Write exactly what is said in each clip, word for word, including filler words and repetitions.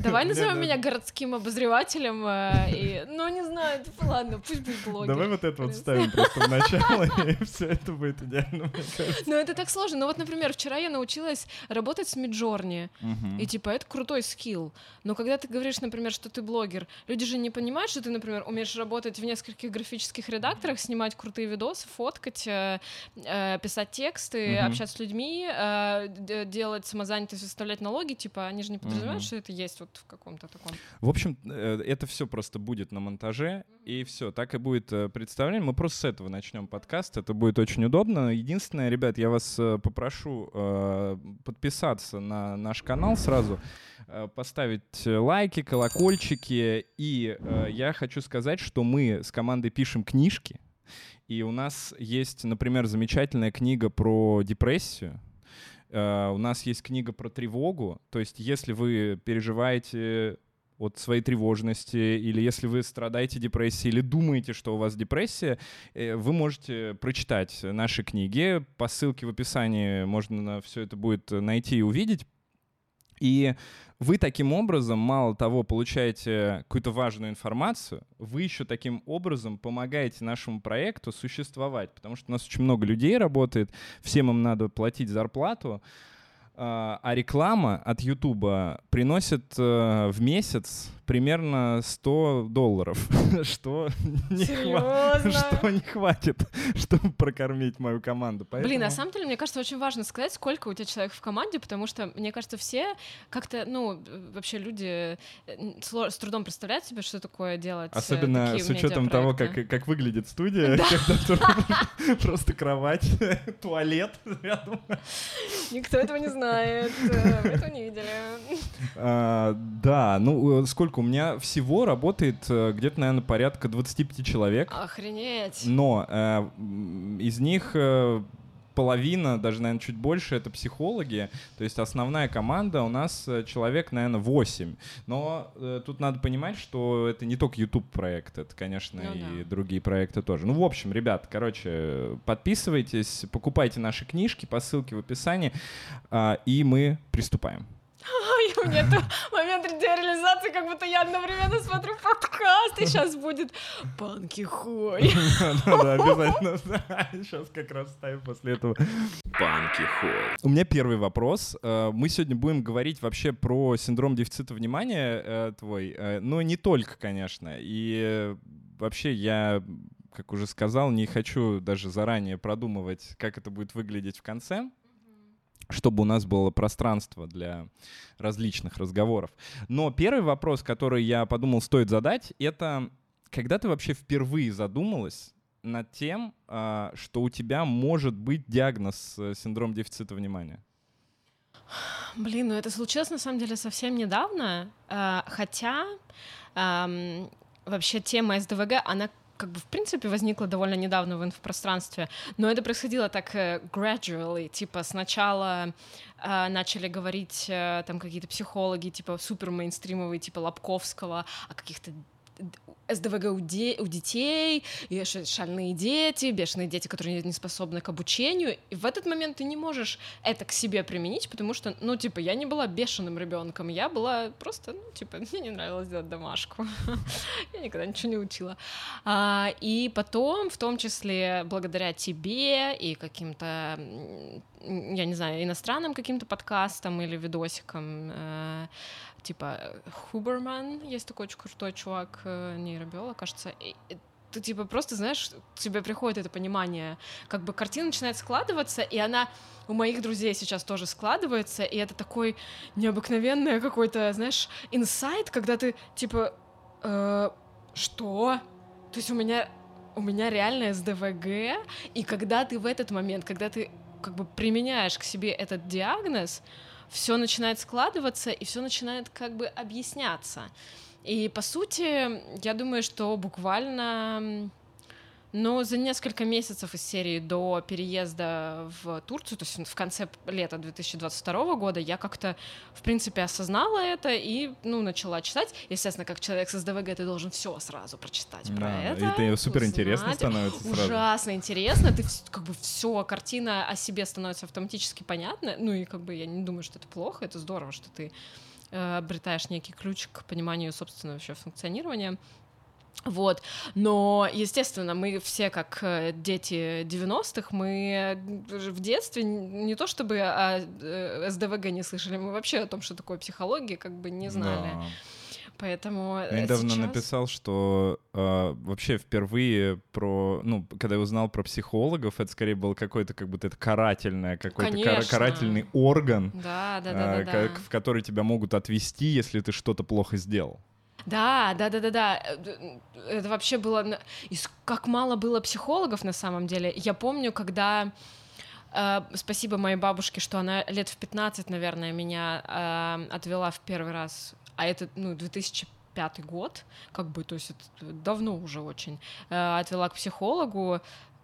Давай назовем меня городским обозревателем. И, ну, не знаю, ладно, пусть будет блогер. Давай вот это вот ставим просто в начало, и все это будет идеально, мне кажется. Ну, это так сложно. Ну, вот, например, вчера я научилась работать с Midjourney, uh-huh. и, типа, это крутой скилл. Но когда ты говоришь, например, что ты блогер, люди же не понимают, что ты, например, умеешь работать в нескольких графических редакторах, снимать крутые видосы, фоткать, э, э, писать тексты, uh-huh. общаться с людьми, э, делать самозанятость, выставлять налоги, типа, они же не подразумевают, uh-huh. что это есть вот в каком-то таком... В общем, это все просто будет на монтаже, uh-huh. и все, так и будет представление. Мы просто с этого начнем подкаст, это будет очень удобно. Единственное, ребят, я вас попрошу э, подписаться на наш канал сразу, э, поставить лайки, колокольчики, и э, я хочу сказать, что мы с командой пишем книжки, и у нас есть, например, замечательная книга про депрессию. Uh, у нас есть книга про тревогу, то есть если вы переживаете от своей тревожности, или если вы страдаете депрессией, или думаете, что у вас депрессия, вы можете прочитать наши книги. По ссылке в описании можно все это будет найти и увидеть. И вы таким образом, мало того, получаете какую-то важную информацию, вы еще таким образом помогаете нашему проекту существовать, потому что у нас очень много людей работает, всем им надо платить зарплату, а реклама от Ютуба приносит в месяц примерно сто долларов, что не, хва- что не хватит, чтобы прокормить мою команду. Поэтому... Блин, на самом деле, мне кажется, очень важно сказать, сколько у тебя человек в команде, потому что, мне кажется, все как-то, ну, вообще люди с трудом представляют себе, что такое делать. Особенно такие с учетом того, как, как выглядит студия, да. когда просто кровать, туалет рядом. Никто этого не знает, мы этого не видели. А, да, ну сколько? У меня всего работает где-то, наверное, порядка двадцать пять человек. Охренеть! Но э, из них э, половина, даже, наверное, чуть больше, это психологи. То есть основная команда у нас человек, наверное, восемь. Но э, тут надо понимать, что это не только YouTube-проект, это, конечно, ну, и да. другие проекты тоже. Ну, в общем, ребят, короче, подписывайтесь, покупайте наши книжки по ссылке в описании, э, и мы приступаем. У меня это момент реализации, как будто я одновременно смотрю подкаст, и сейчас будет Панки Хой. Да-да, обязательно. Сейчас как раз ставим после этого Панки Хой. У меня первый вопрос. Мы сегодня будем говорить вообще про синдром дефицита внимания твой, но не только, конечно. И вообще я, как уже сказал, не хочу даже заранее продумывать, как это будет выглядеть в конце, чтобы у нас было пространство для различных разговоров. Но первый вопрос, который я подумал, стоит задать, это когда ты вообще впервые задумалась над тем, что у тебя может быть диагноз синдром дефицита внимания? Блин, ну это случилось на самом деле совсем недавно, хотя вообще тема эс дэ вэ гэ, она как бы в принципе возникла довольно недавно в инфопространстве, но это происходило так uh, gradually, типа сначала uh, начали говорить uh, там какие-то психологи, типа супер мейнстримовые, типа Лобковского, о каких-то эс дэ вэ гэ у, де- у детей, и шальные дети, бешеные дети, которые не способны к обучению, и в этот момент ты не можешь это к себе применить, потому что, ну, типа, я не была бешеным ребенком, я была просто, ну, типа, мне не нравилось делать домашку, я никогда ничего не учила. А, и потом, в том числе, благодаря тебе и каким-то, я не знаю, иностранным каким-то подкастам или видосикам, э, типа Хуберман, есть такой очень крутой чувак, нейробиолог, кажется, и ты типа просто, знаешь, к тебе приходит это понимание, как бы картина начинает складываться, и она у моих друзей сейчас тоже складывается, и это такой необыкновенный какой-то, знаешь, инсайт, когда ты типа, э, что? То есть у меня, у меня реально эс дэ вэ гэ, и когда ты в этот момент, когда ты как бы применяешь к себе этот диагноз, все начинает складываться, и все начинает как бы объясняться. И, по сути, я думаю, что буквально, ну, за несколько месяцев из серии до переезда в Турцию, то есть в конце лета две тысячи двадцать второго года, я как-то, в принципе, осознала это и, ну, начала читать. Естественно, как человек с эс дэ вэ гэ, ты должен все сразу прочитать да, про это. И это супер интересно становится сразу. Ужасно интересно. Ты как бы все, картина о себе становится автоматически понятна. Ну и как бы я не думаю, что это плохо, это здорово, что ты э, обретаешь некий ключ к пониманию собственного вообще функционирования. Вот, но, естественно, мы все, как дети девяностых, мы в детстве не то чтобы о эс дэ вэ гэ не слышали, мы вообще о том, что такое психология, как бы не знали. Да. Поэтому я недавно сейчас... написал, что э, вообще впервые про, ну, когда я узнал про психологов, это скорее был какой-то, как будто это карательное, какой-то кар- карательный орган, да, да, да, э, да, как, да. в который тебя могут отвести, если ты что-то плохо сделал. Да, да, да, да, да. Это вообще было... И как мало было психологов на самом деле. Я помню, когда... Э, спасибо моей бабушке, что она лет в пятнадцать, наверное, меня э, отвела в первый раз. А это, ну, две тысячи пятый год, как бы, то есть это давно уже очень. Э, отвела к психологу.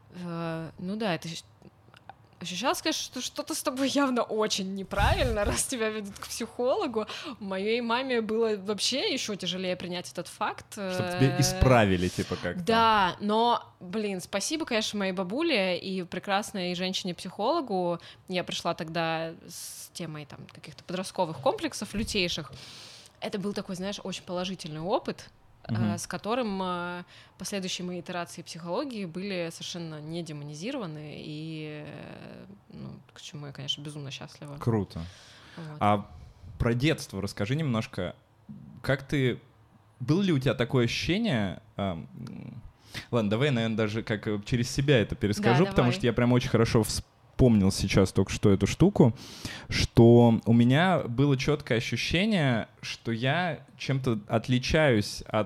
Э, ну да, это... Ощущалось, конечно, что что-то с тобой явно очень неправильно, раз тебя ведут к психологу. Моей маме было вообще еще тяжелее принять этот факт. Чтобы тебя исправили, типа как-то. Да, но, блин, спасибо, конечно, моей бабуле и прекрасной женщине-психологу. Я пришла тогда с темой там каких-то подростковых комплексов лютейших. Это был такой, знаешь, очень положительный опыт, Uh-huh. с которым последующие мои итерации психологии были совершенно не демонизированы, и, ну, к чему я, конечно, безумно счастлива. Круто. Вот. А про детство расскажи немножко. Как ты... Было ли у тебя такое ощущение... А... Ладно, давай я, наверное, даже как через себя это перескажу, да, потому давай. что я прям очень хорошо вспомнил, Помнил сейчас только что эту штуку, что у меня было четкое ощущение, что я чем-то отличаюсь от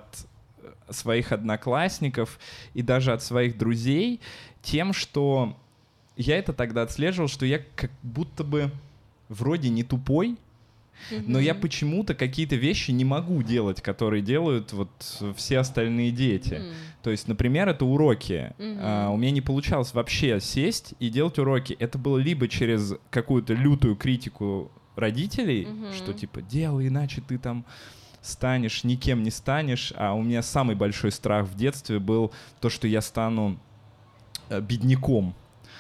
своих одноклассников и даже от своих друзей тем, что я это тогда отслеживал, что я как будто бы вроде не тупой, Mm-hmm. но я почему-то какие-то вещи не могу делать, которые делают вот все остальные дети. Mm-hmm. То есть, например, это уроки. Mm-hmm. А, у меня не получалось вообще сесть и делать уроки. Это было либо через какую-то лютую критику родителей, mm-hmm. что типа делай, иначе ты там станешь, никем не станешь. А у меня самый большой страх в детстве был то, что я стану э, бедняком.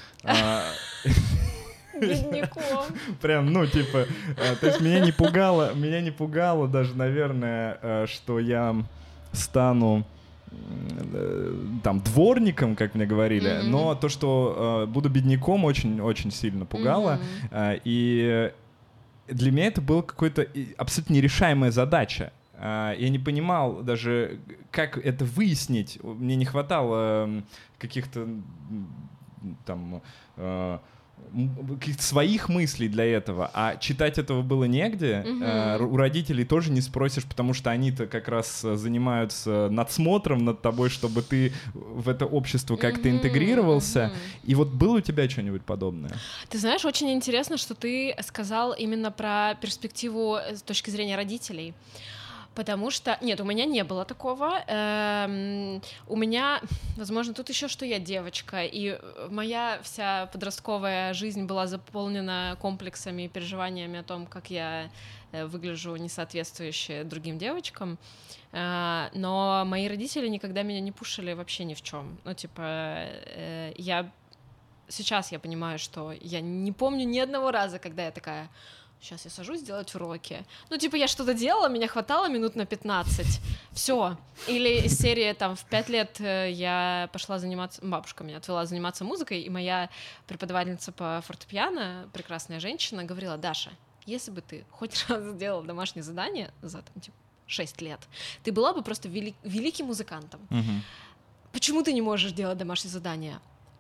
Бедняком. Прям, ну, типа, э, то есть меня не пугало, меня не пугало даже, наверное, э, что я стану э, там дворником, как мне говорили, mm-hmm. но то, что э, буду бедняком, очень-очень сильно пугало. Mm-hmm. Э, и для меня это была какая-то абсолютно нерешаемая задача. Э, я не понимал даже, как это выяснить. Мне не хватало каких-то там... Э, каких-то своих мыслей для этого, а читать этого было негде. Uh-huh. У родителей тоже не спросишь, потому что они-то как раз занимаются надсмотром над тобой, чтобы ты в это общество как-то uh-huh. интегрировался. Uh-huh. И вот было у тебя что-нибудь подобное? Ты знаешь, очень интересно, что ты сказал именно про перспективу с точки зрения родителей. Потому что... Нет, у меня не было такого. Эм, у меня, возможно, тут еще, что я девочка, и моя вся подростковая жизнь была заполнена комплексами и переживаниями о том, как я выгляжу несоответствующе другим девочкам. Э, но мои родители никогда меня не пушили вообще ни в чем. Ну, типа, э, я... Сейчас я понимаю, что я не помню ни одного раза, когда я такая... Сейчас я сажусь делать уроки. Ну, типа, я что-то делала, меня хватало минут на пятнадцать. Все. Или из серии, там, в пять лет я пошла заниматься... Бабушка меня отвела заниматься музыкой, и моя преподавательница по фортепиано, прекрасная женщина, говорила: Даша, если бы ты хоть раз сделала домашнее задание за, там, типа, шесть лет, ты была бы просто вели... великим музыкантом. Uh-huh. Почему ты не можешь делать домашнее задание?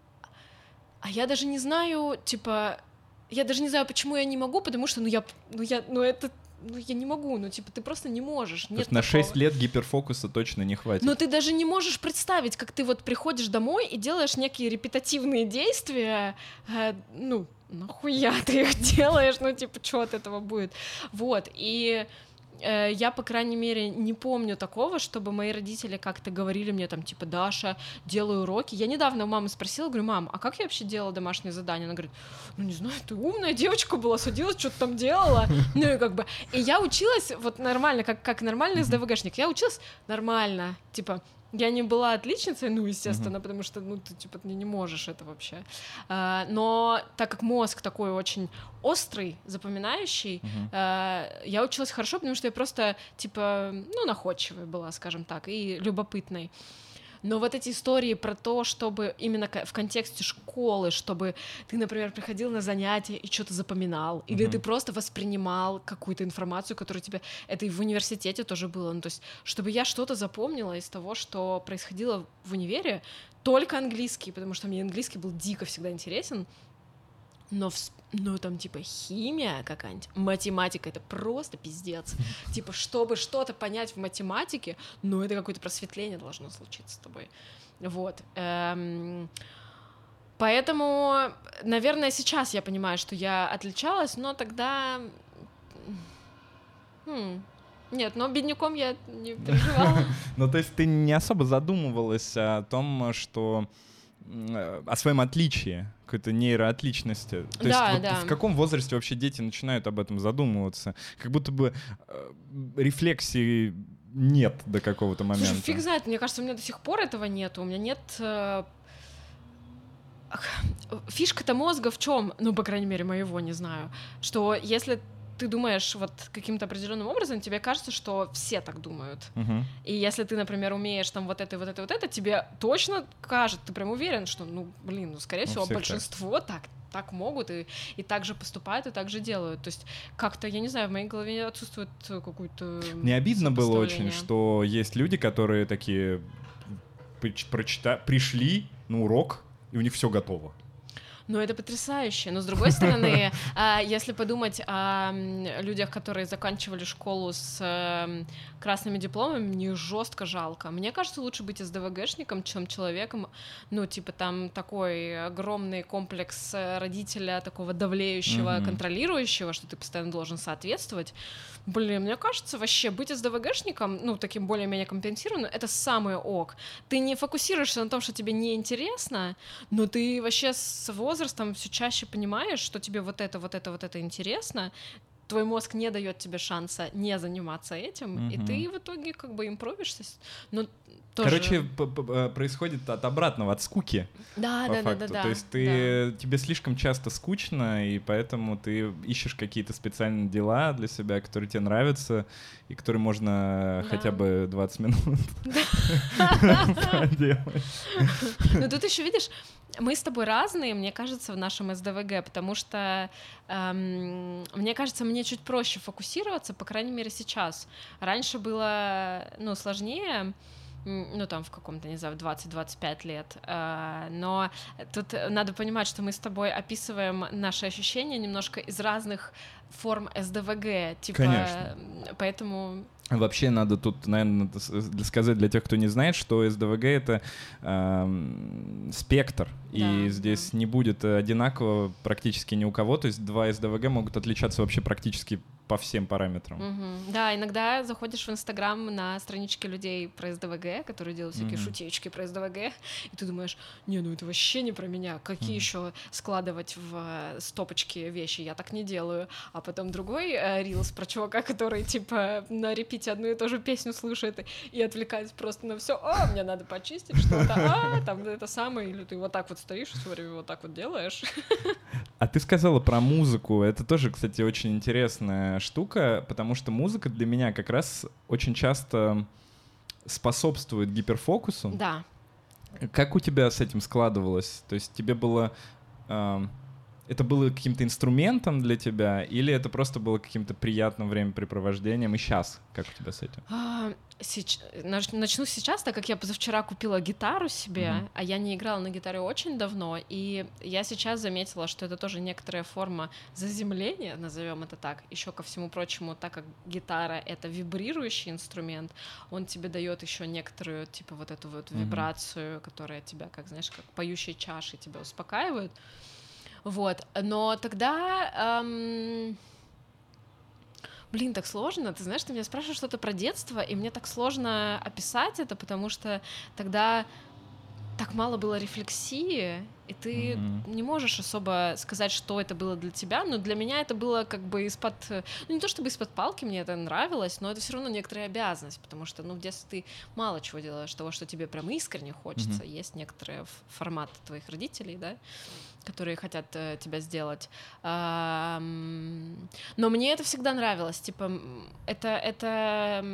А я даже не знаю, типа... Я даже не знаю, почему я не могу, потому что, ну, я, ну, я, ну, это, ну, я не могу, ну, типа, ты просто не можешь. То есть на шесть лет гиперфокуса точно не хватит. Но ты даже не можешь представить, как ты вот приходишь домой и делаешь некие репетативные действия, э, ну, нахуя ты их делаешь, ну, типа, что от этого будет? Вот, и... Я, по крайней мере, не помню такого, чтобы мои родители как-то говорили мне там, типа, Даша, делаю уроки. Я недавно у мамы спросила, говорю: мам, а как я вообще делала домашнее задание? Она говорит: ну, не знаю, ты умная девочка была, садилась, что-то там делала. Ну, и как бы... И я училась вот нормально, как, как нормальный эс дэ вэ гэшник. Я училась нормально, типа... Я не была отличницей, ну, естественно, uh-huh. потому что, ну, ты, типа, ты не можешь это вообще. А, но так как мозг такой очень острый, запоминающий, uh-huh. а, я училась хорошо, потому что я просто, типа, ну, находчивой была, скажем так, и любопытной. Но вот эти истории про то, чтобы именно в контексте школы, чтобы ты, например, приходил на занятия и что-то запоминал, uh-huh. или ты просто воспринимал какую-то информацию, которая тебе... Это и в университете тоже было. Ну, то есть, чтобы я что-то запомнила из того, что происходило в универе, только английский, потому что мне английский был дико всегда интересен. Но, в, ну, там, типа, химия какая-нибудь, математика — это просто пиздец. Типа, чтобы что-то понять в математике, ну, это какое-то просветление должно случиться с тобой. Вот. Эм... Поэтому, наверное, сейчас я понимаю, что я отличалась, но тогда... Хм... Нет, но бедняком я не переживала. Ну, то есть ты не особо задумывалась о том, что... о своем отличии, какой-то нейроотличности. То да, есть вот да. в каком возрасте вообще дети начинают об этом задумываться? Как будто бы э, рефлексии нет до какого-то момента. Слушай, фиг знает, мне кажется, у меня до сих пор этого нет. У меня нет... Э... Фишка-то мозга в чем? Ну, по крайней мере, моего, не знаю. Что если ты думаешь вот каким-то определенным образом, тебе кажется, что все так думают. Uh-huh. И если ты, например, умеешь там вот это, вот это, вот это, тебе точно кажется, ты прям уверен, что, ну, блин, ну, скорее ну, всего, большинство так. так так могут и, и так же поступают, и так же делают. То есть как-то, я не знаю, в моей голове отсутствует какую-то... Мне обидно было очень, что есть люди, которые такие прочита... пришли на урок, и у них все готово. Ну, это потрясающе. Но, с другой стороны, если подумать о людях, которые заканчивали школу с красными дипломами, мне жестко жалко. Мне кажется, лучше быть СДВГшником, чем человеком, ну, типа, там такой огромный комплекс родителя, такого давлеющего, mm-hmm. контролирующего, что ты постоянно должен соответствовать. Блин, мне кажется, вообще быть СДВГшником, ну, таким более-менее компенсированным, это самое ок. Ты не фокусируешься на том, что тебе неинтересно, но ты вообще с возрастом все чаще понимаешь, что тебе вот это, вот это, вот это интересно, твой мозг не дает тебе шанса не заниматься этим, mm-hmm. и ты в итоге как бы импровишься. Ну, тоже... Короче, происходит от обратного, от скуки. Да, по да, факту. да, да, да. То есть ты, да. тебе слишком часто скучно, и поэтому ты ищешь какие-то специальные дела для себя, которые тебе нравятся, и которые можно да. хотя бы двадцать минут поделать. Ну тут еще, видишь, мы с тобой разные, мне кажется, в нашем СДВГ, потому что, эм, мне кажется, мне чуть проще фокусироваться, по крайней мере, сейчас. Раньше было, ну, сложнее, ну, там, в каком-то, не знаю, двадцать-двадцать пять лет, э, но тут надо понимать, что мы с тобой описываем наши ощущения немножко из разных форм СДВГ, типа, Конечно. Поэтому... Вообще надо тут, наверное, сказать для тех, кто не знает, что СДВГ — это э, спектр, да, и здесь да. не будет одинаково практически ни у кого, то есть два СДВГ могут отличаться вообще практически по всем параметрам. Угу. Да, иногда заходишь в Инстаграм на странички людей про СДВГ, которые делают всякие угу. шутеечки про СДВГ, и ты думаешь, не, ну это вообще не про меня, какие угу. еще складывать в стопочки вещи, я так не делаю. А потом другой э, рилс про чувака, который типа на репите одну и ту же песню слушает и отвлекается просто на все. А, мне надо почистить что-то, а, там это самое, или ты вот так вот стоишь и все время вот так вот делаешь. А ты сказала про музыку, это тоже, кстати, очень интересная штука, потому что музыка для меня как раз очень часто способствует гиперфокусу. Да. Как у тебя с этим складывалось? То есть тебе было... Э, это было каким-то инструментом для тебя, или это просто было каким-то приятным времяпрепровождением? И сейчас как у тебя с этим? А, сеч... Начну сейчас, так как я позавчера купила гитару себе, mm-hmm. а я не играла на гитаре очень давно, и я сейчас заметила, что это тоже некоторая форма заземления, назовем это так. Еще ко всему прочему, так как гитара — это вибрирующий инструмент, он тебе дает еще некоторую, типа, вот эту вот вибрацию, mm-hmm. которая тебя, как, знаешь, как поющей чашей тебя успокаивает. Вот, но тогда... Эм... Блин, так сложно. Ты знаешь, ты меня спрашиваешь что-то про детство, и мне так сложно описать это, потому что тогда так мало было рефлексии, и ты mm-hmm. не можешь особо сказать, что это было для тебя, но для меня это было как бы из-под... Ну, не то чтобы из-под палки, мне это нравилось, но это все равно некоторая обязанность, потому что, ну, в детстве ты мало чего делаешь того, что тебе прям искренне хочется. Mm-hmm. Есть некоторые форматы твоих родителей, да, которые хотят э, тебя сделать. А, но мне это всегда нравилось, типа, это, это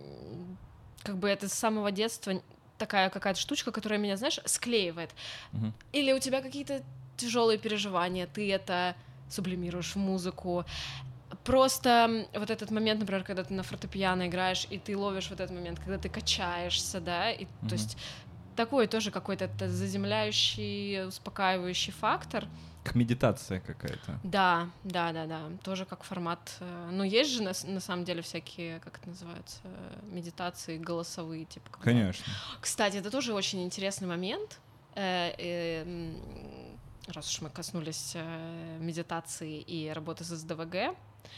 как бы это с самого детства такая какая-то штучка, которая меня, знаешь, склеивает. Uh-huh. Или у тебя какие-то тяжелые переживания, ты это сублимируешь в музыку. Просто вот этот момент, например, когда ты на фортепиано играешь, и ты ловишь вот этот момент, когда ты качаешься, да, и uh-huh. то есть такой тоже какой-то заземляющий, успокаивающий фактор. Как медитация какая-то. Да, да, да, да. Тоже как формат. Ну, есть же на, на самом деле всякие, как это называется, медитации голосовые, типа. Когда... Конечно. Кстати, это тоже очень интересный момент. Э, э, раз уж мы коснулись э, медитации и работы с эс дэ вэ гэ,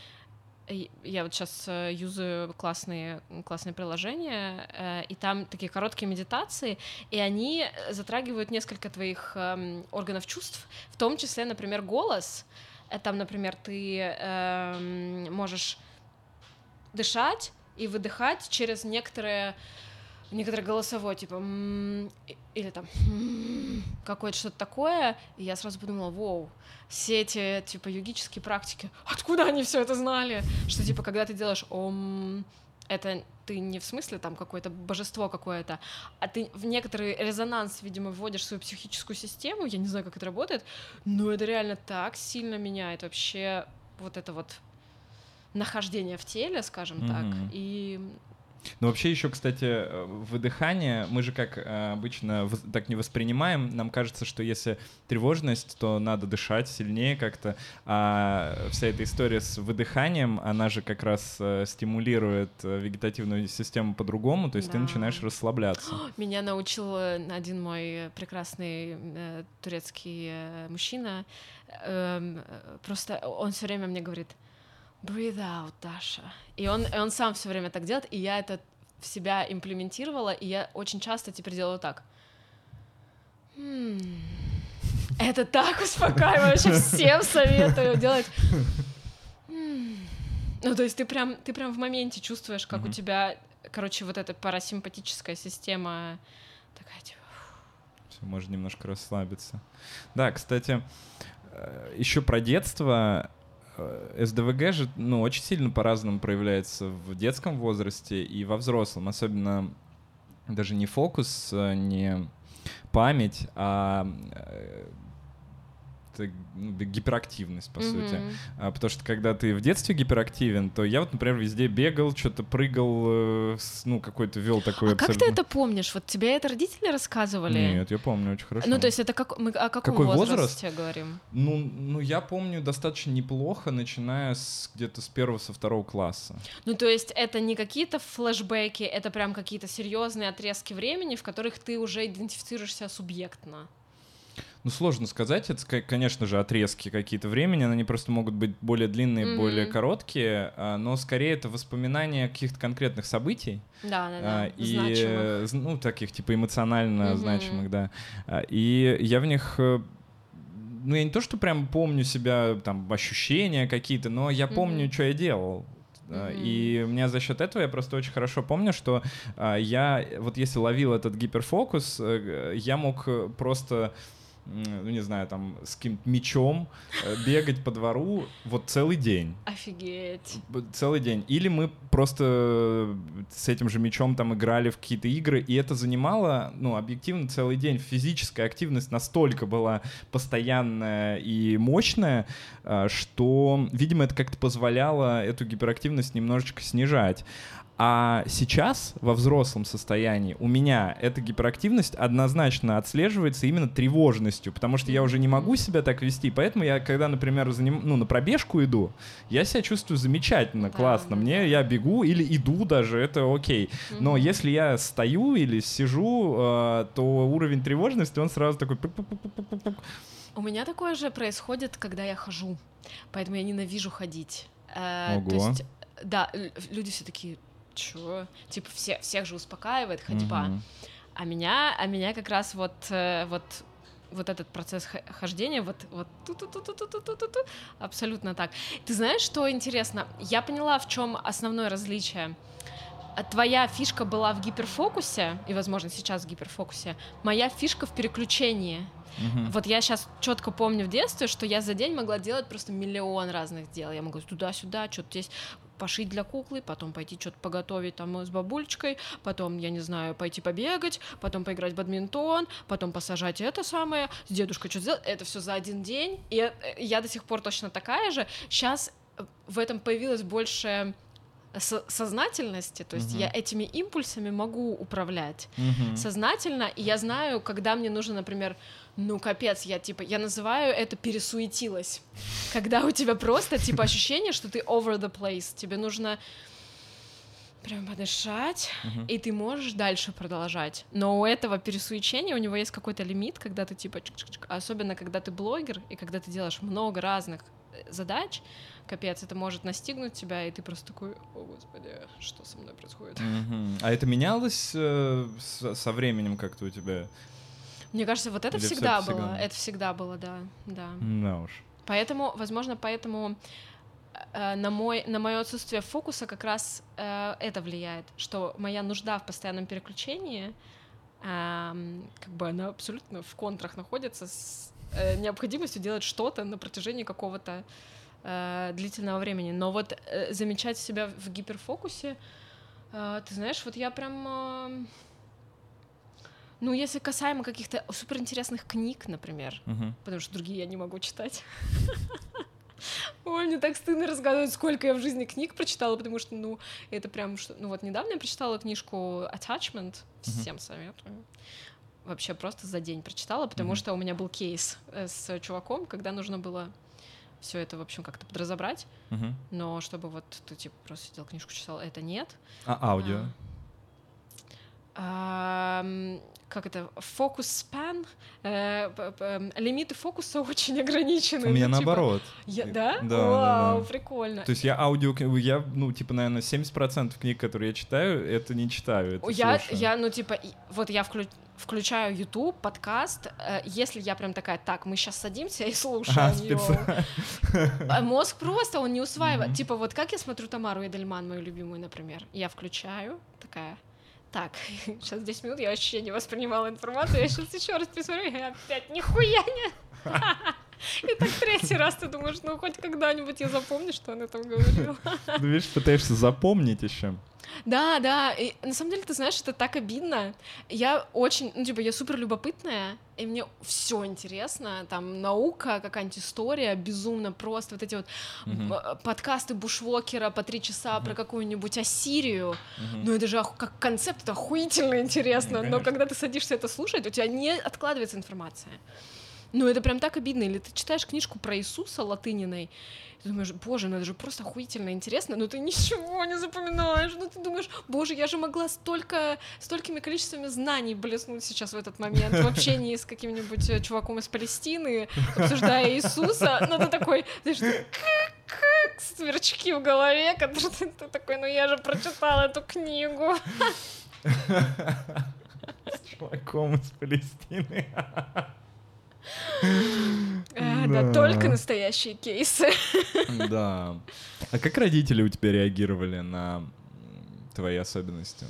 я вот сейчас юзаю классные, классные приложения, э, и там такие короткие медитации, и они затрагивают несколько твоих э, органов чувств, в том числе, например, голос. Там, например, ты э, можешь дышать и выдыхать через некоторые, некоторое голосовое, типа м-м, или там м-м, какое-то что-то такое, и я сразу подумала, воу, все эти, типа, йогические практики, откуда они все это знали? Что, типа, когда ты делаешь ом, это ты не в смысле там какое-то божество какое-то, а ты в некоторый резонанс, видимо, вводишь свою психическую систему, я не знаю, как это работает, но это реально так сильно меняет вообще вот это вот нахождение в теле, скажем mm-hmm. так, и... Ну, вообще еще, кстати, выдыхание, мы же как э, обычно в, так не воспринимаем, нам кажется, что если тревожность, то надо дышать сильнее как-то, а вся эта история с выдыханием, она же как раз э, стимулирует вегетативную систему по-другому, то есть да. ты начинаешь расслабляться. Меня научил один мой прекрасный э, турецкий э, мужчина, э, просто он все время мне говорит: breathe out, Даша. И он, и он сам все время так делает, и я это в себя имплементировала, и я очень часто теперь делаю так. М-м- это так успокаивает, вообще всем советую делать. М-м- ну, то есть ты прям, ты прям в моменте чувствуешь, как mm-hmm. у тебя, короче, вот эта парасимпатическая система такая, типа... Все, можно немножко расслабиться. Да, кстати, еще про детство... эс дэ вэ гэ же, ну, очень сильно по-разному проявляется в детском возрасте и во взрослом, особенно даже не фокус, не память, а гиперактивность, по mm-hmm. сути. А, потому что когда ты в детстве гиперактивен, то я вот, например, везде бегал, что-то прыгал, ну, какой-то вел такой... А абсолютно... как ты это помнишь? Вот тебе это родители рассказывали? Нет, я помню очень хорошо. Ну, то есть это как... мы о каком Какой возрасте возраст? говорим? Ну, ну, я помню достаточно неплохо, начиная с где-то с первого, со второго класса. Ну, то есть это не какие-то флешбеки, это прям какие-то серьезные отрезки времени, в которых ты уже идентифицируешься субъектно. Ну, сложно сказать, это, конечно же, отрезки какие-то времени, они просто могут быть более длинные, mm-hmm. более короткие, но скорее это воспоминания каких-то конкретных событий. Да, да, да. И, значимых. Ну, таких, типа, эмоционально mm-hmm. значимых, да. И я в них... Ну, я не то, что прям помню себя, там, ощущения какие-то, но я помню, mm-hmm. что я делал. Mm-hmm. И у меня за счет этого я просто очень хорошо помню, что а, я, вот если ловил этот гиперфокус, я мог просто... ну, не знаю, там, с каким-то мечом бегать по двору вот целый день. Офигеть. Целый день. Или мы просто с этим же мечом там играли в какие-то игры, и это занимало, ну, объективно целый день. Физическая активность настолько была постоянная и мощная, что, видимо, это как-то позволяло эту гиперактивность немножечко снижать. А сейчас, во взрослом состоянии, у меня эта гиперактивность однозначно отслеживается именно тревожностью, потому что я уже не могу себя так вести, поэтому я, когда, например, заним... ну, на пробежку иду, я себя чувствую замечательно, да, классно, да, мне да. я бегу или иду даже, это окей. Но угу. если я стою или сижу, э, то уровень тревожности, он сразу такой... У меня такое же происходит, когда я хожу, поэтому я ненавижу ходить. Э, Ого. То есть, да, люди все такие... Чё? Типа все, всех же успокаивает ходьба. Uh-huh. А меня, а меня как раз вот, вот, вот этот процесс хождения, вот, вот ту-ту-ту-ту-ту-ту-ту-ту, абсолютно так. Ты знаешь, что интересно? Я поняла, в чем основное различие. Твоя фишка была в гиперфокусе, и, возможно, сейчас в гиперфокусе. Моя фишка в переключении. Uh-huh. Вот я сейчас четко помню в детстве, что я за день могла делать просто миллион разных дел. Я могла туда-сюда, что-то здесь пошить для куклы, потом пойти что-то поготовить там с бабулечкой, потом, я не знаю, пойти побегать, потом поиграть в бадминтон, потом посажать это самое, с дедушкой что-то сделать. Это все за один день. И я до сих пор точно такая же. Сейчас в этом появилось больше сознательности, то есть uh-huh. я этими импульсами могу управлять uh-huh. сознательно, и я знаю, когда мне нужно, например, ну капец, я типа, я называю это пересуетилась, когда у тебя просто типа ощущение, что ты over the place, тебе нужно прям подышать, uh-huh. и ты можешь дальше продолжать, но у этого пересуечения у него есть какой-то лимит, когда ты типа, чик-чик-чик, особенно когда ты блогер, и когда ты делаешь много разных задач, капец, это может настигнуть тебя, и ты просто такой, о господи, что со мной происходит. Mm-hmm. А это менялось э, с, со временем как-то у тебя? Мне кажется, вот это Или всегда все было, всегда? это всегда было, да, да. Да уж. Поэтому, возможно, поэтому э, на, мой, на мое отсутствие фокуса как раз э, это влияет, что моя нужда в постоянном переключении, э, как бы она абсолютно в контрах находится с э, необходимостью делать что-то на протяжении какого-то длительного времени, но вот э, замечать себя в гиперфокусе, э, ты знаешь, вот я прям, э, ну, если касаемо каких-то суперинтересных книг, например, uh-huh. потому что другие я не могу читать. Ой, мне так стыдно рассказывать, сколько я в жизни книг прочитала, потому что, ну, это прям, что, ну, вот недавно я прочитала книжку Attachment, всем советую. Вообще просто за день прочитала, потому что у меня был кейс с чуваком, когда нужно было все это, в общем, как-то подразобрать, uh-huh. но чтобы вот ты, типа, просто сидел, книжку читал, это нет. А аудио? А, а, как это? Фокус спан? Э, лимиты фокуса очень ограничены. У меня ну, наоборот. Типа, я, да? Да, Вау, да, да. Прикольно. То есть я аудио, я, ну, типа, наверное, семьдесят процентов книг, которые я читаю, это не читаю, это я, слушаю. Я, ну, типа, вот я включаю включаю YouTube, подкаст, э, если я прям такая, так, мы сейчас садимся и слушаем его. Мозг просто, он не усваивает. Mm-hmm. Типа, вот как я смотрю Тамару Эдельман, мою любимую, например, я включаю, такая, так, сейчас десять минут я вообще не воспринимала информацию, я сейчас еще раз посмотрю, и опять нихуя не... И так третий раз ты думаешь, ну, хоть когда-нибудь я запомню, что он это говорил. Ты видишь, пытаешься запомнить еще. Да, да, и на самом деле, ты знаешь, это так обидно. Я очень, ну, типа, я супер любопытная, и мне все интересно, там, наука, какая-нибудь история, безумно просто, вот эти вот uh-huh. подкасты Бушвокера по три часа uh-huh. про какую-нибудь Ассирию, uh-huh. ну, это же как концепт, это охуительно интересно, uh-huh, но когда ты садишься это слушать, у тебя не откладывается информация. Ну, это прям так обидно. Или ты читаешь книжку про Иисуса латыниной, и ты думаешь, боже, ну это же просто охуительно интересно, но ты ничего не запоминаешь. Ну, ты думаешь, боже, я же могла столько, столькими количествами знаний блеснуть сейчас в этот момент в общении с каким-нибудь чуваком из Палестины, обсуждая Иисуса. Но ты такой, знаешь, как сверчки в голове, которые ты, ты такой, ну я же прочитала эту книгу. С чуваком из Палестины. А, да. да, только настоящие кейсы. Да. А как родители у тебя реагировали на твои особенности?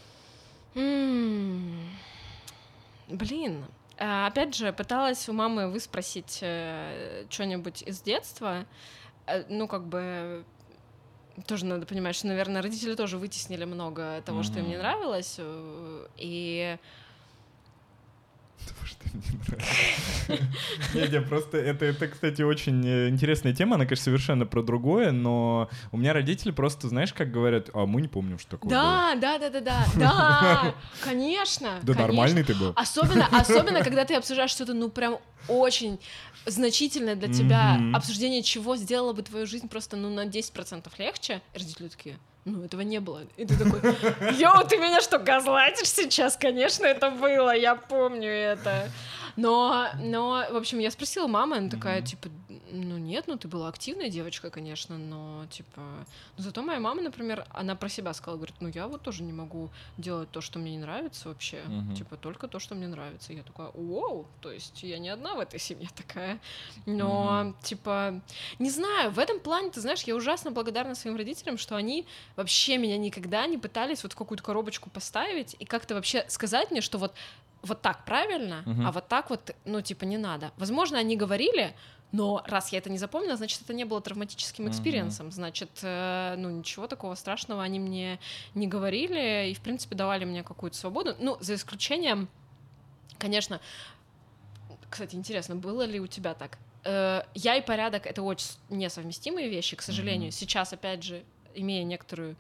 Mm. Блин. А, опять же, пыталась у мамы выспросить э, что-нибудь из детства. Э, ну, как бы... Тоже надо понимать, что, наверное, родители тоже вытеснили много того, mm-hmm. что им не нравилось. И... Потому что мне нравится. Нет, я просто... Это, это, кстати, очень интересная тема. Она, конечно, совершенно про другое, но у меня родители просто, знаешь, как говорят, а мы не помним, что такое да, было. Да, да, да, да, да, конечно. Да, нормальный ты был. Особенно, особенно, когда ты обсуждаешь что-то, ну, прям очень значительное для тебя, обсуждение чего сделало бы твою жизнь просто, ну, на десять процентов легче. И родители такие... Ну, этого не было. И ты такой, йоу, ты меня что, газлайтишь сейчас? Конечно, это было, я помню это. Но, но, в общем, я спросила маму, она такая, типа, ну нет, ну ты была активная девочка, конечно, но типа... Но зато моя мама, например, она про себя сказала, говорит, ну я вот тоже не могу делать то, что мне не нравится вообще, Мгм. типа только то, что мне нравится. Я такая, вау, то есть я не одна в этой семье такая. Но, Мгм. типа, не знаю, в этом плане, ты знаешь, я ужасно благодарна своим родителям, что они вообще меня никогда не пытались вот в какую-то коробочку поставить и как-то вообще сказать мне, что вот вот так правильно, Мгм. а вот так вот, ну, типа, не надо. Возможно, они говорили, но раз я это не запомнила, значит, это не было травматическим Мгм. экспириенсом, значит, э, ну, ничего такого страшного они мне не говорили и, в принципе, давали мне какую-то свободу, ну, за исключением, конечно, кстати, интересно, было ли у тебя так? Э, я и порядок — это очень несовместимые вещи, к сожалению. Мгм. Сейчас, опять же, имея некоторую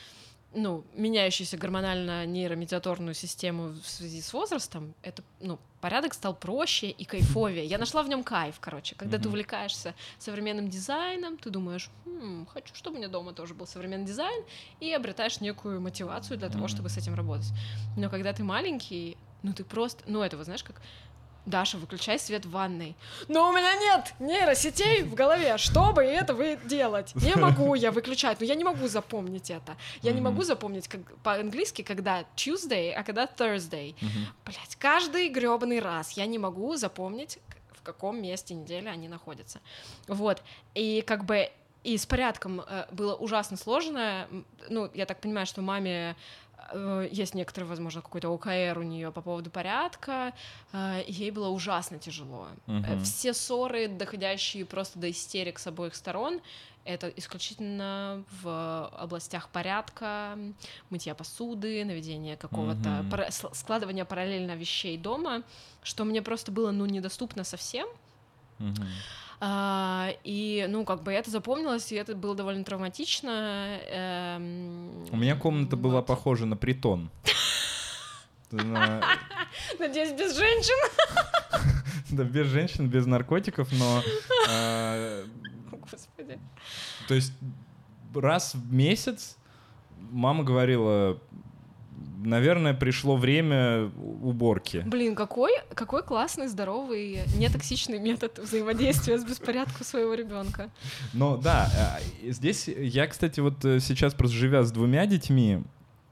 ну, меняющуюся гормонально-нейромедиаторную систему в связи с возрастом, это, ну, порядок стал проще и кайфовее. Я нашла в нем кайф, короче. Когда ты Мгм. увлекаешься современным дизайном, ты думаешь, «Хм, хочу, чтобы у меня дома тоже был современный дизайн», и обретаешь некую мотивацию для того, Мгм. чтобы с этим работать. Но когда ты маленький, ну, ты просто... Ну, это, вот знаешь, как... Даша, выключай свет в ванной. Но у меня нет нейросетей в голове, чтобы это вы делать. Не могу я выключать, но я не могу запомнить это. Я не Мгм. могу запомнить как, по-английски, когда Tuesday, а когда Thursday. Мгм. Блять, каждый грёбаный раз я не могу запомнить, в каком месте недели они находятся. Вот. И как бы и с порядком э, было ужасно сложно. М, Ну, я так понимаю, что маме э, есть некоторый, возможно, какой-то о ка эр у нее по поводу порядка, э, и ей было ужасно тяжело. Э, Мгм. Все ссоры, доходящие просто до истерик с обоих сторон, это исключительно в областях порядка, мытья посуды, наведения какого-то, Мгм. пара- с- складывания параллельно вещей дома, что мне просто было, ну, недоступно совсем. Мгм. А, и, ну, как бы это запомнилось, и это было довольно травматично. эм, У меня комната была вот. похожа на притон. На- Надеюсь, без женщин. Да, без женщин, без наркотиков, но... а, Господи. То есть раз в месяц мама говорила, наверное, пришло время уборки. Блин, какой, какой классный, здоровый, нетоксичный метод взаимодействия с беспорядком своего ребенка. Но да, а, и здесь я, кстати, вот э, сейчас просто живя с двумя детьми,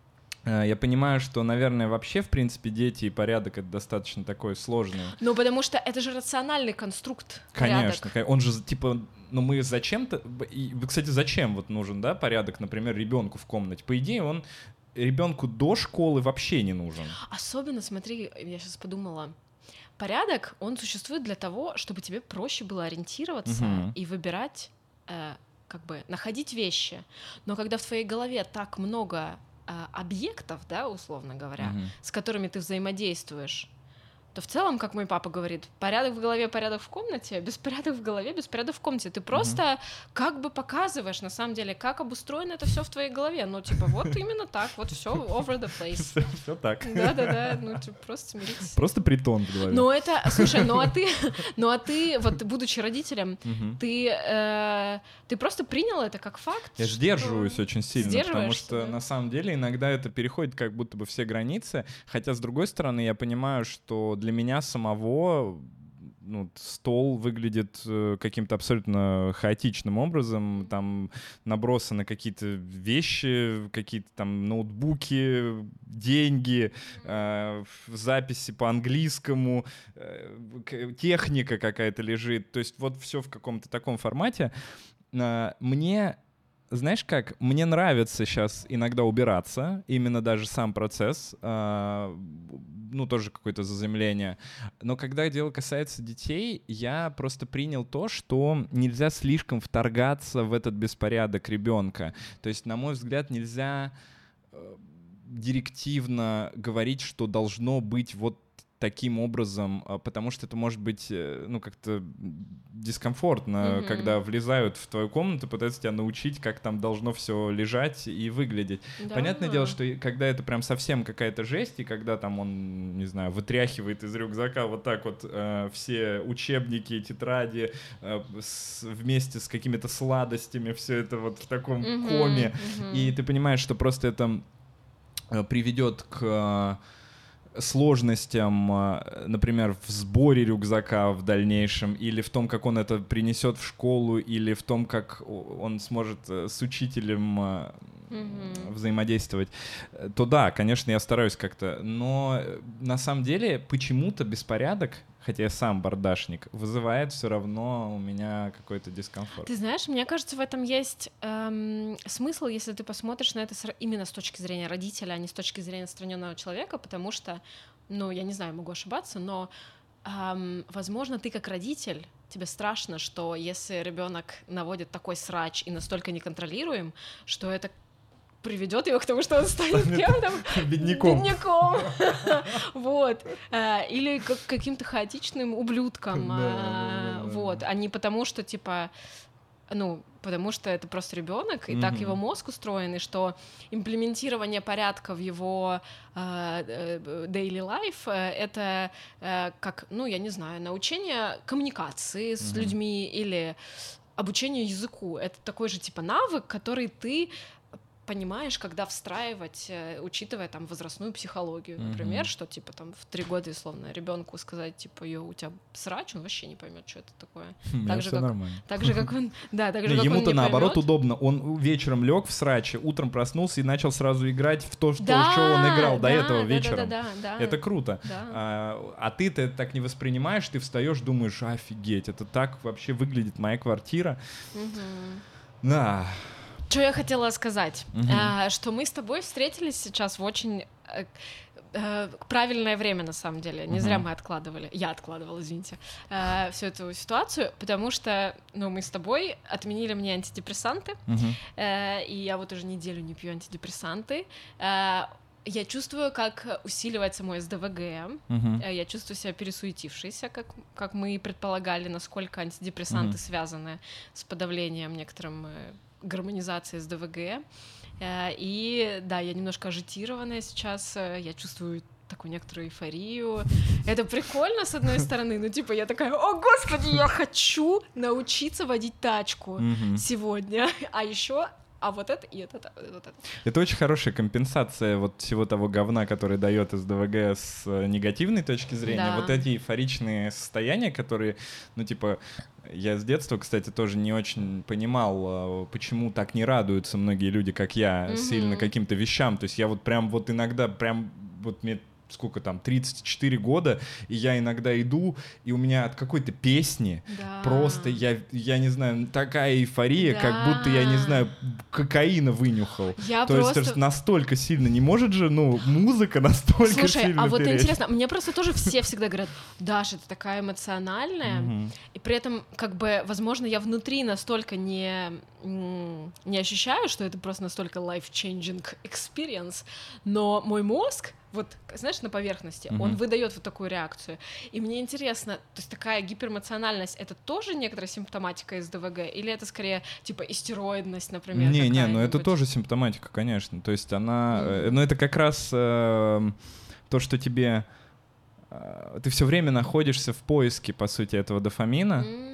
э, я понимаю, что, наверное, вообще, в принципе, дети и порядок — это достаточно такое сложное. Ну, потому что это же рациональный конструкт. Конечно, Порядок. ка- он же типа, ну мы зачем-то, б- и, кстати, зачем вот нужен, да, порядок, например, ребенку в комнате? По идее, он ребенку до школы вообще не нужен. Особенно, смотри, я сейчас подумала, порядок, он существует для того, чтобы тебе проще было ориентироваться Мгм. и выбирать, э, как бы, находить вещи. Но когда в твоей голове так много э, объектов, да, условно говоря, Мгм. с которыми ты взаимодействуешь, то в целом, как мой папа говорит, порядок в голове, порядок в комнате, беспорядок в голове, беспорядок в комнате. Ты просто как бы показываешь, на самом деле, как обустроено это все в твоей голове. Ну, типа, вот именно так, вот все over the place. Все так. Да-да-да, ну, типа, просто смиритесь. Просто притон в голове. Ну, это, слушай, ну а ты, ну а ты, вот будучи родителем, Мгм. ты, э, ты просто принял это как факт. Я что- сдерживаюсь очень сильно, потому Сдерживаешься, что да? на самом деле иногда это переходит как будто бы все границы, хотя с другой стороны я понимаю, что для меня самого ну, стол выглядит э, каким-то абсолютно хаотичным образом, там набросаны какие-то вещи, какие-то там ноутбуки, деньги, э, записи по-английскому, э, к- техника какая-то лежит, то есть вот все в каком-то таком формате. А, Мне, знаешь как, мне нравится сейчас иногда убираться, именно даже сам процесс, а, ну, тоже какое-то заземление. Но когда дело касается детей, я просто принял то, что нельзя слишком вторгаться в этот беспорядок ребенка. То есть, на мой взгляд, нельзя э, директивно говорить, что должно быть вот таким образом, а, потому что это может быть, э, ну, как-то дискомфортно, Мгм. когда влезают в твою комнату, пытаются тебя научить, как там должно все лежать и выглядеть. Да. Понятное дело, что и когда это прям совсем какая-то жесть, и когда там он, не знаю, вытряхивает из рюкзака вот так вот э, все учебники, тетради э, с- вместе с какими-то сладостями, все это вот в таком Мгм, коме, мгм. и ты понимаешь, что просто это э, приведет к сложностям, например, в сборе рюкзака в дальнейшем, или в том, как он это принесет в школу, или в том, как он сможет с учителем mm-hmm. взаимодействовать, то да, конечно, я стараюсь как-то. Но на самом деле почему-то беспорядок, хотя я сам бардашник, вызывает все равно у меня какой-то дискомфорт. Ты знаешь, мне кажется, в этом есть эм, смысл, если ты посмотришь на это с, именно с точки зрения родителя, а не с точки зрения отстраненного человека, потому что, ну, я не знаю, могу ошибаться, но, эм, возможно, ты как родитель, тебе страшно, что если ребенок наводит такой срач и настолько неконтролируем, что это приведет его к тому, что он станет кем-то бедняком. Бедняком. Вот. Или как каким-то хаотичным ублюдком. Вот. А не потому, что, типа, ну, потому что это просто ребенок, и так его мозг устроен, и что имплементирование порядка в его daily life — это как, ну, я не знаю, научение коммуникации с людьми или обучение языку. Это такой же, типа, навык, который ты понимаешь, когда встраивать, учитывая там возрастную психологию, например, mm-hmm. что типа там в три года, условно, ребенку сказать, типа, йо, у тебя срач, он вообще не поймет, что это такое. Так же, как, нормально. Так же, как он, да, так же, как ему-то он не наоборот поймёт. Удобно. Он вечером лег в сраче, утром проснулся и начал сразу играть в то, что, да, что он играл да, до этого да, вечером. Да, да, да, да. Это круто. Да. А, а ты-то это так не воспринимаешь, ты встаешь, думаешь, офигеть, это так вообще выглядит моя квартира. Mm-hmm. Да. Что я хотела сказать, угу. а, что мы с тобой встретились сейчас в очень э, э, правильное время, на самом деле. Не угу. зря мы откладывали, я откладывала, извините, э, всю эту ситуацию, потому что, ну, мы с тобой отменили мне антидепрессанты, угу. э, и я вот уже неделю не пью антидепрессанты. Э, Я чувствую, как усиливается мой эс дэ вэ гэ, uh-huh. я чувствую себя пересуетившейся, как, как мы и предполагали, насколько антидепрессанты uh-huh. связаны с подавлением некоторым гармонизации эс дэ вэ гэ. И да, я немножко ажитированная сейчас, я чувствую такую некоторую эйфорию. Это прикольно, с одной стороны, но типа я такая, о, господи, я хочу научиться водить тачку uh-huh. сегодня, а еще... А вот это и это, и вот это. Это очень хорошая компенсация вот всего того говна, который дает эс дэ вэ гэ с негативной точки зрения. Да. Вот эти эйфоричные состояния, которые, ну, типа, я с детства, кстати, тоже не очень понимал, почему так не радуются многие люди, как я, mm-hmm. сильно каким-то вещам. То есть я вот прям вот иногда прям вот мне сколько там, тридцать четыре года, и я иногда иду, и у меня от какой-то песни да. просто, я, я не знаю, такая эйфория, да. как будто, я не знаю, кокаина вынюхал. Я То просто... есть настолько сильно, не может же, ну, музыка настолько Слушай, сильно а вот перечь. Интересно, мне просто тоже все всегда говорят, Даша, ты такая эмоциональная, и при этом, как бы, возможно, я внутри настолько не, не ощущаю, что это просто настолько life-changing experience, но мой мозг, вот, знаешь, на поверхности, mm-hmm. он выдает вот такую реакцию. И мне интересно, то есть такая гиперэмоциональность, это тоже некоторая симптоматика эс дэ вэ гэ, или это скорее, типа, истероидность, например? Не, не, ну это тоже симптоматика, конечно. То есть она, mm-hmm. ну это как раз э, то, что тебе, э, ты все время находишься в поиске, по сути, этого дофамина, mm-hmm.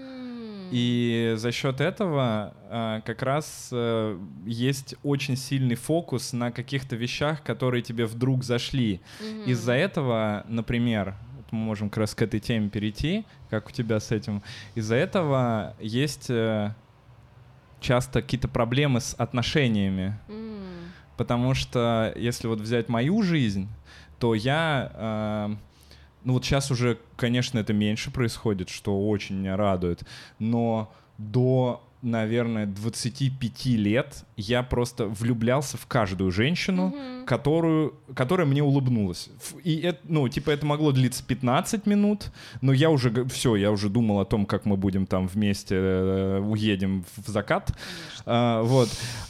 и за счет этого э, как раз э, есть очень сильный фокус на каких-то вещах, которые тебе вдруг зашли. Mm-hmm. Из-за этого, например, мы можем как раз к этой теме перейти, как у тебя с этим. Из-за этого есть э, часто какие-то проблемы с отношениями. Mm-hmm. Потому что если вот взять мою жизнь, то я... Э, Ну вот сейчас уже, конечно, это меньше происходит, что очень меня радует, но до, наверное, двадцати пяти лет я просто влюблялся в каждую женщину, mm-hmm. которую, которая мне улыбнулась. И это, ну, типа это могло длиться пятнадцать минут, но я уже, все, я уже думал о том, как мы будем там вместе э, уедем в закат. А, вот.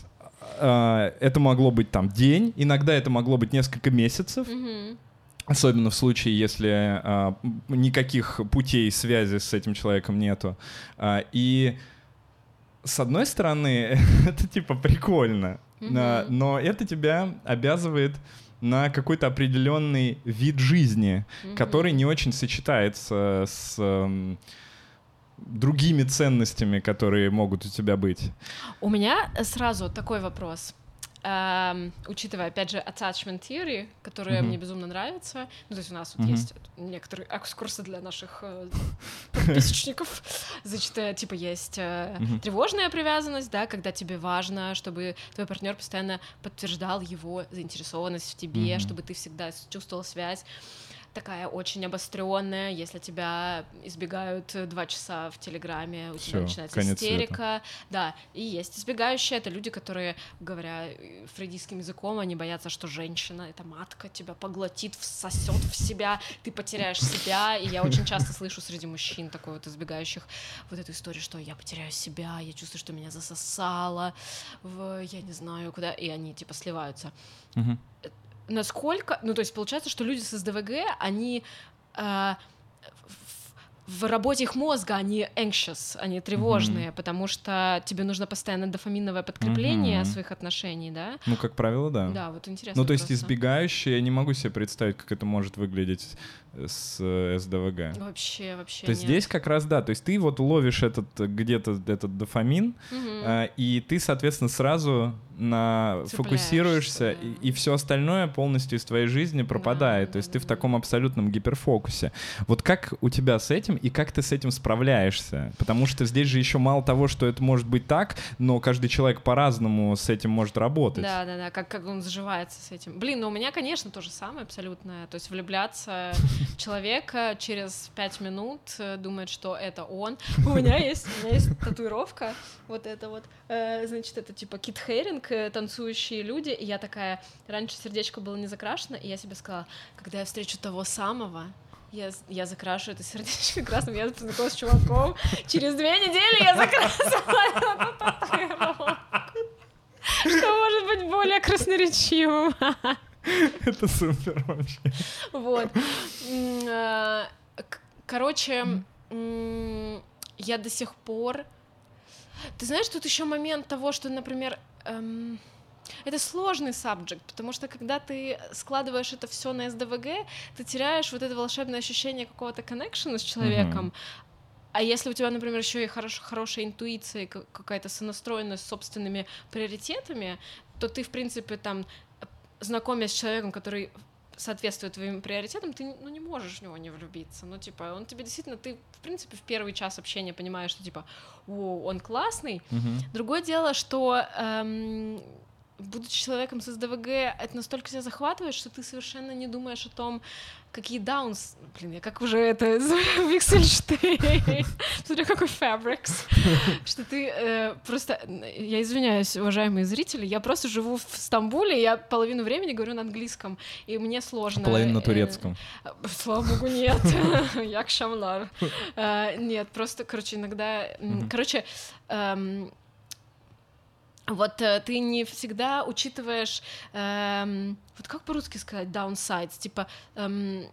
А, это могло быть там день, иногда это могло быть несколько месяцев. Mm-hmm. Особенно в случае, если а, никаких путей связи с этим человеком нету. А, и с одной стороны, это типа прикольно, mm-hmm. а, но это тебя обязывает на какой-то определенный вид жизни, mm-hmm. который не очень сочетается с а, другими ценностями, которые могут у тебя быть. У меня сразу такой вопрос. эм, учитывая, опять же, attachment theory, которая mm-hmm. мне безумно нравится, ну, то есть у нас вот mm-hmm. есть некоторые экскурсы для наших э, подписчиков, значит, типа есть э, mm-hmm. тревожная привязанность, да, когда тебе важно, чтобы твой партнер постоянно подтверждал его заинтересованность в тебе, mm-hmm. чтобы ты всегда чувствовал связь. Такая очень обостренная, если тебя избегают два часа в Телеграме, у тебя Всё, начинается истерика. Света. Да, и есть избегающие, это люди, которые, говоря фрейдистским языком, они боятся, что женщина, эта матка, тебя поглотит, всосет в себя, ты потеряешь себя, и я очень часто слышу среди мужчин такой вот избегающих вот эту историю, что я потеряю себя, я чувствую, что меня засосало, в, я не знаю куда, и они типа сливаются. Угу. Насколько, ну то есть получается, что люди с СДВГ, они э, в, в работе их мозга, они anxious, они тревожные, mm-hmm. потому что тебе нужно постоянно дофаминовое подкрепление mm-hmm. своих отношений, да? Ну, как правило, да. Да, вот интересно. Ну, то есть избегающие, я не могу себе представить, как это может выглядеть с СДВГ. Вообще, вообще То есть нет. здесь как раз, да, то есть ты вот ловишь этот где-то этот дофамин, mm-hmm. э, и ты, соответственно, сразу на фокусируешься, да. и, и все остальное полностью из твоей жизни пропадает. Да, то есть да, ты да. в таком абсолютном гиперфокусе. Вот как у тебя с этим, и как ты с этим справляешься? Потому что здесь же еще мало того, что это может быть так, но каждый человек по-разному с этим может работать. Да, да, да, как, как он заживается с этим. Блин, ну у меня, конечно, то же самое абсолютно. То есть влюбляться в человека через пять минут, думает, что это он. У меня есть, у меня есть татуировка, вот это вот, значит, это типа Кит Херинг, танцующие люди, и я такая, раньше сердечко было не закрашено, и я себе сказала, когда я встречу того самого, я, я закрашу это сердечко красным, я познакомилась с чуваком, через две недели я закрасила эту татуировку. Что может быть более красноречивым? Это супер вообще. Вот. Короче, я до сих пор... Ты знаешь, тут еще момент того, что, например, эм, это сложный subject, потому что когда ты складываешь это все на СДВГ, ты теряешь вот это волшебное ощущение какого-то коннекшена с человеком. Mm-hmm. А если у тебя, например, еще и хорош, хорошая интуиция и какая-то сонастроенность с собственными приоритетами, то ты, в принципе, там, знакомясь с человеком, который соответствует твоим приоритетам, ты ну, не можешь в него не влюбиться. Ну, типа, он тебе действительно, ты, в принципе, в первый час общения понимаешь, что, типа, о, он классный. Uh-huh. Другое дело, что, эм, будучи человеком с СДВГ, это настолько тебя захватывает, что ты совершенно не думаешь о том, какие даунс... Блин, я как уже это... Виксельштейн. Смотри, какой фабрикс. Что ты э, просто... Я извиняюсь, уважаемые зрители, я просто живу в Стамбуле, я половину времени говорю на английском, и мне сложно... Половину на турецком. Э, слава богу, нет. Як шамлар. Нет, просто, короче, иногда... Короче... Вот э, ты не всегда учитываешь, эм, вот как по-русски сказать, downsides, типа эм,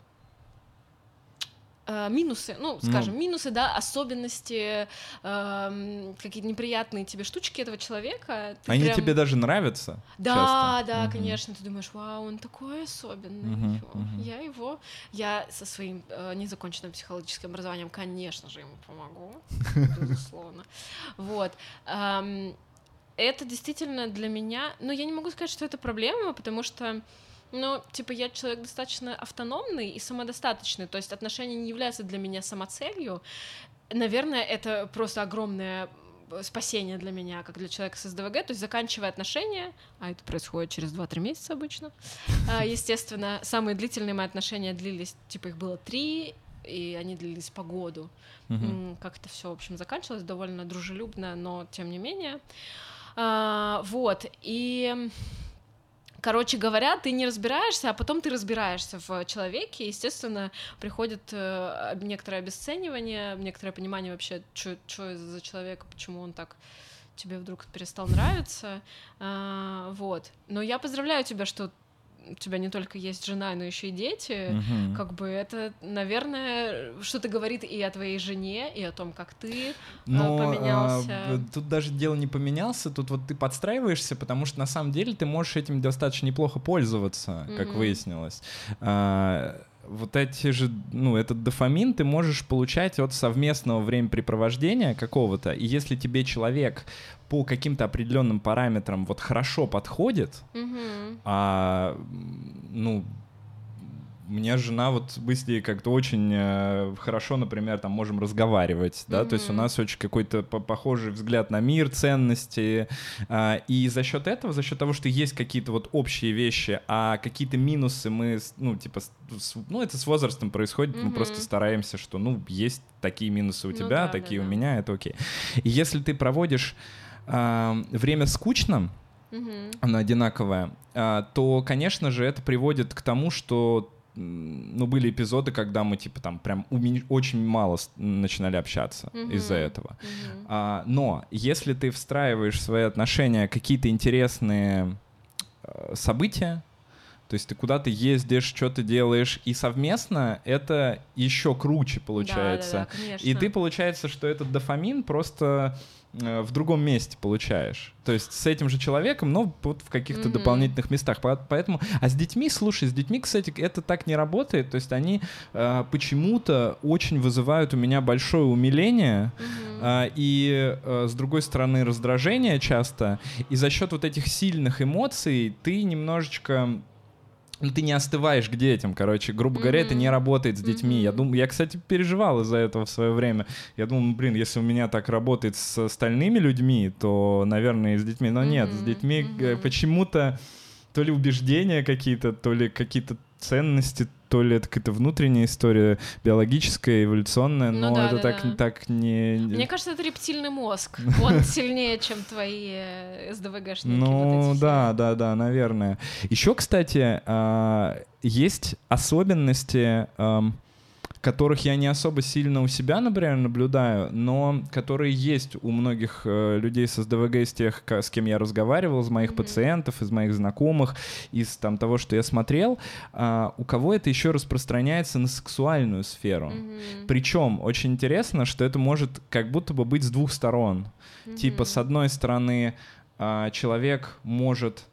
э, минусы, ну, скажем, ну. минусы, да, особенности, эм, какие-то неприятные тебе штучки этого человека. Они прям... тебе даже нравятся? Да, часто? да, угу. конечно, ты думаешь, вау, он такой особенный, угу, угу. я его, я со своим э, незаконченным психологическим образованием, конечно же, ему помогу, безусловно, вот. Эм, Это действительно для меня... Ну, я не могу сказать, что это проблема, потому что, ну, типа, я человек достаточно автономный и самодостаточный, то есть отношения не являются для меня самоцелью. Наверное, это просто огромное спасение для меня, как для человека с СДВГ, то есть заканчивая отношения, а это происходит через два-три месяца обычно, естественно, самые длительные мои отношения длились, типа, их было три, и они длились по году. Uh-huh. Как это все, в общем, заканчивалось довольно дружелюбно, но тем не менее. А, вот, и, короче говоря, ты не разбираешься, а потом ты разбираешься в человеке, и, естественно, приходит э, некоторое обесценивание, некоторое понимание вообще, что это за человек, почему он так тебе вдруг перестал нравиться, а, вот. Но я поздравляю тебя, что у тебя не только есть жена, но еще и дети, uh-huh. как бы это, наверное, что-то говорит и о твоей жене, и о том, как ты но, поменялся. А, тут даже дело не поменялся, тут вот ты подстраиваешься, потому что на самом деле ты можешь этим достаточно неплохо пользоваться, как uh-huh. выяснилось. А, вот эти же, ну, этот дофамин ты можешь получать от совместного времяпрепровождения какого-то, и если тебе человек по каким-то определенным параметрам вот хорошо подходит, mm-hmm. а, ну, у меня жена, вот мы с ней как-то очень э, хорошо, например, там можем разговаривать, да, mm-hmm. то есть у нас очень какой-то похожий взгляд на мир, ценности, э, и за счет этого, за счет того, что есть какие-то вот общие вещи, а какие-то минусы мы, ну, типа, с, ну, это с возрастом происходит, mm-hmm. мы просто стараемся, что, ну, есть такие минусы у ну, тебя, да, такие да, у да. меня, это окей. И если ты проводишь э, время скучно, mm-hmm. оно одинаковое, э, то, конечно же, это приводит к тому, что ну, были эпизоды, когда мы, типа, там, прям умен... очень мало начинали общаться mm-hmm. из-за этого. Mm-hmm. А, но если ты встраиваешь в свои отношения какие-то интересные э, события, то есть ты куда-то ездишь, что-то делаешь, и совместно это еще круче получается. Да, да, да, конечно. И ты, получается, что этот дофамин просто э, в другом месте получаешь. То есть с этим же человеком, но вот в каких-то mm-hmm. дополнительных местах. Поэтому, а с детьми, слушай, с детьми, кстати, это так не работает. То есть они э, почему-то очень вызывают у меня большое умиление mm-hmm. э, и, э, с другой стороны, раздражение часто. И за счет вот этих сильных эмоций ты немножечко... Ну, ты не остываешь к детям, короче. Грубо mm-hmm. говоря, это не работает с детьми. Mm-hmm. Я думаю, я, кстати, переживал из-за этого в свое время. Я думал, ну, блин, если у меня так работает с остальными людьми, то, наверное, и с детьми. Но mm-hmm. нет, с детьми mm-hmm. почему-то то ли убеждения какие-то, то ли какие-то ценности, то ли это какая-то внутренняя история, биологическая, эволюционная, но ну, да, это да, так, да. так не... Мне кажется, это рептильный мозг. Он сильнее, чем твои эс дэ вэ гэшники. Ну, да, да, да, наверное. Еще, кстати, есть особенности, которых я не особо сильно у себя, например, наблюдаю, но которые есть у многих э, людей с эс дэ вэ гэ, из тех, с кем я разговаривал, из моих mm-hmm. пациентов, из моих знакомых, из там, того, что я смотрел, э, у кого это еще распространяется на сексуальную сферу. Mm-hmm. Причем очень интересно, что это может как будто бы быть с двух сторон. Mm-hmm. Типа, с одной стороны, э, человек может...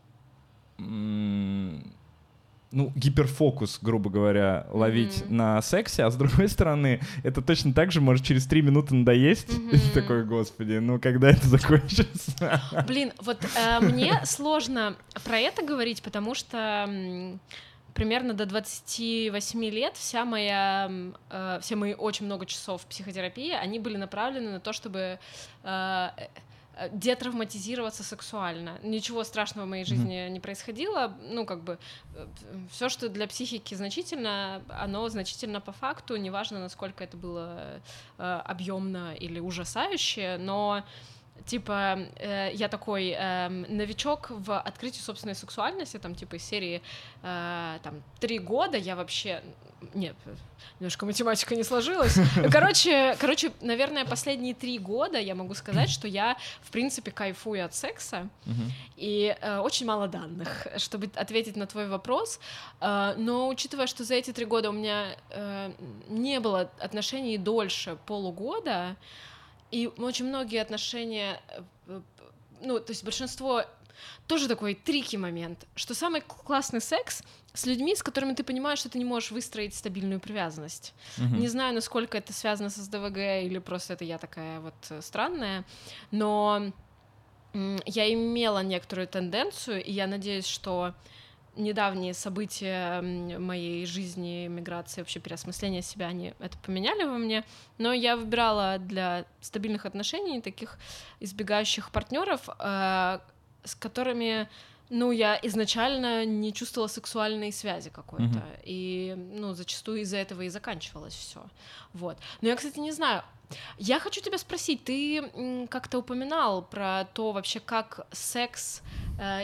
М- ну, гиперфокус, грубо говоря, ловить mm-hmm. на сексе, а с другой стороны, это точно так же может через три минуты надоесть. Mm-hmm. И такой, господи, ну когда это закончится? Блин, вот э, мне сложно про это говорить, потому что м, примерно до двадцати восьми лет вся моя, э, все мои очень много часов психотерапии, они были направлены на то, чтобы... Э, детравматизироваться сексуально. Ничего страшного в моей жизни mm-hmm. не происходило. Ну, как бы, все, что для психики значительно, оно значительно по факту, неважно, насколько это было э, объемно или ужасающе, но типа, э, я такой э, новичок в открытии собственной сексуальности, там, типа, из серии, э, там, три года я вообще... Нет, немножко математика не сложилась. Короче, короче, наверное, последние три года я могу сказать, что я, в принципе, кайфую от секса, uh-huh. и э, очень мало данных, чтобы ответить на твой вопрос. Э, но учитывая, что за эти три года у меня э, не было отношений дольше полугода, и очень многие отношения, ну, то есть большинство... Тоже такой трики момент, что самый классный секс с людьми, с которыми ты понимаешь, что ты не можешь выстроить стабильную привязанность. Uh-huh. Не знаю, насколько это связано с эс дэ вэ гэ или просто это я такая вот странная, но я имела некоторую тенденцию, и я надеюсь, что недавние события моей жизни, миграции, вообще переосмысления себя, они это поменяли во мне, но я выбирала для стабильных отношений таких избегающих партнеров, с которыми, ну, я изначально не чувствовала сексуальной связи какой-то, mm-hmm. и, ну, зачастую из-за этого и заканчивалось все. Вот. Но я, кстати, не знаю. Я хочу тебя спросить, ты как-то упоминал про то вообще, как секс э,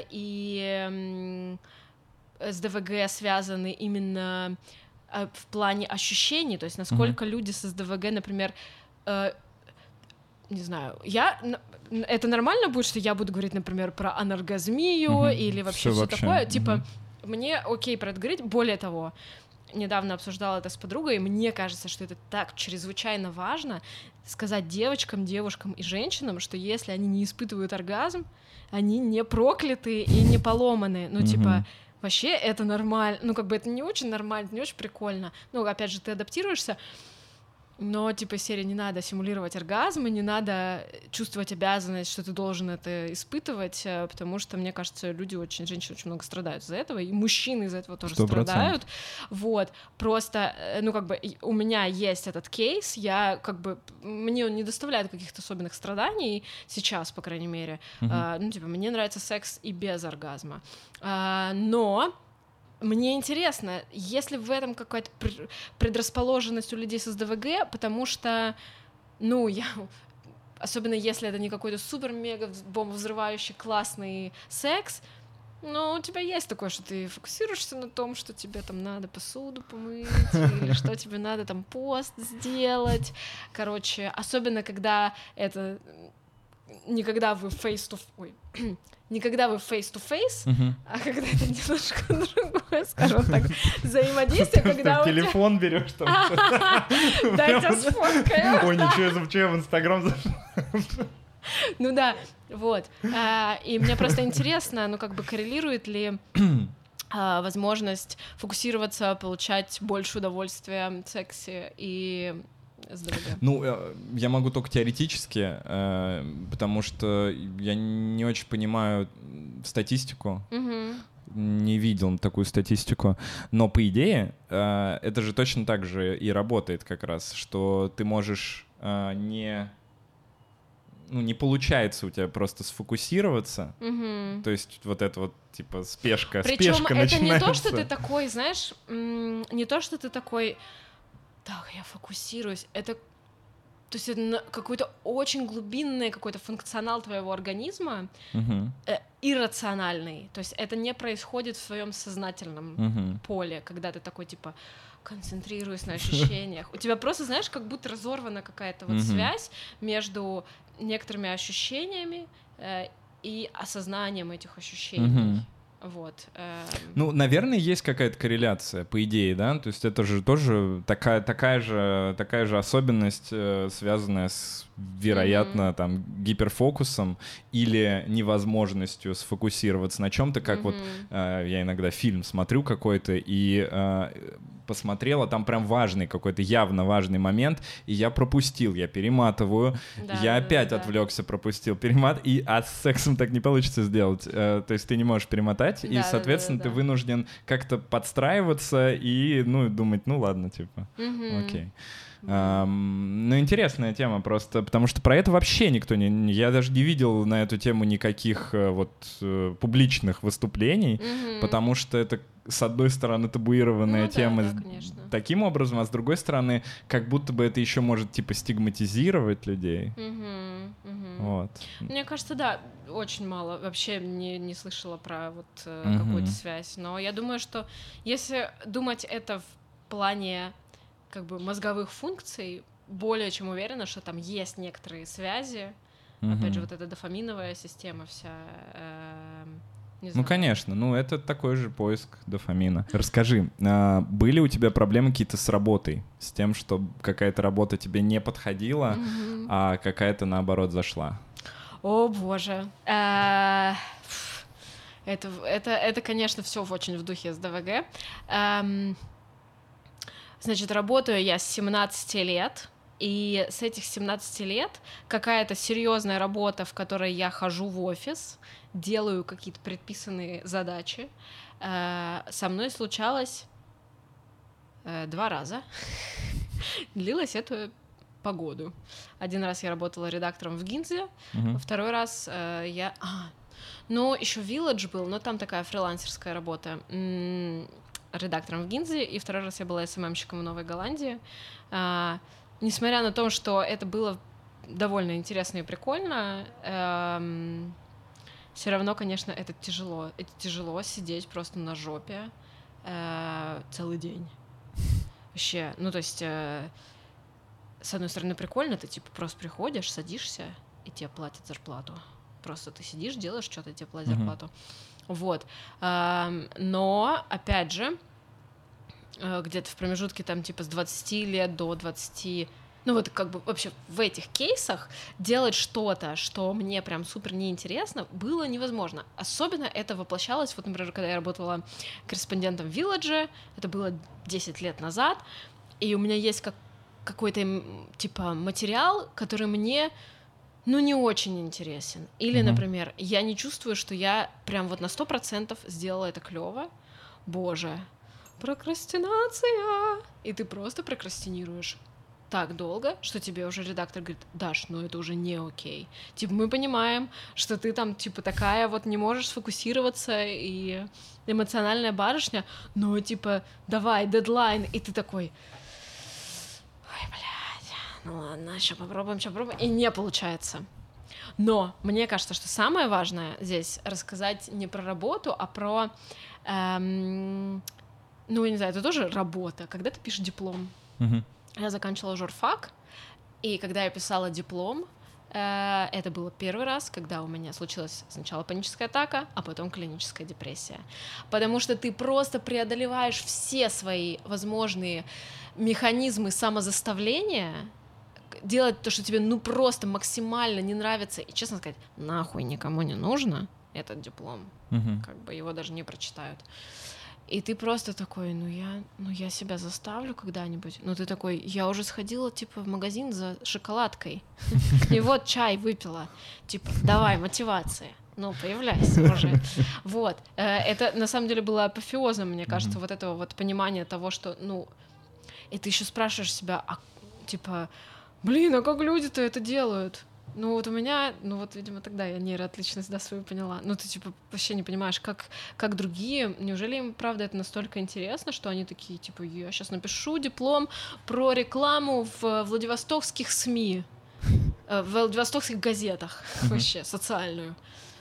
и э, эс дэ вэ гэ связаны именно э, в плане ощущений, то есть насколько mm-hmm. люди с эс дэ вэ гэ, например, э, не знаю, я... Это нормально будет, что я буду говорить, например, про аноргазмию uh-huh. или вообще все такое? Uh-huh. Типа, мне окей про это говорить. Более того, недавно обсуждала это с подругой, и мне кажется, что это так чрезвычайно важно сказать девочкам, девушкам и женщинам, что если они не испытывают оргазм, они не прокляты и не поломаны. Ну, uh-huh. типа... вообще это нормально. Ну, как бы это не очень нормально, не очень прикольно. Ну, опять же, ты адаптируешься, но, типа, серии не надо симулировать оргазмы, не надо чувствовать обязанность, что ты должен это испытывать, потому что, мне кажется, люди очень, женщины очень много страдают из-за этого, и мужчины из-за этого тоже сто процентов страдают. Вот, просто, ну, как бы, у меня есть этот кейс, я, как бы, мне он не доставляет каких-то особенных страданий сейчас, по крайней мере. Uh-huh. А, ну, типа, мне нравится секс и без оргазма. А, но... Мне интересно, есть ли в этом какая-то предрасположенность у людей с СДВГ, потому что, ну, я... Особенно если это не какой-то супер-мега бомбовзрывающий классный секс, но у тебя есть такое, что ты фокусируешься на том, что тебе там надо посуду помыть, или что тебе надо там пост сделать. Короче, особенно когда это... Никогда вы face-to... Ой... Никогда вы face-to-face, uh-huh. а когда это немножко другое, скажем так, взаимодействие, когда у тебя... Телефон берешь там. Дайте сфоткаю. Ой, ничего, я запчаю в Инстаграм зашел. Ну да, вот. И мне просто интересно, ну как бы коррелирует ли возможность фокусироваться, получать больше удовольствия в сексе и... СДВГ. Ну, я могу только теоретически, потому что я не очень понимаю статистику, угу. не видел такую статистику, но по идее это же точно так же и работает как раз, что ты можешь не... Ну, не получается у тебя просто сфокусироваться, угу. то есть вот это вот, типа, спешка, Причем спешка это начинается. Не то, что ты такой, знаешь, не то, что ты такой... Так, я фокусируюсь. Это, то есть это какой-то очень глубинный какой-то функционал твоего организма, uh-huh. э, иррациональный. То есть это не происходит в своем сознательном uh-huh. поле, когда ты такой, типа, концентрируюсь на ощущениях. У тебя просто, знаешь, как будто разорвана какая-то вот uh-huh. связь между некоторыми ощущениями э, и осознанием этих ощущений. Uh-huh. Вот. Эм... Ну, наверное, есть какая-то корреляция, по идее, да? То есть это же тоже такая, такая, же, такая же особенность, э, связанная с, вероятно, mm-hmm. там, гиперфокусом или невозможностью сфокусироваться на чем-то, как mm-hmm. вот э, я иногда фильм смотрю какой-то и э, посмотрел, а там прям важный какой-то, явно важный момент, и я пропустил, я перематываю, да, я да, опять да, отвлекся, да. пропустил, перемат, и а с сексом так не получится сделать. Э, то есть ты не можешь перемотать, да, и, соответственно, да, да, да, ты да. вынужден как-то подстраиваться и, ну, думать, ну, ладно, типа, mm-hmm. окей. Um, ну, интересная тема просто, потому что про это вообще никто не... Я даже не видел на эту тему никаких вот публичных выступлений, mm-hmm. потому что это, с одной стороны, табуированная ну, тема да, да, таким образом, а с другой стороны, как будто бы это еще может, типа, стигматизировать людей. Mm-hmm. Mm-hmm. Вот. Мне кажется, да, очень мало. Вообще не, не слышала про вот mm-hmm. какую-то связь. Но я думаю, что если думать это в плане как бы мозговых функций, более чем уверена, что там есть некоторые связи. Mm-hmm. Опять же, вот эта дофаминовая система вся. Э, не знаю. Ну, конечно, ну это такой же поиск дофамина. Расскажи, а были у тебя проблемы какие-то с работой? С тем, что какая-то работа тебе не подходила, mm-hmm. а какая-то, наоборот, зашла? О, боже. Это, это, это, конечно, все очень в духе СДВГ. Значит, работаю я с семнадцати лет, и с этих семнадцати лет какая-то серьезная работа, в которой я хожу в офис, делаю какие-то предписанные задачи, э, со мной случалось э, два раза. Длилось это по году. Один раз я работала редактором в Гинзе, uh-huh. второй раз э, я... А, ну, еще Village был, но там такая фрилансерская работа. М- редактором в Гинзе, и второй раз я была эс эм эм-щиком в Новой Голландии. А, несмотря на то, что это было довольно интересно и прикольно, эм, все равно, конечно, это тяжело. Это тяжело сидеть просто на жопе э, целый день. Вообще, ну, то есть, э, с одной стороны, прикольно, ты, типа, просто приходишь, садишься, и тебе платят зарплату. Просто ты сидишь, делаешь что-то, тебе платят uh-huh. зарплату. Вот. Но, опять же, где-то в промежутке там типа с двадцати лет до двадцати Ну вот как бы вообще в этих кейсах делать что-то, что мне прям супер неинтересно, было невозможно. Особенно это воплощалось, вот, например, когда я работала корреспондентом в Village, это было десять лет назад, и у меня есть как какой-то типа материал, который мне, ну, не очень интересен. Или, mm-hmm. например, я не чувствую, что я прям вот на сто процентов сделала это клево. Боже, прокрастинация! И ты просто прокрастинируешь так долго, что тебе уже редактор говорит: Даш, ну это уже не окей. Типа, мы понимаем, что ты там, типа, такая вот не можешь сфокусироваться и эмоциональная барышня, но, типа, давай, дедлайн. И ты такой: ой, блядь, ну ладно, сейчас попробуем, сейчас попробуем. И не получается. Но мне кажется, что самое важное здесь рассказать не про работу, а про, эм, ну, я не знаю, это тоже работа, когда ты пишешь диплом. Uh-huh. Я заканчивала журфак, и когда я писала диплом, э, это было первый раз, когда у меня случилась сначала паническая атака, а потом клиническая депрессия. Потому что ты просто преодолеваешь все свои возможные механизмы самозаставления, делать то, что тебе ну просто максимально не нравится, и, честно сказать, нахуй никому не нужно этот диплом. Uh-huh. Как бы его даже не прочитают. И ты просто такой: ну я, ну я себя заставлю когда-нибудь. Ну ты такой: я уже сходила, типа, в магазин за шоколадкой. И вот чай выпила. Типа, давай, мотивация. Ну, появляйся уже. Вот. Это, на самом деле, было апофеозом, мне кажется, вот этого вот понимания того, что, ну... И ты еще спрашиваешь себя, а, типа, блин, а как люди-то это делают? Ну вот у меня, ну вот, видимо, тогда я нейроотличность, да, свою поняла. Ну ты, типа, вообще не понимаешь, как, как другие, неужели им, правда, это настолько интересно, что они такие, типа, я сейчас напишу диплом про рекламу в владивостокских СМИ, в владивостокских газетах, mm-hmm. вообще, социальную.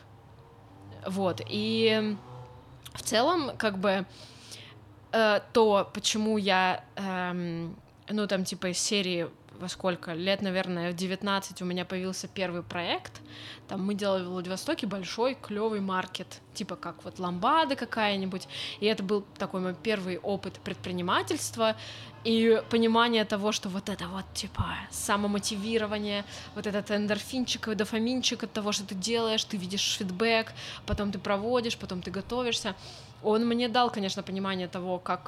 Вот, и в целом, как бы, э, то, почему я, э, ну там, типа, из серии... во сколько? Лет, наверное, в девятнадцать у меня появился первый проект. Там мы делали в Владивостоке большой, клевый маркет, типа как вот ламбада какая-нибудь. И это был такой мой первый опыт предпринимательства и понимание того, что вот это вот, типа, самомотивирование, вот этот эндорфинчик и дофаминчик от того, что ты делаешь, ты видишь фидбэк, потом ты проводишь, потом ты готовишься. Он мне дал, конечно, понимание того, как,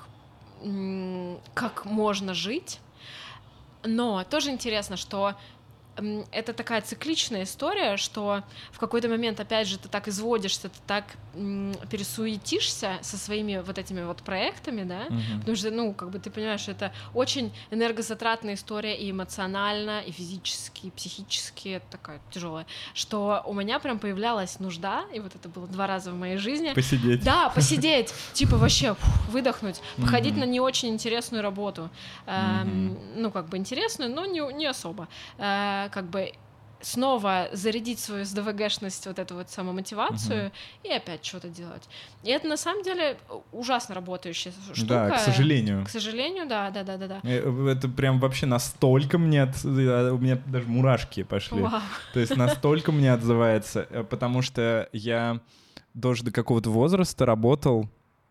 как можно жить. Но тоже интересно, что это такая цикличная история, что в какой-то момент, опять же, ты так изводишься, ты так м, пересуетишься со своими вот этими вот проектами, да, uh-huh. потому что, ну, как бы ты понимаешь, что это очень энергозатратная история и эмоционально, и физически, и психически, такая тяжелая, что у меня прям появлялась нужда, и вот это было два раза в моей жизни. Посидеть. Да, посидеть, типа вообще фу, выдохнуть, походить uh-huh. на не очень интересную работу, uh-huh. эм, ну, как бы интересную, но не, не особо, как бы снова зарядить свою СДВГшность, вот эту вот самомотивацию, uh-huh. и опять что-то делать. И это на самом деле ужасно работающая штука. Да, к сожалению. К сожалению, да, да, да, да, да. Это прям вообще настолько мне, от... у меня даже мурашки пошли. Wow. То есть настолько мне отзывается, потому что я даже до какого-то возраста работал,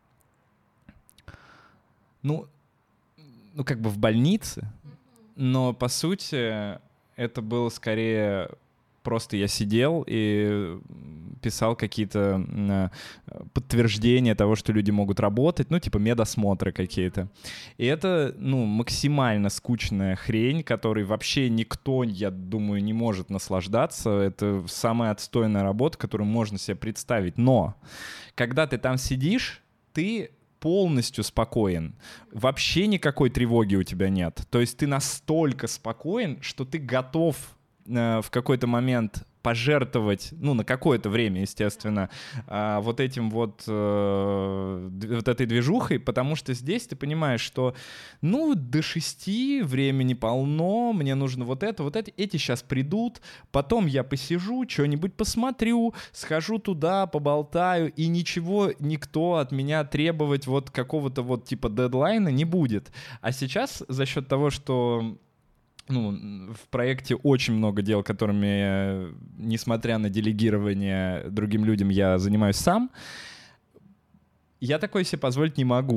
ну, ну как бы в больнице, uh-huh. но по сути это было скорее просто я сидел и писал какие-то подтверждения того, что люди могут работать, ну, типа медосмотры какие-то. И это, ну, максимально скучная хрень, которой вообще никто, я думаю, не может наслаждаться. Это самая отстойная работа, которую можно себе представить. Но когда ты там сидишь, ты полностью спокоен. Вообще никакой тревоги у тебя нет. То есть ты настолько спокоен, что ты готов э, в какой-то момент пожертвовать, ну, на какое-то время, естественно, э, вот этим вот, э, вот этой движухой, потому что здесь ты понимаешь, что, ну, до шести времени полно, мне нужно вот это, вот это, эти сейчас придут, потом я посижу, что-нибудь посмотрю, схожу туда, поболтаю, и ничего никто от меня требовать вот какого-то вот типа дедлайна не будет. А сейчас за счет того, что ну, в проекте очень много дел, которыми, несмотря на делегирование другим людям, я занимаюсь сам, я такое себе позволить не могу.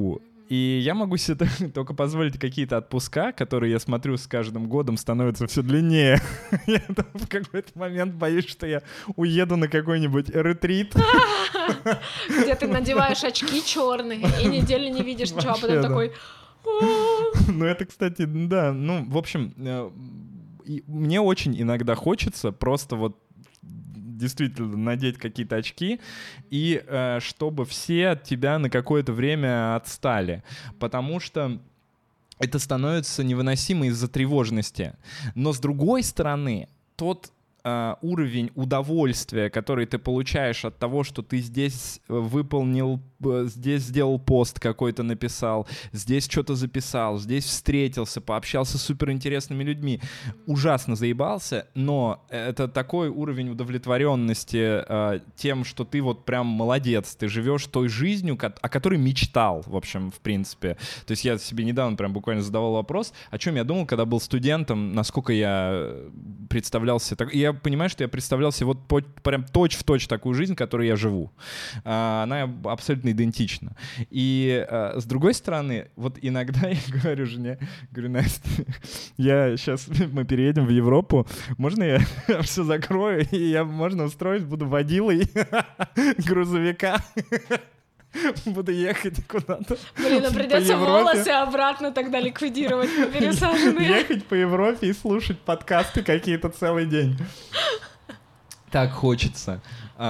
И я могу себе только позволить какие-то отпуска, которые, я смотрю, с каждым годом становятся все длиннее. Я в какой-то момент боюсь, что я уеду на какой-нибудь ретрит. Где ты надеваешь очки черные и неделю не видишь ничего, а потом такой... Ну это, кстати, да, ну, в общем, мне очень иногда хочется просто вот действительно надеть какие-то очки, и э, чтобы все от тебя на какое-то время отстали. Потому что это становится невыносимо из-за тревожности. Но с другой стороны, тот э, уровень удовольствия, который ты получаешь от того, что ты здесь выполнил, здесь сделал пост какой-то, написал, здесь что-то записал, здесь встретился, пообщался с суперинтересными людьми, ужасно заебался, но это такой уровень удовлетворенности э, тем, что ты вот прям молодец, ты живешь той жизнью, о которой мечтал, в общем, в принципе. То есть я себе недавно прям буквально задавал вопрос, о чем я думал, когда был студентом, насколько я представлялся. Так, и я понимаю, что я представлялся вот по, прям точь-в-точь такую жизнь, которой я живу. А, она абсолютно идентично. И э, с другой стороны, вот иногда я говорю жене, говорю, Настя, я сейчас, мы переедем в Европу, можно я все закрою, и я, можно устроить, буду водилой грузовика, буду ехать куда-то. Блин, а придется волосы обратно тогда ликвидировать, пересаженные. Ехать по Европе и слушать подкасты какие-то целый день. Так хочется.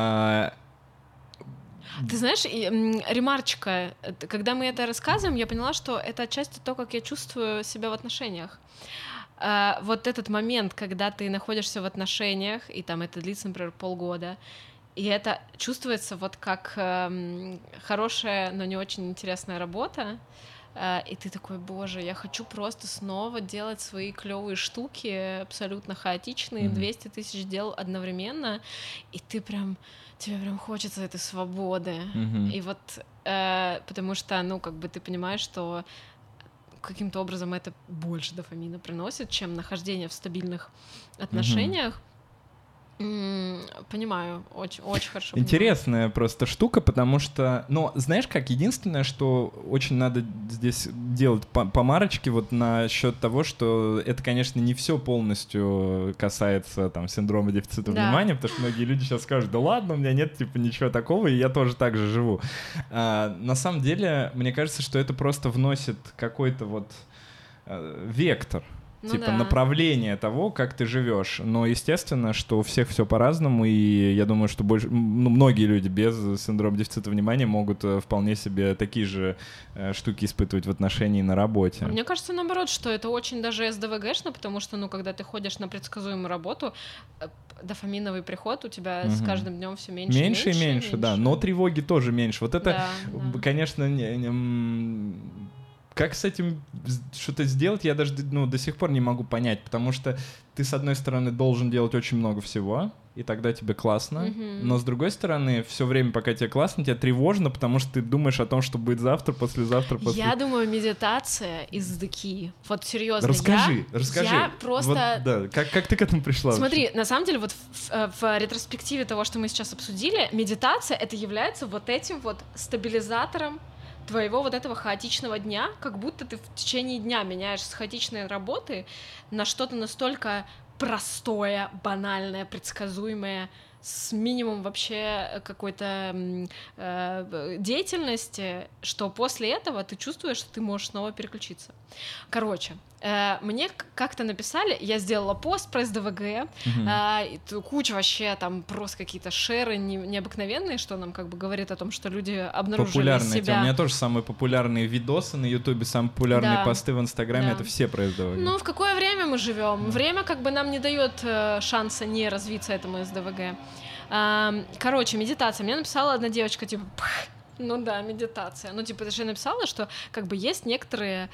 Ты знаешь, ремарочка, когда мы это рассказываем, я поняла, что это отчасти то, как я чувствую себя в отношениях. Вот этот момент, когда ты находишься в отношениях, и там это длится, например, полгода, и это чувствуется вот как хорошая, но не очень интересная работа, и ты такой, боже, я хочу просто снова делать свои клевые штуки, абсолютно хаотичные, mm-hmm. двести тысяч дел одновременно, и ты прям, тебе прям хочется этой свободы. Mm-hmm. И вот, э, потому что, ну, как бы ты понимаешь, что каким-то образом это больше дофамина приносит, чем нахождение в стабильных отношениях. Mm-hmm. Понимаю, очень, очень хорошо. Интересная понимаю. Просто штука, потому что, ну, знаешь как, единственное, что очень надо здесь делать помарочки вот насчет того, что это, конечно, не все полностью касается там синдрома дефицита да. внимания, потому что многие люди сейчас скажут, да ладно, у меня нет типа ничего такого, и я тоже так же живу. А, на самом деле, мне кажется, что это просто вносит какой-то вот а, вектор. Ну типа да. направление того, как ты живешь. Но естественно, что у всех все по-разному, и я думаю, что больше, ну, многие люди без синдрома дефицита внимания могут вполне себе такие же э, штуки испытывать в отношении на работе. Мне кажется, наоборот, что это очень даже эс дэ вэ гэшно, потому что, ну, когда ты ходишь на предсказуемую работу, дофаминовый приход у тебя угу. с каждым днем все меньше, меньше, меньше и меньше, меньше, да. Но тревоги тоже меньше. Вот это, да, да. конечно, не, не, как с этим что-то сделать, я даже ну, до сих пор не могу понять, потому что ты, с одной стороны, должен делать очень много всего, и тогда тебе классно, mm-hmm. но с другой стороны, все время, пока тебе классно, тебе тревожно, потому что ты думаешь о том, что будет завтра, послезавтра, после... Я думаю, медитация из the key. Вот серьезно. Расскажи, я, расскажи. Я просто... Вот, да, как, как ты к этому пришла? Смотри, вообще? На самом деле, вот в, в, в ретроспективе того, что мы сейчас обсудили, медитация — это является вот этим вот стабилизатором твоего вот этого хаотичного дня, как будто ты в течение дня меняешь с хаотичной работы на что-то настолько простое, банальное, предсказуемое, с минимумом вообще какой-то э, деятельности, что после этого ты чувствуешь, что ты можешь снова переключиться. Короче, э, мне как-то написали, я сделала пост про эс дэ вэ гэ, mm-hmm. э, куча вообще там просто какие-то шеры не, необыкновенные, что нам как бы говорит о том, что люди обнаружили популярные себя. У меня тоже самые популярные видосы на Ютубе, самые популярные да. посты в Инстаграме, да. это все про эс дэ вэ гэ. Ну, в какое время мы живем? Mm. Время как бы нам не дает э, шанса не развиться этому эс дэ вэ гэ. Э, короче, медитация. Мне написала одна девочка, типа... Ну да, медитация. Ну, типа, ты же написала, что как бы есть некоторые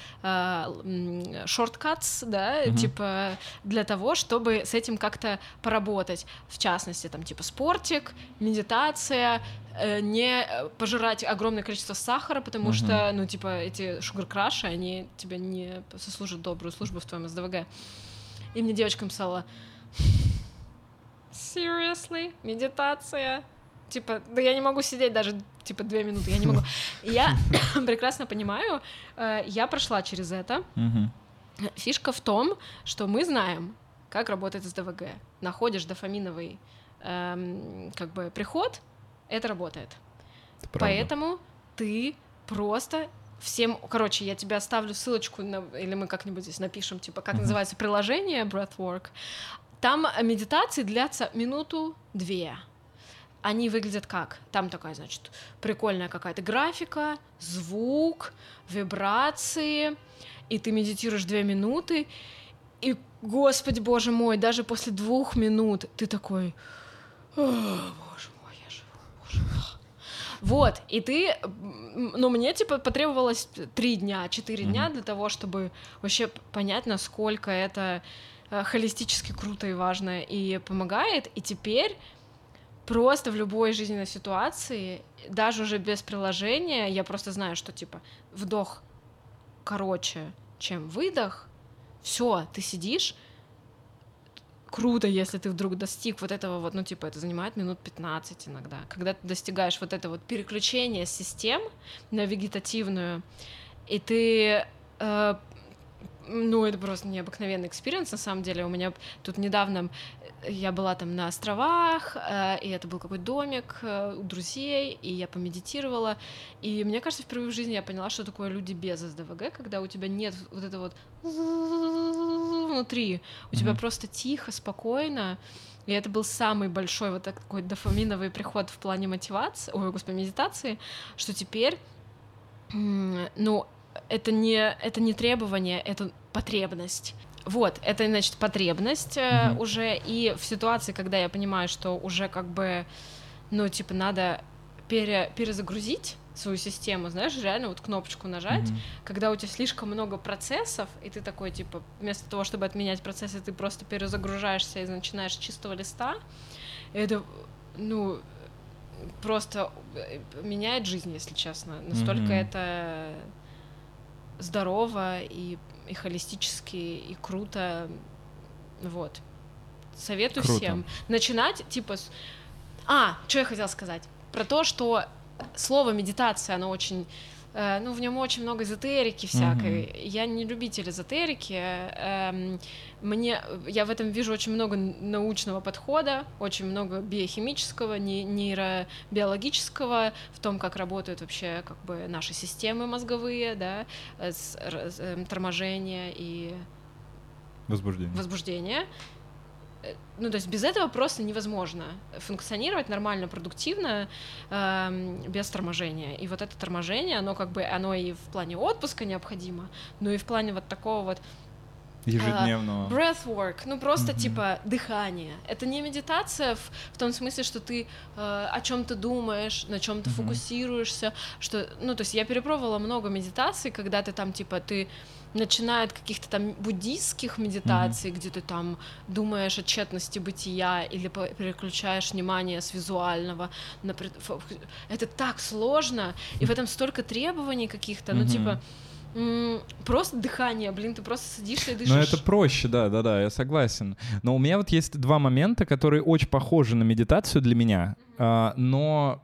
шорткатс, э, да, uh-huh. типа, для того, чтобы с этим как-то поработать. В частности, там, типа, спортик, медитация, э, не пожирать огромное количество сахара, потому uh-huh. что, ну, типа, эти шугар-краши, они тебе не сослужат добрую службу в твоем эс дэ вэ гэ. И мне девочка написала: Seriously? Медитация? Типа, да я не могу сидеть даже, типа, две минуты, я не могу. И я прекрасно понимаю, я прошла через это. Фишка в том, что мы знаем, как работает СДВГ. Находишь дофаминовый эм, как бы приход, это работает. Это Поэтому ты просто всем... Короче, я тебе оставлю ссылочку, на, или мы как-нибудь здесь напишем, типа, как uh-huh. называется приложение Breathwork. Там медитации длятся минуту-две. Они выглядят как? Там такая, значит, прикольная какая-то графика, звук, вибрации, и ты медитируешь две минуты, и, господи, боже мой, даже после двух минут ты такой, боже мой, я живу, боже мой. Вот, и ты, ну, мне, типа, потребовалось три дня, четыре mm-hmm. дня для того, чтобы вообще понять, насколько это холистически круто и важно, и помогает, и теперь просто в любой жизненной ситуации, даже уже без приложения, я просто знаю, что, типа, вдох короче, чем выдох, все, ты сидишь, круто, если ты вдруг достиг вот этого вот, ну, типа, это занимает минут пятнадцать иногда, когда ты достигаешь вот это вот переключение систем на вегетативную, и ты, э, ну, это просто необыкновенный экспириенс, на самом деле, у меня тут недавно я была там на островах, э, и это был какой-то домик э, у друзей, и я помедитировала, и мне кажется, впервые в жизни я поняла, что такое люди без СДВГ, когда у тебя нет вот этого вот внутри, у mm-hmm. тебя просто тихо, спокойно, и это был самый большой вот такой дофаминовый приход в плане мотивации, ой, господи, медитации, что теперь, ну, это не, это не требование, это потребность. Вот, это, значит, потребность mm-hmm. уже, и в ситуации, когда я понимаю, что уже как бы, ну, типа, надо пере, перезагрузить свою систему, знаешь, реально вот кнопочку нажать, mm-hmm. когда у тебя слишком много процессов, и ты такой, типа, вместо того, чтобы отменять процессы, ты просто перезагружаешься и начинаешь с чистого листа, это, ну, просто меняет жизнь, если честно, настолько mm-hmm. это здорово и и холистически, и круто, вот. Советую круто. Всем начинать, типа... С... А, что я хотела сказать? Про то, что слово медитация, оно очень... Э, ну, в нем очень много эзотерики всякой. Mm-hmm. Я не любитель эзотерики. Э, мне... Я в этом вижу очень много научного подхода, очень много биохимического, нейробиологического, в том, как работают вообще как бы наши системы мозговые, да, с, с, торможение и... Возбуждение. Возбуждение. Ну, то есть без этого просто невозможно функционировать нормально, продуктивно, э, без торможения. И вот это торможение, оно как бы, оно и в плане отпуска необходимо, но и в плане вот такого вот ежедневного. Uh, breathwork, ну просто mm-hmm. типа дыхание. Это не медитация в, в том смысле, что ты uh, о чем-то думаешь, на чем-то mm-hmm. фокусируешься, что, ну то есть я перепробовала много медитаций, когда ты там типа ты начиная от каких-то там буддийских медитаций, mm-hmm. где ты там думаешь о тщетности бытия или переключаешь внимание с визуального на... Это так сложно, и в этом столько требований каких-то, mm-hmm. ну типа просто дыхание, блин, ты просто садишься и дышишь. Ну, это проще, да, да, да, я согласен. Но у меня вот есть два момента, которые очень похожи на медитацию для меня, mm-hmm. но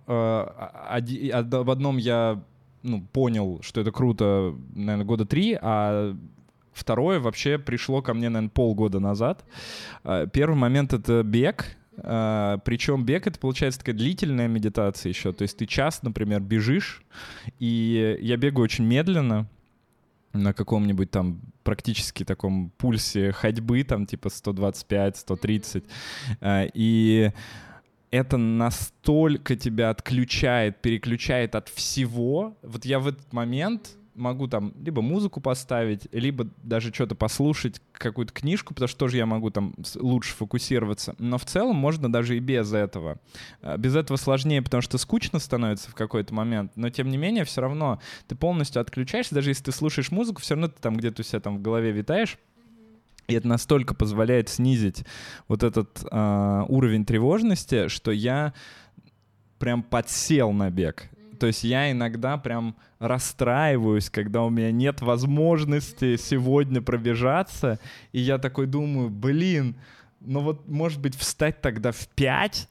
в одном я ну, понял, что это круто, наверное, года три, а второе вообще пришло ко мне, наверное, полгода назад. Первый момент — это бег. Uh, причем бег — это, получается, такая длительная медитация еще. То есть ты час, например, бежишь, и я бегаю очень медленно, на каком-нибудь там практически таком пульсе ходьбы, там типа сто двадцать пять - сто тридцать. Uh, и это настолько тебя отключает, переключает от всего. Вот я в этот момент могу там либо музыку поставить, либо даже что-то послушать, какую-то книжку, потому что тоже я могу там лучше фокусироваться. Но в целом можно даже и без этого. Без этого сложнее, потому что скучно становится в какой-то момент, но тем не менее все равно ты полностью отключаешься, даже если ты слушаешь музыку, все равно ты там где-то у себя там в голове витаешь. И это настолько позволяет снизить вот этот э, уровень тревожности, что я прям подсел на бег. То есть я иногда прям расстраиваюсь, когда у меня нет возможности сегодня пробежаться, и я такой думаю, блин, но вот, может быть, встать тогда в пять?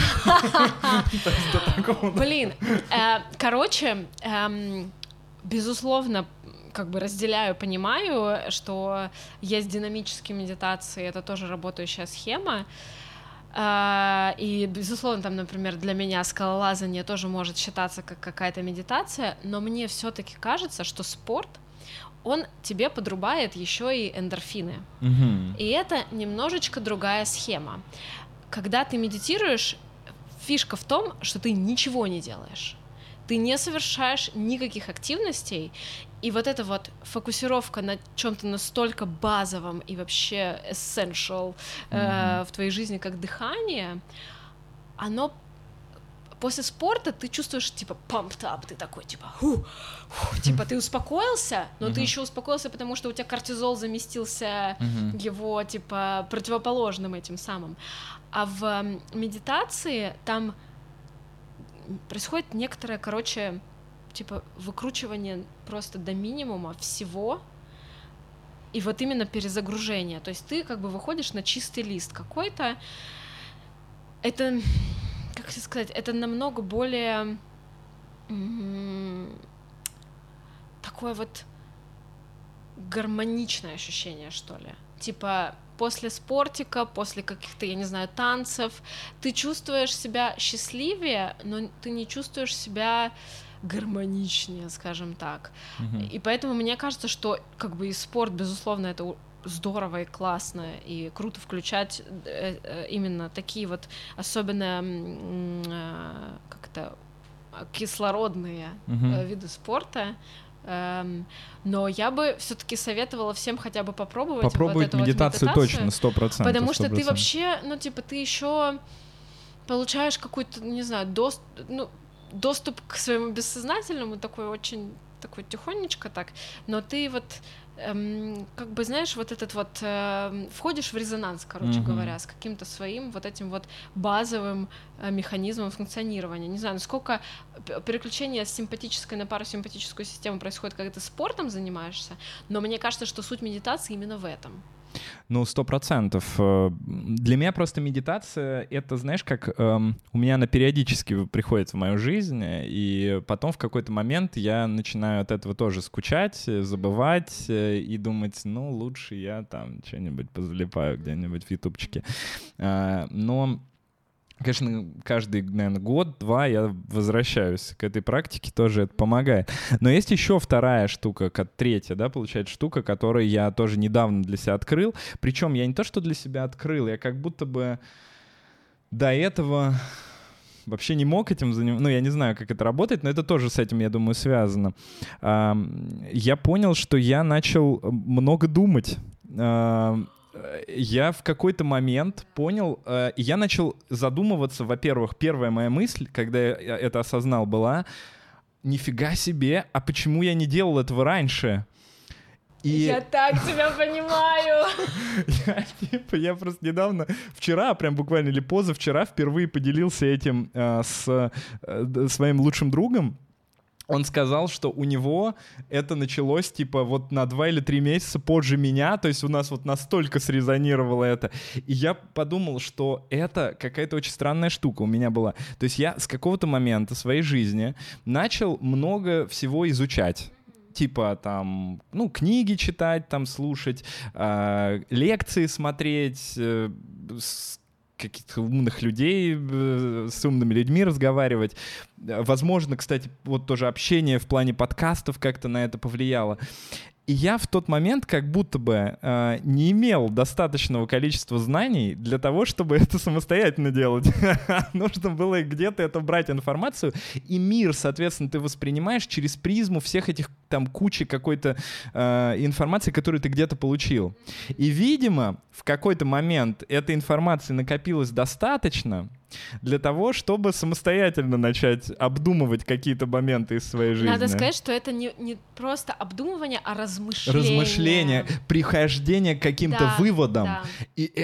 Блин, короче, безусловно, как бы разделяю, понимаю, что есть динамические медитации, это тоже работающая схема. И, безусловно, там, например, для меня скалолазание тоже может считаться как какая-то медитация, но мне все-таки кажется, что спорт, он тебе подрубает еще и эндорфины. Mm-hmm. И это немножечко другая схема. Когда ты медитируешь, фишка в том, что ты ничего не делаешь. Ты не совершаешь никаких активностей, и вот эта вот фокусировка на чем-то настолько базовом и вообще essential э, mm-hmm. в твоей жизни, как дыхание, оно после спорта ты чувствуешь типа pumped up, ты такой типа ху, ху, типа ты успокоился, но mm-hmm. ты еще успокоился, потому что у тебя кортизол заместился mm-hmm. его типа противоположным этим самым. А в медитации там происходит некоторое, короче, типа выкручивание просто до минимума всего, и вот именно перезагружение. То есть ты как бы выходишь на чистый лист какой-то. Это, как сказать, это намного более м- такое вот гармоничное ощущение, что ли. Типа после спортика, после каких-то, я не знаю, танцев, ты чувствуешь себя счастливее, но ты не чувствуешь себя гармоничнее, скажем так. Mm-hmm. И поэтому мне кажется, что как бы и спорт, безусловно, это здорово и классно, и круто включать именно такие вот особенно как-то кислородные mm-hmm. виды спорта. Но я бы все-таки советовала всем хотя бы попробовать попробовать вот эту медитацию, вот медитацию, точно, сто процентов. Потому сто процентов. что ты вообще, ну, типа, ты еще получаешь какой-то, не знаю, доступ, ну, доступ к своему бессознательному, такой очень, такой тихонечко так, но ты вот, эм, как бы, знаешь, вот этот вот, э, входишь в резонанс, короче mm-hmm. говоря, с каким-то своим вот этим вот базовым э, механизмом функционирования. Не знаю, насколько переключение с симпатической на парасимпатическую систему происходит, когда ты спортом занимаешься, но мне кажется, что суть медитации именно в этом. Ну, сто процентов. Для меня просто медитация — это, знаешь, как эм, у меня она периодически приходит в мою жизнь, и потом в какой-то момент я начинаю от этого тоже скучать, забывать и думать, ну, лучше я там что-нибудь позалипаю где-нибудь в ютубчике. А, но... Конечно, каждый, наверное, год-два я возвращаюсь к этой практике, тоже это помогает. Но есть еще вторая штука, третья, да, получается, штука, которую я тоже недавно для себя открыл. Причем я не то, что для себя открыл, я как будто бы до этого вообще не мог этим заниматься. Ну, я не знаю, как это работает, но это тоже с этим, я думаю, связано. Я понял, что я начал много думать. Я в какой-то момент понял, э, я начал задумываться, во-первых, первая моя мысль, когда я это осознал, была: нифига себе, а почему я не делал этого раньше? И... Я так тебя понимаю! я, типа, я просто недавно, вчера, прям буквально или позавчера, впервые поделился этим э, с э, своим лучшим другом. Он сказал, что у него это началось типа вот на два или три месяца позже меня, то есть у нас вот настолько срезонировало это. И я подумал, что это какая-то очень странная штука у меня была. То есть я с какого-то момента своей жизни начал много всего изучать. Типа там, ну, книги читать, там слушать, э, лекции смотреть, э, с каких-то умных людей, с умными людьми разговаривать. Возможно, кстати, вот тоже общение в плане подкастов как-то на это повлияло. И я в тот момент как будто бы э, не имел достаточного количества знаний для того, чтобы это самостоятельно делать. Нужно было где-то это брать информацию, и мир, соответственно, ты воспринимаешь через призму всех этих там кучи какой-то э, информации, которую ты где-то получил. И, видимо, в какой-то момент этой информации накопилось достаточно для того, чтобы самостоятельно начать обдумывать какие-то моменты из своей жизни. Надо сказать, что это не, не просто обдумывание, а размышление. Размышление, прихождение к каким-то да, выводам. Да. И это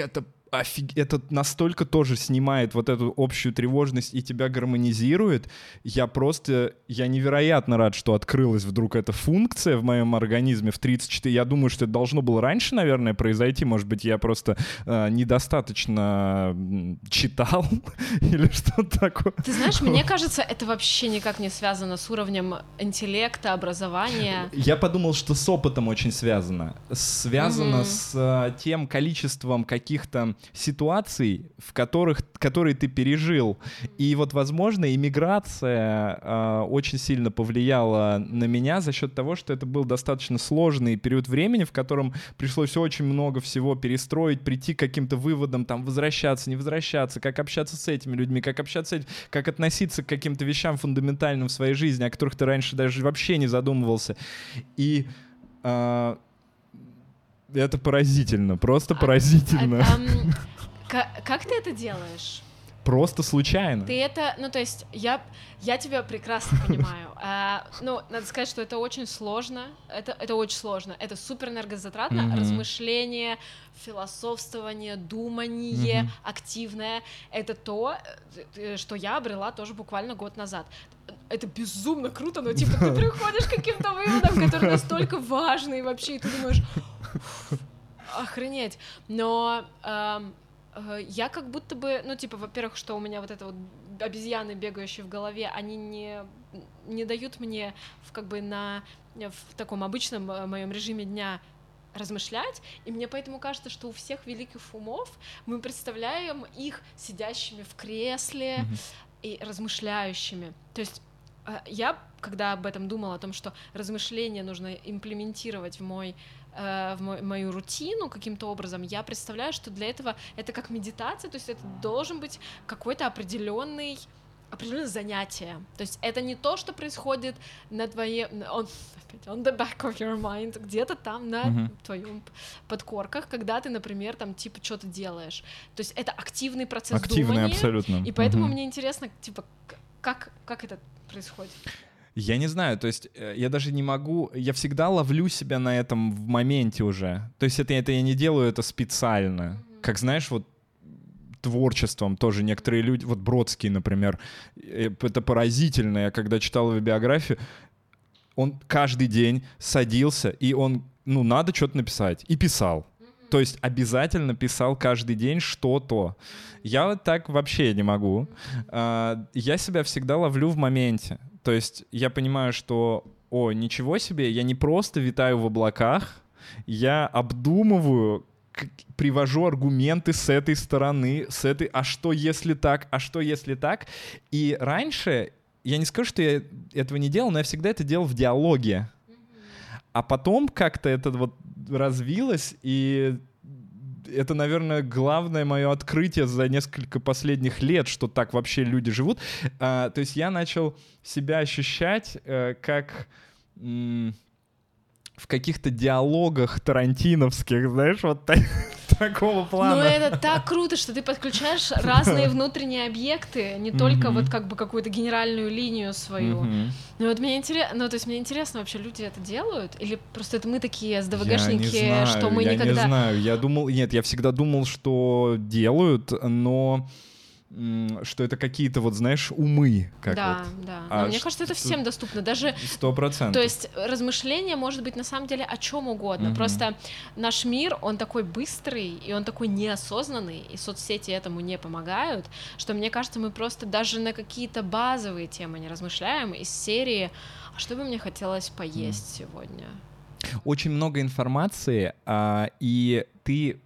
офиг... это настолько тоже снимает вот эту общую тревожность и тебя гармонизирует. Я просто, я невероятно рад, что открылась вдруг эта функция в моем организме в тридцать четыре. Я думаю, что это должно было раньше, наверное, произойти. Может быть, я просто э, недостаточно читал или что-то такое. Ты знаешь, мне кажется, это вообще никак не связано с уровнем интеллекта, образования. Я подумал, что с опытом очень связано. Связано Mm-hmm. с э, тем количеством каких-то ситуаций, в которых, которые ты пережил. И вот, возможно, иммиграция э, очень сильно повлияла на меня за счет того, что это был достаточно сложный период времени, в котором пришлось очень много всего перестроить, прийти к каким-то выводам, там, возвращаться, не возвращаться, как общаться с этими людьми, как общаться, с этими, как относиться к каким-то вещам фундаментальным в своей жизни, о которых ты раньше даже вообще не задумывался. И э, это поразительно, просто а, поразительно. А, а, а, как ты это делаешь? Просто случайно. Ты это, ну то есть я, я тебя прекрасно понимаю. А, ну, надо сказать, что это очень сложно, это, это очень сложно, это супер энергозатратно, mm-hmm. размышление, философствование, думание, mm-hmm. активное, это то, что я обрела тоже буквально год назад. Это безумно круто, но типа ты приходишь к каким-то выводам, которые настолько важные вообще, и ты думаешь, охренеть, но... Эм, я как будто бы, ну, типа, во-первых, что у меня вот это вот обезьяны, бегающие в голове, они не, не дают мне в, как бы на, в таком обычном моем режиме дня размышлять, и мне поэтому кажется, что у всех великих умов мы представляем их сидящими в кресле mm-hmm. и размышляющими. То есть я, когда об этом думала, о том, что размышления нужно имплементировать в мой в мою рутину каким-то образом, я представляю, что для этого это как медитация, то есть это должен быть какой-то определенный определенное занятие. То есть это не то, что происходит на твоей on, on the back of your mind, где-то там на uh-huh. твоем подкорках, когда ты, например, там типа что-то делаешь. То есть это активный процесс активный, думания. Абсолютно. И поэтому uh-huh. мне интересно, типа, как, как это происходит. Я не знаю, то есть я даже не могу, я всегда ловлю себя на этом в моменте уже. То есть это, это я не делаю это специально. Mm-hmm. Как знаешь, вот творчеством тоже некоторые люди, вот Бродский, например, это поразительно. Я когда читал его биографию, он каждый день садился, и он, ну, надо что-то написать, и писал. Mm-hmm. То есть обязательно писал каждый день что-то. Я вот так вообще не могу. Mm-hmm. Я себя всегда ловлю в моменте. То есть я понимаю, что, о, ничего себе, я не просто витаю в облаках, я обдумываю, к- привожу аргументы с этой стороны, с этой, а что если так, а что если так. И раньше, я не скажу, что я этого не делал, но я всегда это делал в диалоге. А потом как-то это вот развилось, и... Это, наверное, главное мое открытие за несколько последних лет, что так вообще люди живут. А, то есть я начал себя ощущать э, как м- в каких-то диалогах тарантиновских, знаешь, вот так, такого плана. Ну это так круто, что ты подключаешь разные внутренние объекты, не только mm-hmm. вот как бы какую-то генеральную линию свою. Mm-hmm. Ну вот мне интересно, ну то есть мне интересно, вообще люди это делают? Или просто это мы такие СДВГшники, что мы я никогда... Я не знаю, я думал, нет, я всегда думал, что делают, но... что это какие-то, вот знаешь, умы. Как да, вот. да. А Но мне кажется, это всем доступно. Даже... Сто процентов. То есть размышление может быть на самом деле о чем угодно. Mm-hmm. Просто наш мир, он такой быстрый, и он такой неосознанный, и соцсети этому не помогают, что, мне кажется, мы просто даже на какие-то базовые темы не размышляем из серии «А что бы мне хотелось поесть mm. сегодня?» Очень много информации, а, и ты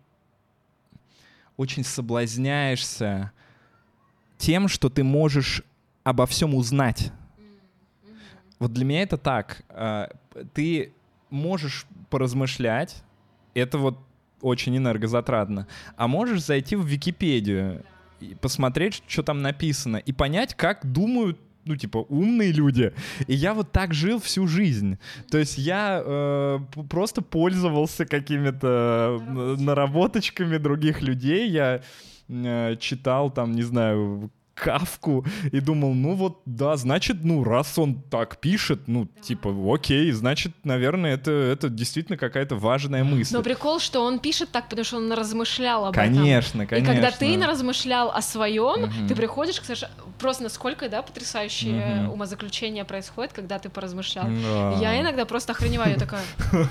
очень соблазняешься тем, что ты можешь обо всем узнать. Mm-hmm. Вот для меня это так. Ты можешь поразмышлять, это вот очень энергозатратно, а можешь зайти в Википедию и посмотреть, что там написано, и понять, как думают, ну, типа, умные люди. И я вот так жил всю жизнь. То есть я э, просто пользовался какими-то наработочками других людей, я читал там, не знаю, Кафку и думал, ну вот, да, значит, ну, раз он так пишет, ну, да. типа, окей, значит, наверное, это, это действительно какая-то важная мысль. Но прикол, что он пишет так, потому что он размышлял об конечно, этом. Конечно, И когда ты размышлял о своем, угу. ты приходишь к совершенно... Просто насколько, да, потрясающее угу. умозаключение происходит, когда ты поразмышлял. Да. Я иногда просто охреневаю, я такая,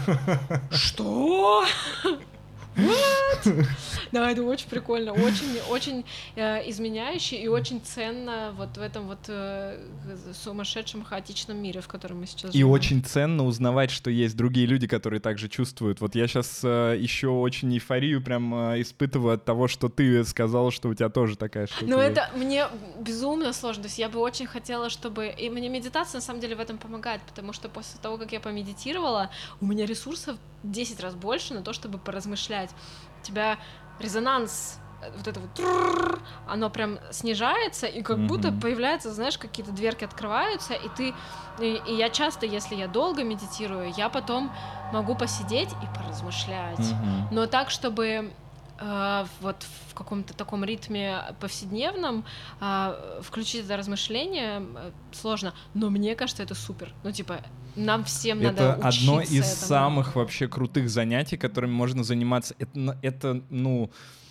что? What? Да, это очень прикольно, очень, очень э, изменяюще и очень ценно вот в этом вот э, сумасшедшем хаотичном мире, в котором мы сейчас живем. И очень ценно узнавать, что есть другие люди, которые также чувствуют. Вот я сейчас э, еще очень эйфорию прям э, испытываю от того, что ты сказала, что у тебя тоже такая штука. Ну это мне безумно сложно, то есть я бы очень хотела, чтобы... И мне медитация на самом деле в этом помогает, потому что после того, как я помедитировала, у меня ресурсов в десять раз больше на то, чтобы поразмышлять. У тебя резонанс, вот это вот, оно прям снижается, и как mm-hmm. будто появляются, знаешь, какие-то дверки открываются, и ты... И, и я часто, если я долго медитирую, я потом могу посидеть и поразмышлять. Mm-hmm. Но так, чтобы... Uh, вот в каком-то таком ритме повседневном uh, включить это размышление uh, сложно, но мне кажется, это супер. Ну, типа, нам всем это надо учиться одно из этому. самых вообще крутых занятий, которыми можно заниматься. Это, это ну...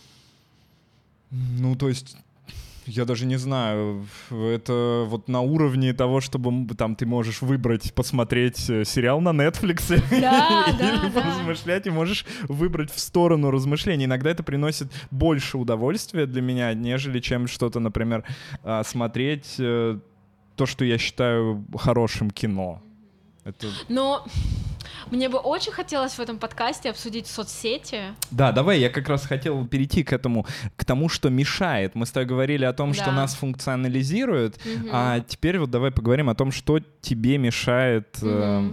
Ну, то есть... Я даже не знаю, это вот на уровне того, чтобы там ты можешь выбрать, посмотреть сериал на Netflix да, или да, поразмышлять, да. и можешь выбрать в сторону размышлений. Иногда это приносит больше удовольствия для меня, нежели чем что-то, например, смотреть то, что я считаю хорошим кино. Это... Но мне бы очень хотелось в этом подкасте обсудить соцсети. Да, давай, я как раз хотел перейти к этому, к тому, что мешает. Мы с тобой говорили о том, да. что нас функционализирует, угу. а теперь вот давай поговорим о том, что тебе мешает... Угу. Э,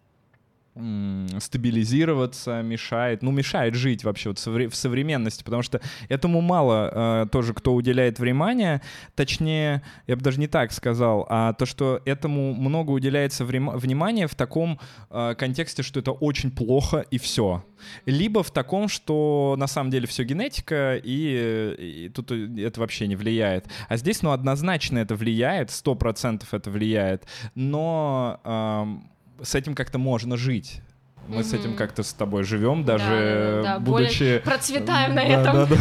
стабилизироваться, мешает, ну, мешает жить вообще вот в современности, потому что этому мало э, тоже кто уделяет внимания, точнее, я бы даже не так сказал, а то, что этому много уделяется врем- внимания в таком э, контексте, что это очень плохо и все. Либо в таком, что на самом деле все генетика, и, и тут это вообще не влияет. А здесь, ну, однозначно это влияет, сто процентов это влияет, но... Э, с этим как-то можно жить. Мы mm-hmm. с этим как-то с тобой живем, даже да, да, да. будучи... Более процветаем на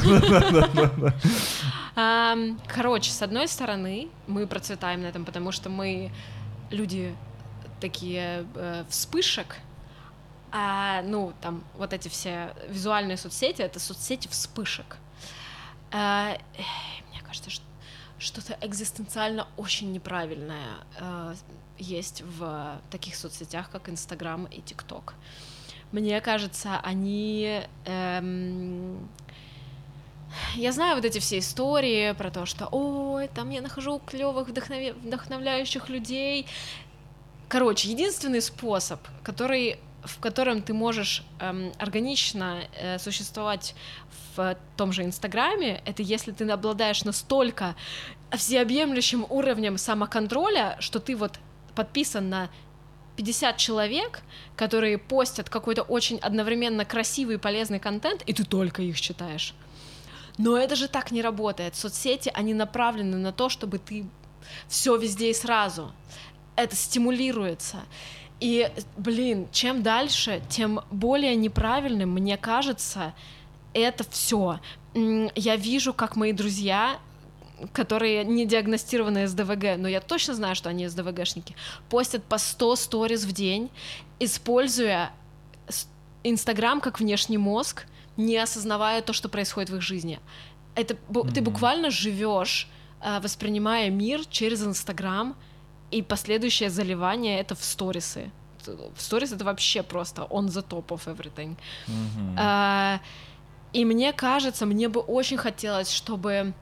этом. Короче, с одной стороны, мы процветаем на этом, потому что мы люди такие вспышек, а, ну, там, вот эти все визуальные соцсети — это соцсети вспышек. Мне кажется, что что-то экзистенциально очень неправильное есть в таких соцсетях, как Инстаграм и ТикТок. Мне кажется, они... Эм... Я знаю вот эти все истории про то, что «Ой, там я нахожу клёвых, вдохнов... вдохновляющих людей». Короче, единственный способ, который... в котором ты можешь эм, органично э, существовать в том же Инстаграме, это если ты обладаешь настолько всеобъемлющим уровнем самоконтроля, что ты вот подписан на пятьдесят человек, которые постят какой-то очень одновременно красивый и полезный контент, и ты только их читаешь. Но это же так не работает. Соцсети, они направлены на то, чтобы ты все везде и сразу. Это стимулируется. И, блин, чем дальше, тем более неправильным, мне кажется, это все. Я вижу, как мои друзья, которые не диагностированы эс дэ вэ гэ, но я точно знаю, что они эс дэ вэ гэшники, постят по сто сториз в день, используя Инстаграм как внешний мозг, не осознавая то, что происходит в их жизни. Это, mm-hmm. Ты буквально живешь, воспринимая мир через Инстаграм, и последующее заливание — это в сторисы. В сторис это вообще просто on the top of everything. Mm-hmm. А, и мне кажется, мне бы очень хотелось, чтобы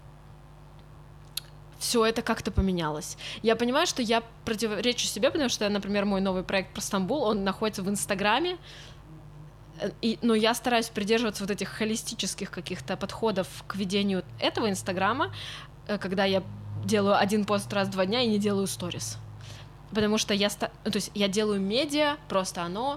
все это как-то поменялось. Я понимаю, что я противоречу себе, потому что, например, мой новый проект про Стамбул, он находится в Инстаграме, и, но я стараюсь придерживаться вот этих холистических каких-то подходов к ведению этого Инстаграма, когда я делаю один пост раз в два дня и не делаю сторис. Потому что я, ну, то есть я делаю медиа, просто оно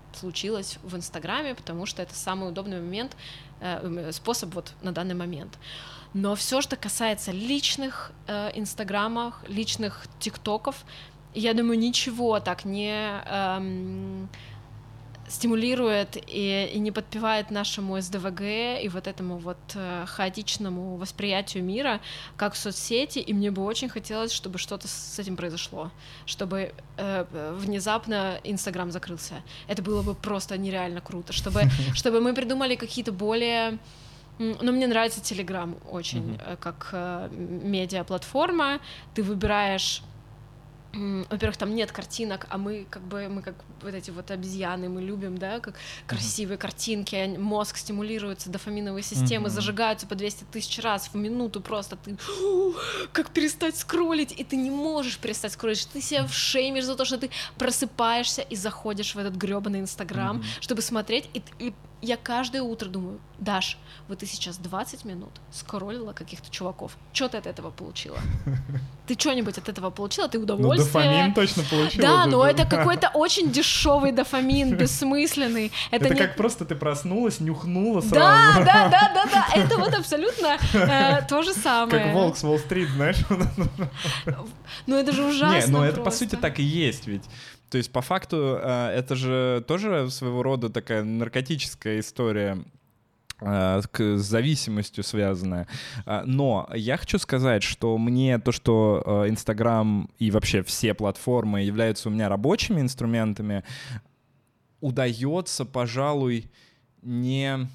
случилось в Инстаграме, потому что это самый удобный момент, э, способ вот на данный момент. Но все, что касается личных э, Инстаграмов, личных ТикТоков, я думаю, ничего так не эм, стимулирует и, и не подпевает нашему СДВГ и вот этому вот э, хаотичному восприятию мира, как соцсети, и мне бы очень хотелось, чтобы что-то с этим произошло, чтобы э, внезапно Инстаграм закрылся. Это было бы просто нереально круто, чтобы, чтобы мы придумали какие-то более... Ну, мне нравится Телеграм очень, mm-hmm. как э, медиаплатформа. Ты выбираешь... Во-первых, там нет картинок, а мы как бы мы как вот эти вот обезьяны, мы любим, да, как красивые uh-huh. картинки, мозг стимулируется, дофаминовые системы uh-huh. зажигаются по двести тысяч раз в минуту, просто ты как перестать скроллить, и ты не можешь перестать скроллить, ты себя шеймишь за то, что ты просыпаешься и заходишь в этот грёбаный Инстаграм, uh-huh. чтобы смотреть, и, и я каждое утро думаю: Даш, вот ты сейчас двадцать минут скроллила каких-то чуваков. Что ты от этого получила? Ты что-нибудь от этого получила? Ты удовольствие? Ну, дофамин точно получила. Да, но это какой-то очень дешевый дофамин, бессмысленный. Это, это не... как просто ты проснулась, нюхнула сразу. Да, да, да, да, да. Это вот абсолютно э, то же самое. Как волк с Уолл-стрит, знаешь? Ну это же ужасно. Не, ну это по сути так и есть ведь. То есть, по факту, это же тоже своего рода такая наркотическая история, с зависимостью связанная. Но я хочу сказать, что мне то, что Инстаграм и вообще все платформы являются у меня рабочими инструментами, удается, пожалуй, не...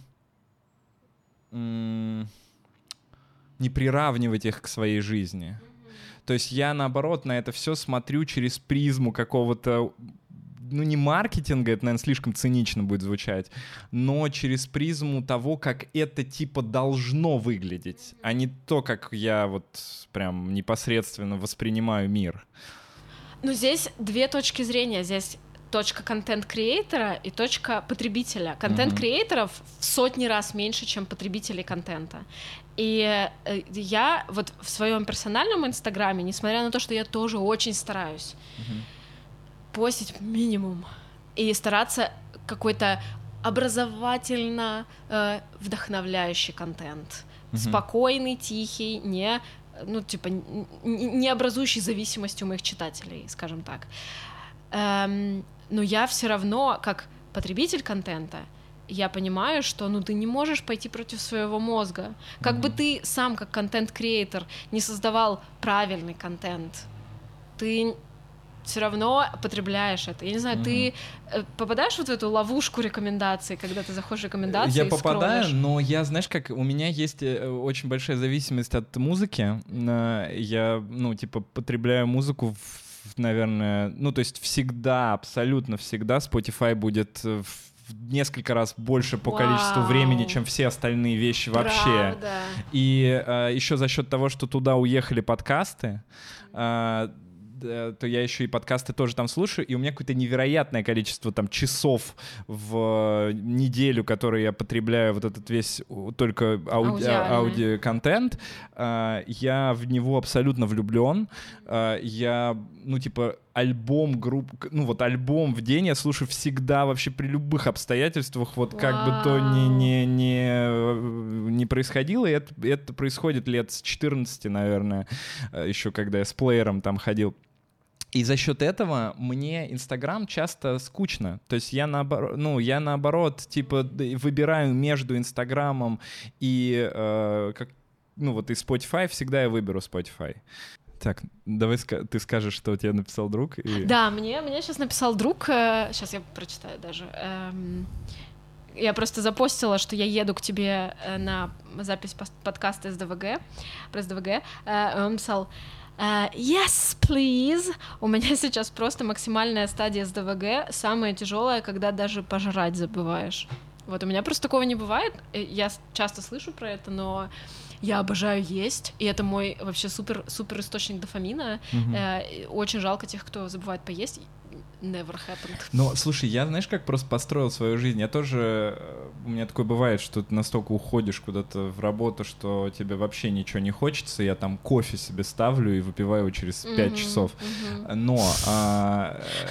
не приравнивать их к своей жизни. То есть я, наоборот, на это все смотрю через призму какого-то, ну, не маркетинга, это, наверное, слишком цинично будет звучать, но через призму того, как это, типа, должно выглядеть, а не то, как я вот прям непосредственно воспринимаю мир. Ну, здесь две точки зрения. Здесь точка контент-креатора и точка потребителя. Контент-креаторов в сотни раз меньше, чем потребителей контента. И я вот в своем персональном инстаграме, несмотря на то, что я тоже очень стараюсь uh-huh. постить минимум и стараться какой-то образовательно э, вдохновляющий контент, uh-huh. спокойный, тихий, не, ну, типа, не, не образующий зависимость у моих читателей, скажем так. Эм, но я все равно, как потребитель контента, я понимаю, что ну ты не можешь пойти против своего мозга. Как mm-hmm. бы ты сам, как контент-креатор, не создавал правильный контент, ты все равно потребляешь это. Я не знаю, mm-hmm. ты попадаешь вот в эту ловушку рекомендаций, когда ты заходишь в рекомендации я и попадаю, скроллишь? Но я, знаешь, как у меня есть очень большая зависимость от музыки. Я, ну, типа, потребляю музыку в, наверное, ну, то есть всегда, абсолютно всегда Spotify будет в несколько раз больше по Вау. количеству времени, чем все остальные вещи вообще. Правда. И э, еще за счет того, что туда уехали подкасты, э, то я еще и подкасты тоже там слушаю, и у меня какое-то невероятное количество там часов в неделю, которые я потребляю вот этот весь только ауди- аудиоконтент. Я в него абсолютно влюблен. Я, ну, типа, альбом групп, ну, вот альбом в день я слушаю всегда, вообще при любых обстоятельствах, вот как Вау. бы то ни, ни, ни, не происходило, и это, это происходит лет с четырнадцати, наверное, еще когда я с плеером там ходил. И за счет этого мне Инстаграм часто скучно. То есть я наоборот, ну, я наоборот, типа, выбираю между Инстаграмом и, э, как, ну, вот и Spotify, всегда я выберу Spotify. Так, давай ска- ты скажешь, что тебе написал друг. И... Да, мне, мне сейчас написал друг, э, сейчас я прочитаю даже. Эм, я просто запостила, что я еду к тебе на запись подкаста СДВГ, про СДВГ. Э, он написал: Uh, yes, please. У меня сейчас просто максимальная стадия СДВГ, самая тяжелая, когда даже пожрать забываешь. Вот у меня просто такого не бывает. Я часто слышу про это, но я обожаю есть, и это мой вообще супер супер источник дофамина. Mm-hmm. Uh, очень жалко тех, кто забывает поесть. Never happened. Но, слушай, я, знаешь, как просто построил свою жизнь? Я тоже... У меня такое бывает, что ты настолько уходишь куда-то в работу, что тебе вообще ничего не хочется. Я там кофе себе ставлю и выпиваю через пять mm-hmm, часов. Mm-hmm. Но... А...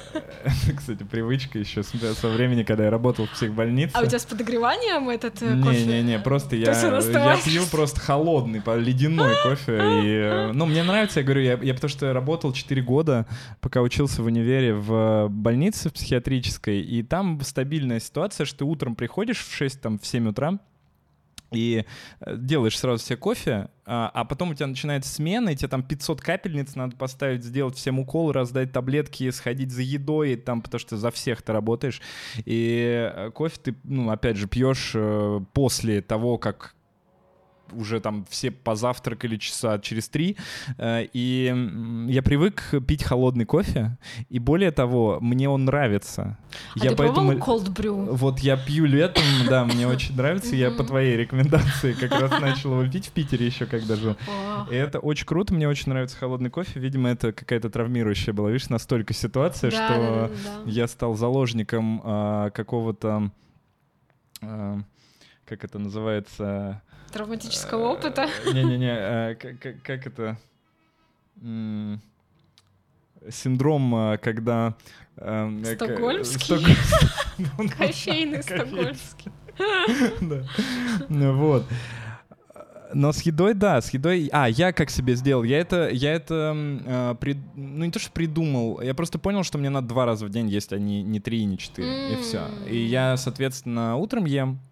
Кстати, привычка еще со времени, когда я работал в психбольнице. А у тебя с подогреванием этот кофе? Не-не-не, просто я, я пью просто холодный, ледяной кофе. И, ну, мне нравится, я говорю, я, я потому что я работал четыре года, пока учился в универе в больнице в психиатрической, и там стабильная ситуация, что ты утром приходишь в шесть, там, в семь утра, и делаешь сразу себе кофе, а, а потом у тебя начинается смена, и тебе там пятьсот капельниц надо поставить, сделать всем уколы, раздать таблетки, сходить за едой, там, потому что за всех ты работаешь. И кофе ты, ну, опять же, пьешь после того, как уже там все позавтракали часа через три, и я привык пить холодный кофе, и более того, мне он нравится. А я ты поэтому... пробовал cold brew? Вот я пью летом, да, мне очень нравится, я по твоей рекомендации как раз начал его пить в Питере еще, когда жил. И это очень круто, мне очень нравится холодный кофе, видимо, это какая-то травмирующая была, видишь, настолько ситуация, да, что да, да, да. я стал заложником а, какого-то, а, как это называется... Травматического опыта? Не-не-не, как, как это? Синдром, когда... Стокгольмский? Кофейный стокгольмский. Вот. Но с едой, да, с едой... А, я как себе сделал? Я это, я это э, прид... ну не то, что придумал, я просто понял, что мне надо два раза в день есть, а не, не три, не четыре, mm. и все. И я, соответственно, утром ем,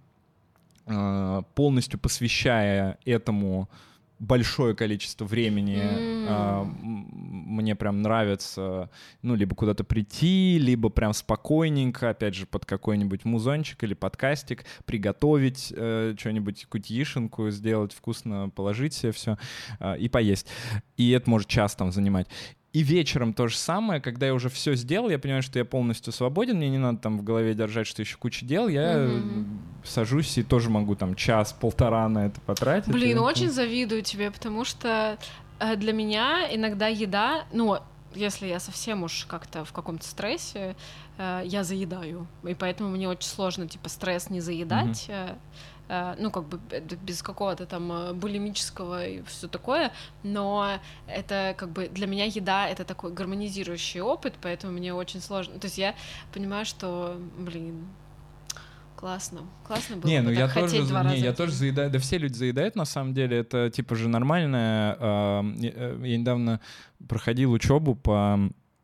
полностью посвящая этому большое количество времени. Mm. Мне прям нравится, ну, либо куда-то прийти, либо прям спокойненько, опять же, под какой-нибудь музончик или подкастик, приготовить э, что-нибудь, какую-то яишенку сделать, вкусно положить себе все э, и поесть. И это может час там занимать. И вечером то же самое, когда я уже все сделал, я понимаю, что я полностью свободен, мне не надо там в голове держать, что еще куча дел, я mm-hmm. сажусь и тоже могу там час-полтора на это потратить. Блин, и... очень завидую тебе, потому что э, для меня иногда еда, ну, если я совсем уж как-то в каком-то стрессе, э, я заедаю, и поэтому мне очень сложно, типа, стресс не заедать, mm-hmm. ну, как бы без какого-то там булимического и все такое, но это как бы для меня еда — это такой гармонизирующий опыт, поэтому мне очень сложно. То есть я понимаю, что, блин, классно, классно было не, бы ну так я хотеть тоже, два не, раза я в тоже день. заедаю, да все люди заедают, на самом деле, это типа же нормально. Я недавно проходил учебу по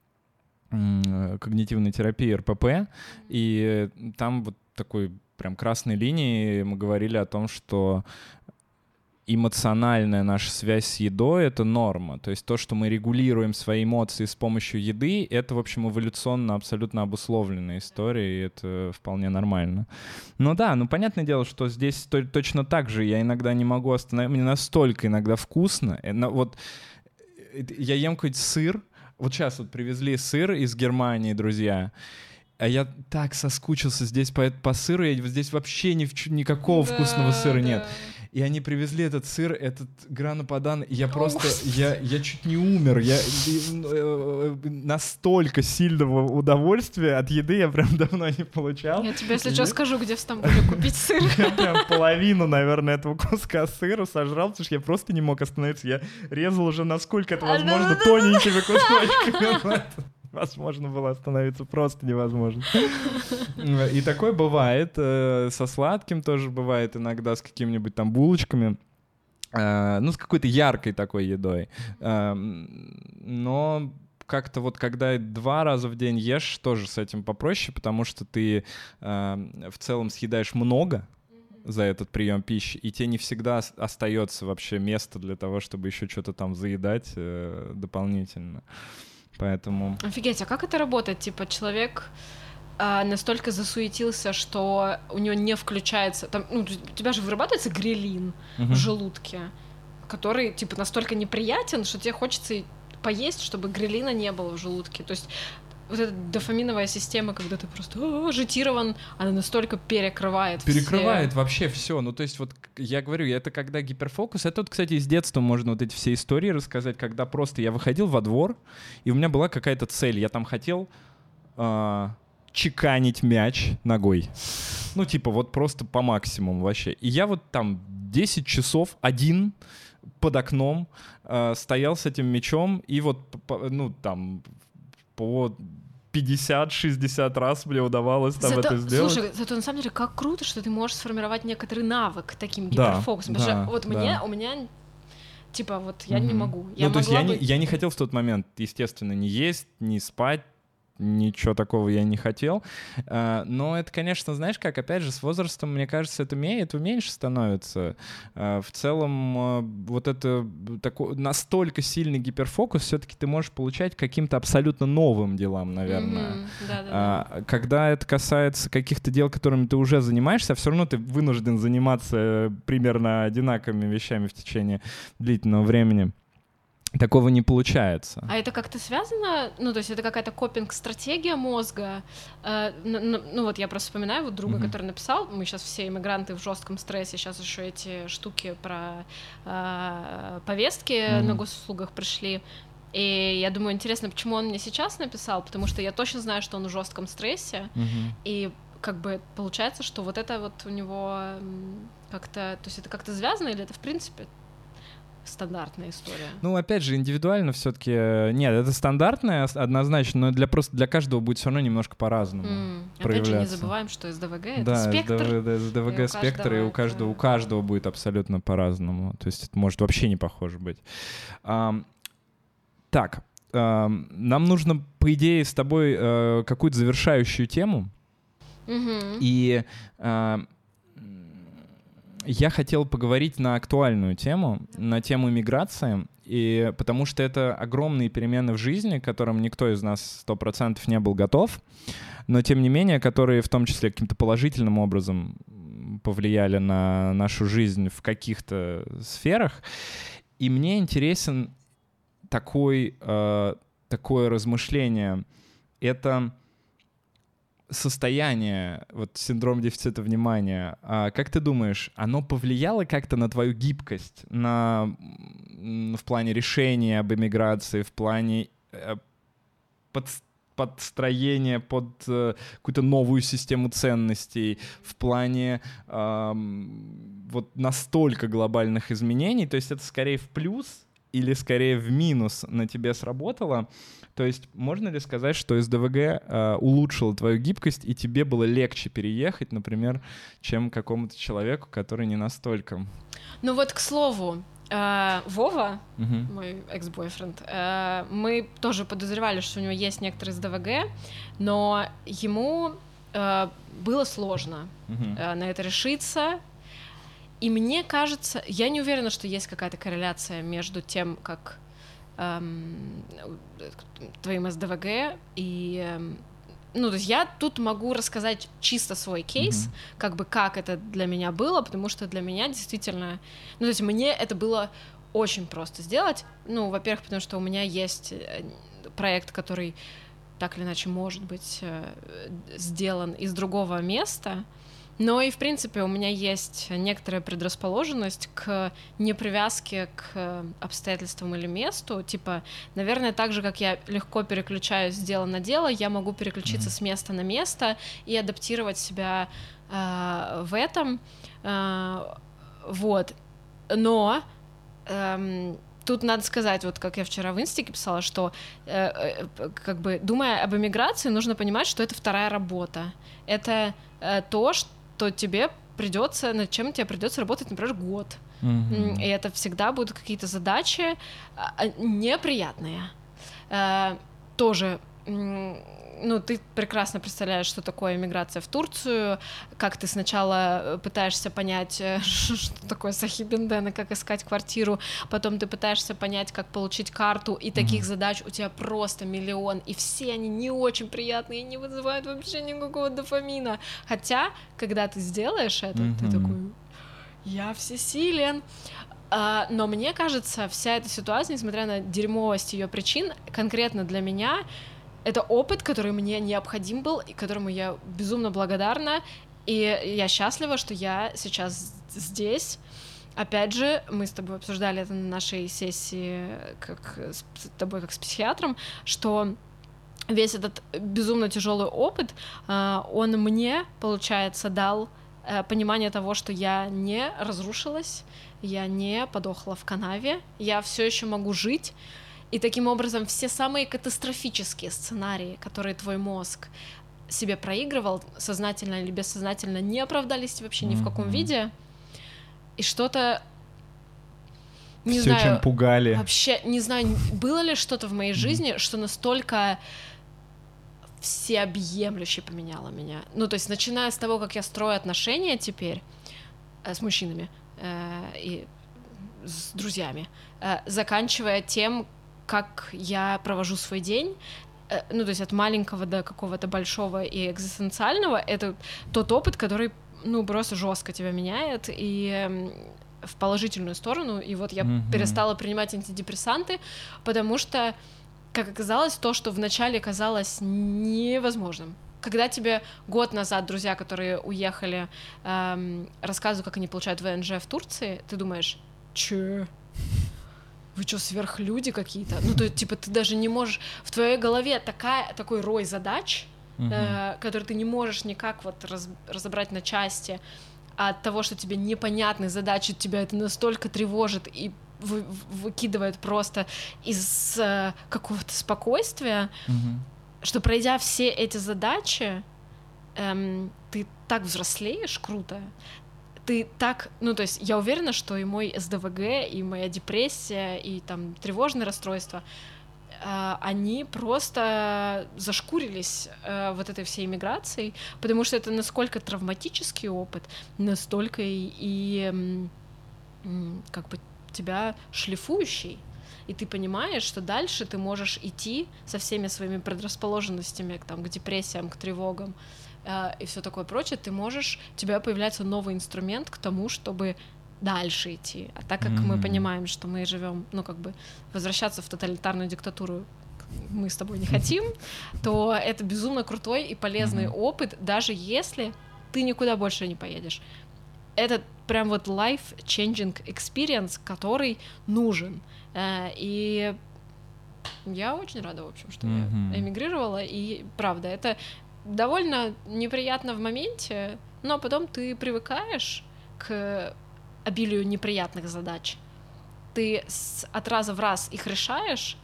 когнитивной терапии эр пэ пэ, и там вот такой прям красной линией мы говорили о том, что эмоциональная наша связь с едой — это норма. То есть то, что мы регулируем свои эмоции с помощью еды, это, в общем, эволюционно абсолютно обусловленная история, и это вполне нормально. Ну да, ну понятное дело, что здесь то- точно так же я иногда не могу остановить. Мне настолько иногда вкусно. Вот я ем какой-то сыр. Вот сейчас вот привезли сыр из Германии, друзья. А я так соскучился здесь по, по сыру, я, здесь вообще ни, никакого да, вкусного сыра да. нет. И они привезли этот сыр, этот Грана Падано, и я просто, я, я чуть не умер. Я, я, настолько сильного удовольствия от еды я прям давно не получал. Я тебе, если что, скажу, где в Стамбуле купить сыр. Я прям половину, наверное, этого куска сыра сожрал, потому что я просто не мог остановиться. Я резал уже, насколько это возможно, тоненькими кусочками. Возможно было остановиться, просто невозможно. И такое бывает, со сладким тоже бывает иногда, с какими-нибудь там булочками, ну, с какой-то яркой такой едой. Но как-то вот когда два раза в день ешь, тоже с этим попроще, потому что ты в целом съедаешь много за этот прием пищи, и тебе не всегда остается вообще место для того, чтобы еще что-то там заедать дополнительно. Поэтому... Офигеть, а как это работает? Типа человек а, настолько засуетился, что у него не включается... Там, ну, у тебя же вырабатывается грелин uh-huh. в желудке, который типа настолько неприятен, что тебе хочется поесть, чтобы грелина не было в желудке. То есть вот эта дофаминовая система, когда ты просто ажитирован, она настолько перекрывает Перекрывает все... вообще все. Ну, то есть вот я говорю, это когда гиперфокус. Это вот, кстати, из детства можно вот эти все истории рассказать, когда просто я выходил во двор, и у меня была какая-то цель. Я там хотел э, чеканить мяч ногой. Ну, типа вот просто по максимуму вообще. И я вот там десять часов один под окном э, стоял с этим мячом, и вот, по, ну, там... по пятьдесят-шестьдесят раз мне удавалось там зато, это сделать. Слушай, зато на самом деле как круто, что ты можешь сформировать некоторый навык таким да, гиперфокусом. Да, Потому что вот да. мне, у меня, типа, вот я угу. не могу. Ну, я то есть я, быть... не, я не хотел в тот момент, естественно, не есть, не спать, ничего такого я не хотел. Но это, конечно, знаешь как, опять же, с возрастом, мне кажется, это это меньше становится. В целом, вот это такой настолько сильный гиперфокус все-таки ты можешь получать каким-то абсолютно новым делам, наверное. Mm-hmm. Да, да, да. Когда это касается каких-то дел, которыми ты уже занимаешься, все равно ты вынужден заниматься примерно одинаковыми вещами в течение длительного времени. Такого не получается. А это как-то связано? Ну, то есть это какая-то копинг-стратегия мозга? Э, ну, ну, вот я просто вспоминаю вот друга, uh-huh. который написал, мы сейчас все иммигранты в жестком стрессе, сейчас еще эти штуки про э, повестки uh-huh. на госуслугах пришли. И я думаю, интересно, почему он мне сейчас написал, потому что я точно знаю, что он в жестком стрессе, uh-huh. и как бы получается, что вот это вот у него как-то, то есть это как-то связано, или это в принципе стандартная история? Ну, опять же, индивидуально все-таки. Нет, это стандартная однозначно, но для просто для каждого будет все равно немножко по-разному mm. проявляться. Опять же, не забываем, что эс дэ вэ гэ — это да, спектр. Да, эс дэ вэ гэ спектр, и у каждого, у каждого будет абсолютно по-разному. То есть это может вообще не похоже быть. А, так, а, нам нужно, по идее, с тобой а, какую-то завершающую тему. Mm-hmm. И а, я хотел поговорить на актуальную тему, на тему миграции, и потому что это огромные перемены в жизни, к которым никто из нас сто процентов не был готов, но тем не менее, которые в том числе каким-то положительным образом повлияли на нашу жизнь в каких-то сферах. И мне интересен такой, э, такое размышление. Это состояние, вот синдром дефицита внимания, а как ты думаешь, оно повлияло как-то на твою гибкость, на, в плане решения об эмиграции, в плане э, под, подстроения под э, какую-то новую систему ценностей, в плане э, вот настолько глобальных изменений? То есть это скорее в плюс или скорее в минус на тебе сработало? То есть можно ли сказать, что эс дэ вэ гэ э, улучшила твою гибкость, и тебе было легче переехать, например, чем какому-то человеку, который не настолько? Ну вот, к слову, э, Вова, uh-huh. мой экс-бойфренд, э, мы тоже подозревали, что у него есть некоторые эс дэ вэ гэ, но ему э, было сложно uh-huh. э, на это решиться. И мне кажется, я не уверена, что есть какая-то корреляция между тем, как эм, твоим эс дэ вэ гэ и... Эм, ну, то есть я тут могу рассказать чисто свой кейс, mm-hmm. как бы как это для меня было, потому что для меня действительно... Ну, то есть мне это было очень просто сделать. Ну, во-первых, потому что у меня есть проект, который так или иначе может быть сделан из другого места, но и, в принципе, у меня есть некоторая предрасположенность к непривязке к обстоятельствам или месту. Типа, наверное, так же, как я легко переключаюсь с дела на дело, я могу переключиться mm-hmm. с места на место и адаптировать себя э, в этом. Э, вот. Но... Э, Тут надо сказать, вот как я вчера в инстике писала, что э, э, как бы думая об эмиграции, нужно понимать, что это вторая работа. Это э, то, что тебе придется, над чем тебе придется работать, например, год. Mm-hmm. И это всегда будут какие-то задачи э, неприятные. Э, тоже, э, ну, ты прекрасно представляешь, что такое эмиграция в Турцию, как ты сначала пытаешься понять, что такое сахибинден и как искать квартиру, потом ты пытаешься понять, как получить карту, и таких mm-hmm. задач у тебя просто миллион, и все они не очень приятные, и не вызывают вообще никакого дофамина. Хотя, когда ты сделаешь это, mm-hmm. ты такой, я всесилен. Uh, но мне кажется, вся эта ситуация, несмотря на дерьмовость ее причин, конкретно для меня это опыт, который мне необходим был, и которому я безумно благодарна, и я счастлива, что я сейчас здесь. Опять же, мы с тобой обсуждали это на нашей сессии как с тобой как с психиатром, что весь этот безумно тяжелый опыт, он мне, получается, дал понимание того, что я не разрушилась, я не подохла в канаве, я все еще могу жить. И таким образом все самые катастрофические сценарии, которые твой мозг себе проигрывал, сознательно или бессознательно, не оправдались вообще ни в каком Мгм. виде. И что-то, не Всё, знаю, чем пугали. вообще, не знаю, было ли что-то в моей Мгм. жизни, что настолько всеобъемлюще поменяло меня. Ну, то есть, начиная с того, как я строю отношения теперь э, с мужчинами э, и с друзьями, э, заканчивая тем, как я провожу свой день, э, ну, то есть от маленького до какого-то большого и экзистенциального, это тот опыт, который, ну, просто жестко тебя меняет, и эм, в положительную сторону, и вот я Мгм. перестала принимать антидепрессанты, потому что, как оказалось, то, что вначале казалось невозможным. Когда тебе год назад друзья, которые уехали, эм, рассказывают, как они получают вэ эн жэ в Турции, ты думаешь, чё? Вы что, сверхлюди какие-то? Ну, то есть, типа, ты даже не можешь... В твоей голове такая, такой рой задач, Мгм. э, который ты не можешь никак вот раз- разобрать на части, а от того, что тебе непонятны задачи, тебя это настолько тревожит и вы- выкидывает просто из э, какого-то спокойствия, Мгм. что, пройдя все эти задачи, эм, ты так взрослеешь круто, ты так, ну, то есть я уверена, что и мой эс дэ вэ гэ, и моя депрессия, и там тревожные расстройства, э, они просто зашкурились э, вот этой всей миграцией, потому что это насколько травматический опыт, настолько и, и м, м, как бы тебя шлифующий. И ты понимаешь, что дальше ты можешь идти со всеми своими предрасположенностями к, там, к депрессиям, к тревогам э, и все такое прочее, ты можешь, у тебя появляется новый инструмент к тому, чтобы дальше идти. А так как мы Мгм. понимаем, что мы живем, ну, как бы возвращаться в тоталитарную диктатуру мы с тобой не хотим, то это безумно крутой и полезный Мгм. опыт, даже если ты никуда больше не поедешь. Это прям вот life-changing experience, который нужен. Э, И я очень рада, в общем, что Мгм. я эмигрировала. И правда, это довольно неприятно в моменте, но потом ты привыкаешь к обилию неприятных задач. Ты с- от раза в раз их решаешь,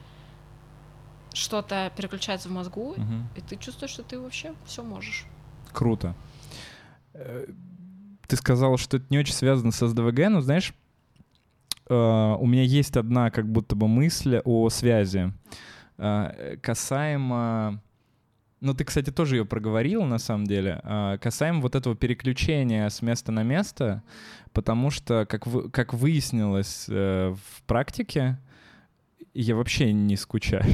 что-то переключается в мозгу, Мгм. и ты чувствуешь, что ты вообще все можешь. Круто. Э, Ты сказал, что это не очень связано с эс дэ вэ гэ, но знаешь, э, у меня есть одна как будто бы мысль о связи э, касаемо... Ну, ты, кстати, тоже ее проговорил, на самом деле, э, касаемо вот этого переключения с места на место, потому что, как, вы, как выяснилось э, в практике, я вообще не скучаю.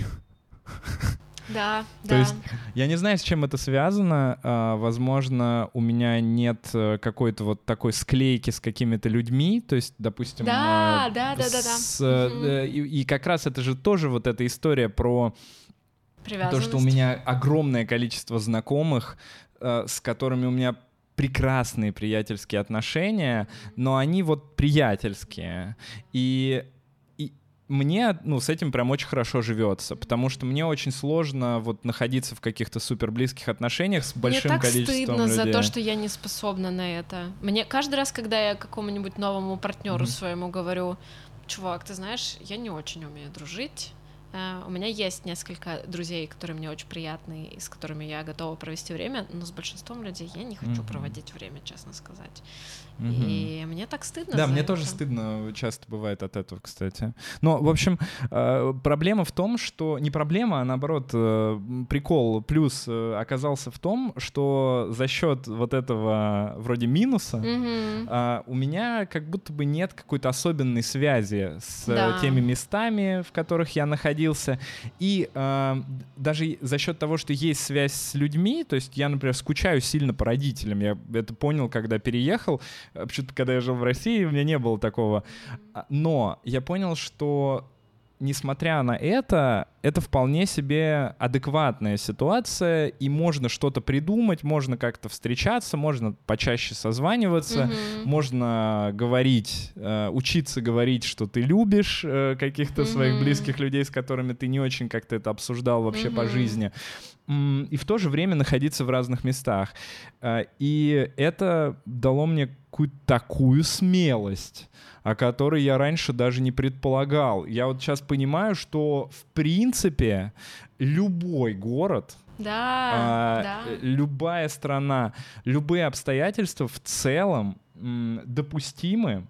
Да, То да. есть я не знаю, с чем это связано. А, возможно, у меня нет э, какой-то вот такой склейки с какими-то людьми. То есть, допустим, Да, а, да, да, да, да. с, э, Мгм. э, и, и как раз это же тоже вот эта история про то, что у Привязанность. меня огромное количество знакомых, э, с которыми у меня прекрасные приятельские отношения, но они вот приятельские. И, и мне, ну, с этим прям очень хорошо живется, потому что мне очень сложно вот находиться в каких-то супер близких отношениях с большим Мне так количеством стыдно людей. за то, что я не способна на это. Мне каждый раз, когда я какому-нибудь новому партнеру Мгм. своему говорю, чувак, ты знаешь, я не очень умею дружить. Э, У меня есть несколько друзей, которые мне очень приятны и с которыми я готова провести время, но с большинством людей я не хочу Мгм. проводить время, честно сказать. Мгм. И мне так стыдно Да, за мне это. тоже стыдно часто бывает от этого, кстати. Но, в общем, э, проблема в том, что... Не проблема, а наоборот, э, прикол, плюс э, оказался в том, что за счет вот этого вроде минуса Мгм. а, у меня как будто бы нет какой-то особенной связи с э, Да. теми местами, в которых я находился. И а, даже за счет того, что есть связь с людьми, то есть я, например, скучаю сильно по родителям. Я это понял, когда переехал. Почему-то, когда я жил в России, у меня не было такого. А, Но я понял, что несмотря на это, это вполне себе адекватная ситуация, и можно что-то придумать, можно как-то встречаться, можно почаще созваниваться, Мгм. можно говорить, э, учиться говорить, что ты любишь э, каких-то своих Мгм. близких людей, с которыми ты не очень как-то это обсуждал вообще по Мгм. жизни. М, И в то же время находиться в разных местах. Э, И это дало мне какую-то такую смелость, о которой я раньше даже не предполагал. Я вот сейчас понимаю, что в принципе любой город, Да, а, да. любая страна, любые обстоятельства в целом м, допустимы,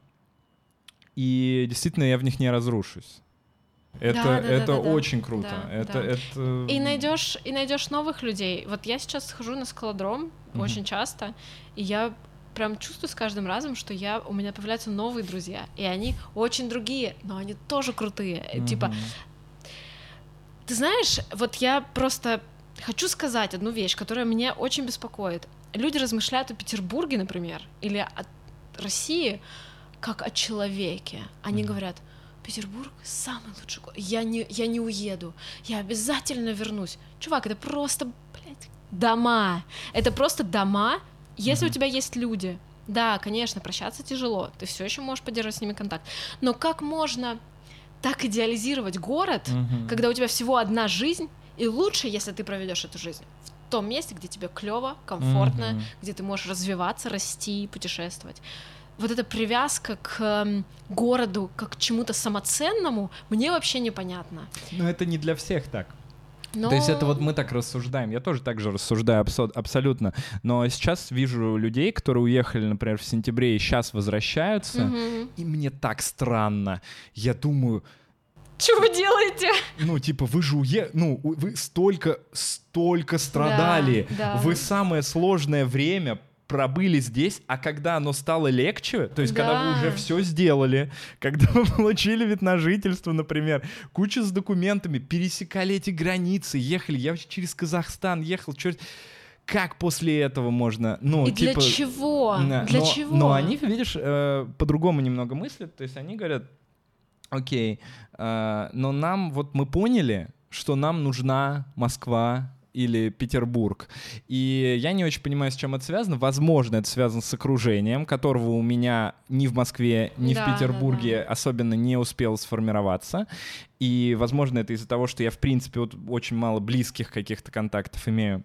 и действительно я в них не разрушусь. Это, Да, да, это да, да, очень круто. да, это, да. это... И найдешь, и найдешь новых людей. Вот я сейчас хожу на скалодром Мгм. очень часто, и я прям чувствую с каждым разом, что я, у меня появляются новые друзья, и они очень другие, но они тоже крутые. Мгм. Типа, ты знаешь, вот я просто хочу сказать одну вещь, которая меня очень беспокоит. Люди размышляют о Петербурге, например, или о России, как о человеке. Они Мгм. говорят: Петербург самый лучший город. Я не, я не уеду. Я обязательно вернусь. Чувак, это просто, блядь, дома. Это просто дома, если Мгм. у тебя есть люди. Да, конечно, прощаться тяжело. Ты все еще можешь поддерживать с ними контакт. Но как можно так идеализировать город, Мгм. когда у тебя всего одна жизнь, и лучше, если ты проведешь эту жизнь в том месте, где тебе клево, комфортно, Мгм. где ты можешь развиваться, расти, путешествовать. Вот эта привязка к эм, городу как к чему-то самоценному мне вообще непонятна. Но это не для всех так. Но... То есть это вот мы так рассуждаем. Я тоже так же рассуждаю абсо- абсолютно. Но сейчас вижу людей, которые уехали, например, в сентябре и сейчас возвращаются, Мгм. и мне так странно. Я думаю, Что вы делаете? ну, типа, вы же уе... ну, у- вы столько, столько страдали. Да, да. Вы самое сложное время пробыли здесь, а когда оно стало легче, то есть когда вы Да. уже все сделали, когда вы получили вид на жительство, например, куча с документами, пересекали эти границы, ехали, я вообще через Казахстан ехал, черт, как после этого можно, ну, И для типа... чего? на- Для но, чего? но они, видишь, э, по-другому немного мыслят, то есть они говорят: окей, э, но нам, вот мы поняли, что нам нужна Москва или Петербург. И я не очень понимаю, с чем это связано. Возможно, это связано с окружением, которого у меня ни в Москве, ни Да, в да, Петербурге особенно не успел сформироваться. И, возможно, это из-за того, что я, в принципе, вот очень мало близких каких-то контактов имею.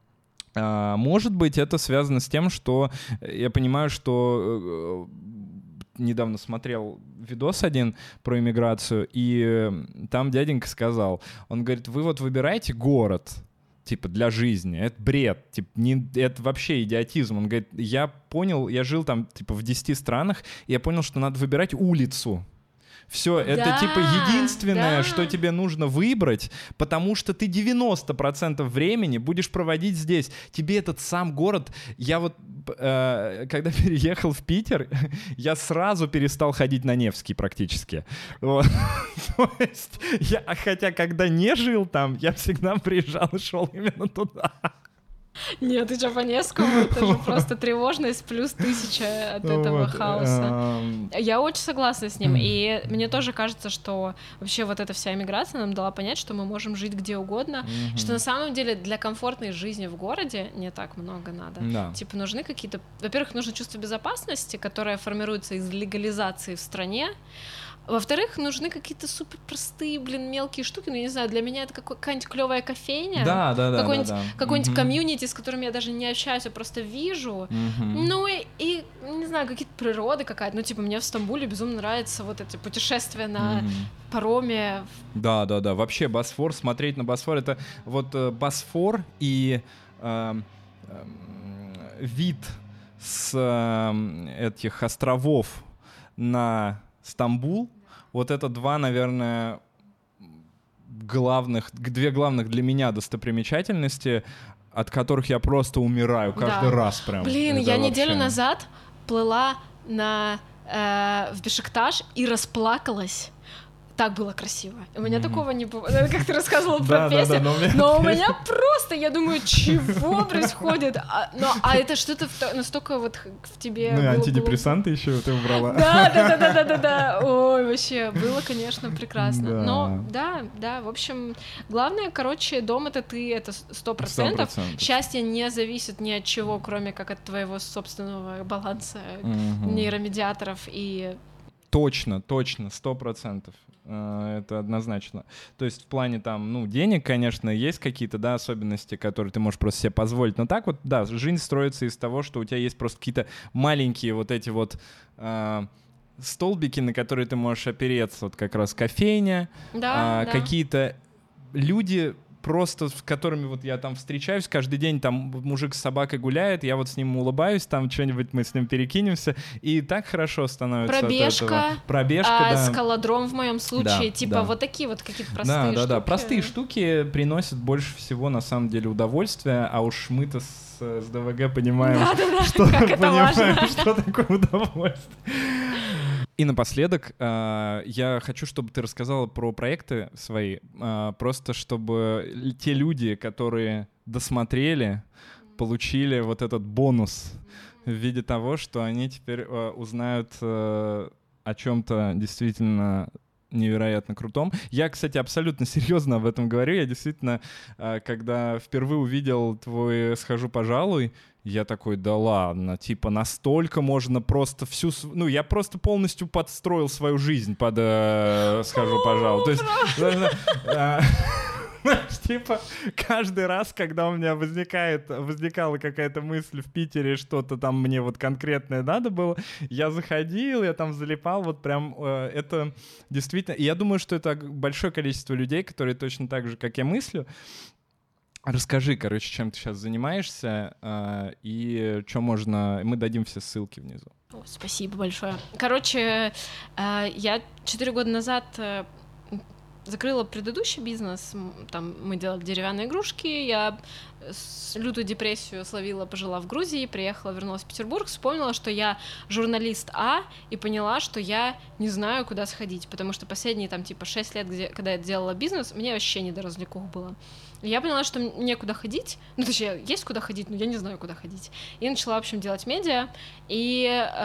А, может быть, это связано с тем, что я понимаю, что э, недавно смотрел видос один про иммиграцию, и э, там дяденька сказал, он говорит: вы вот выбираете город, типа, для жизни, это бред, типа, не, это вообще идиотизм. Он говорит: я понял, я жил там, типа, в десяти странах, и я понял, что надо выбирать улицу. Все, это Да, типа единственное, да. что тебе нужно выбрать, потому что ты девяносто процентов времени будешь проводить здесь. Тебе этот сам город... Я вот, э, когда переехал в Питер, я сразу перестал ходить на Невский практически. Вот. То есть, я, хотя когда не жил там, я всегда приезжал и шел именно туда. Нет, ты что, по Невскому? Это же просто тревожность плюс тысяча от этого Вот, хаоса. эм, Я очень согласна с ним, и мне тоже кажется, что вообще вот эта вся эмиграция нам дала понять, что мы можем жить где угодно, мгм. что на самом деле для комфортной жизни в городе не так много надо. Да. Типа нужны какие-то... Во-первых, нужно чувство безопасности, которое формируется из легализации в стране. Во-вторых, нужны какие-то супер простые, блин, мелкие штуки. Ну, я не знаю, для меня это какой- какая-нибудь клевая кофейня. Да, да, да, Какой-нибудь, да, да. какой-нибудь Мгм. комьюнити, с которым я даже не общаюсь, я просто вижу. Мгм. Ну и, и, не знаю, какие-то природы какая-то. Ну, типа, мне в Стамбуле безумно нравятся вот эти путешествия на Мгм. пароме. Да, да, да. Вообще Босфор, смотреть на Босфор, это вот э, Босфор и эм, эм, вид с эм, этих островов на Стамбул. Вот это два, наверное, главных, две главных для меня достопримечательности, от которых я просто умираю каждый Да. раз прям. Блин, Это я вообще- неделю назад плыла на, э, в Бешикташ и расплакалась. Так было красиво. У меня Мгм. такого не было. Это как ты рассказывала Да, про да, песню. да, но у меня- Но у меня просто, я думаю, чего происходит? А, но, а это что-то в то- настолько вот х- в тебе... Ну и было- было- антидепрессанты еще ты убрала. Да, да, да, да, да, да, да. Ой, вообще, было, конечно, прекрасно. Да. Но да, да, в общем, главное, короче, дом это ты, это сто процентов. Сто процентов. Счастье не зависит ни от чего, кроме как от твоего собственного баланса Мгм. нейромедиаторов и Точно, точно, сто процентов. Это однозначно. То есть в плане там, ну, денег, конечно, есть какие-то, да, особенности, которые ты можешь просто себе позволить. Но так вот, да, жизнь строится из того, что у тебя есть просто какие-то маленькие вот эти вот э, столбики, на которые ты можешь опереться. Вот как раз кофейня, да, э, да. какие-то люди... просто с которыми вот я там встречаюсь каждый день, там мужик с собакой гуляет, я вот с ним улыбаюсь, там что-нибудь мы с ним перекинемся, и так хорошо становится Пробежка, от этого. Пробежка, а, да. скалодром в моем случае, Да, типа да. вот такие вот какие-то простые да, да, штуки. Да, простые штуки приносят больше всего на самом деле удовольствия, а уж мы-то с, с ДВГ понимаем, да, да, да. что, как это понимаем важно. что такое удовольствие. И напоследок э, я хочу, чтобы ты рассказала про проекты свои, э, просто чтобы те люди, которые досмотрели, получили вот этот бонус в виде того, что они теперь э, узнают э, о чем-то действительно невероятно крутом. Я, кстати, абсолютно серьезно об этом говорю. Я действительно, э, когда впервые увидел твой «Схожу, пожалуй», я такой, да ладно, типа настолько можно просто всю... Ну, я просто полностью подстроил свою жизнь под э, «Схожу, пожалуй». То есть, э, знаешь, типа каждый раз, когда у меня возникает, возникала какая-то мысль в Питере, что-то там мне вот конкретное надо было, я заходил, я там залипал, вот прям э, это действительно... И я думаю, что это большое количество людей, которые точно так же, как я, мыслю. Расскажи, короче, чем ты сейчас занимаешься, э, и что можно... Мы дадим все ссылки внизу. О, спасибо большое. Короче, э, я четыре года назад э, закрыла предыдущий бизнес. Там мы делали деревянные игрушки. Я лютую депрессию словила, пожила в Грузии, приехала, вернулась в Петербург, вспомнила, что я журналист А, и поняла, что я не знаю, куда сходить, потому что последние там типа шесть лет, где, когда я делала бизнес, мне вообще не до развлекух было. И я поняла, что мне куда ходить, ну, точнее, есть куда ходить, но я не знаю, куда ходить. И начала, в общем, делать медиа, и,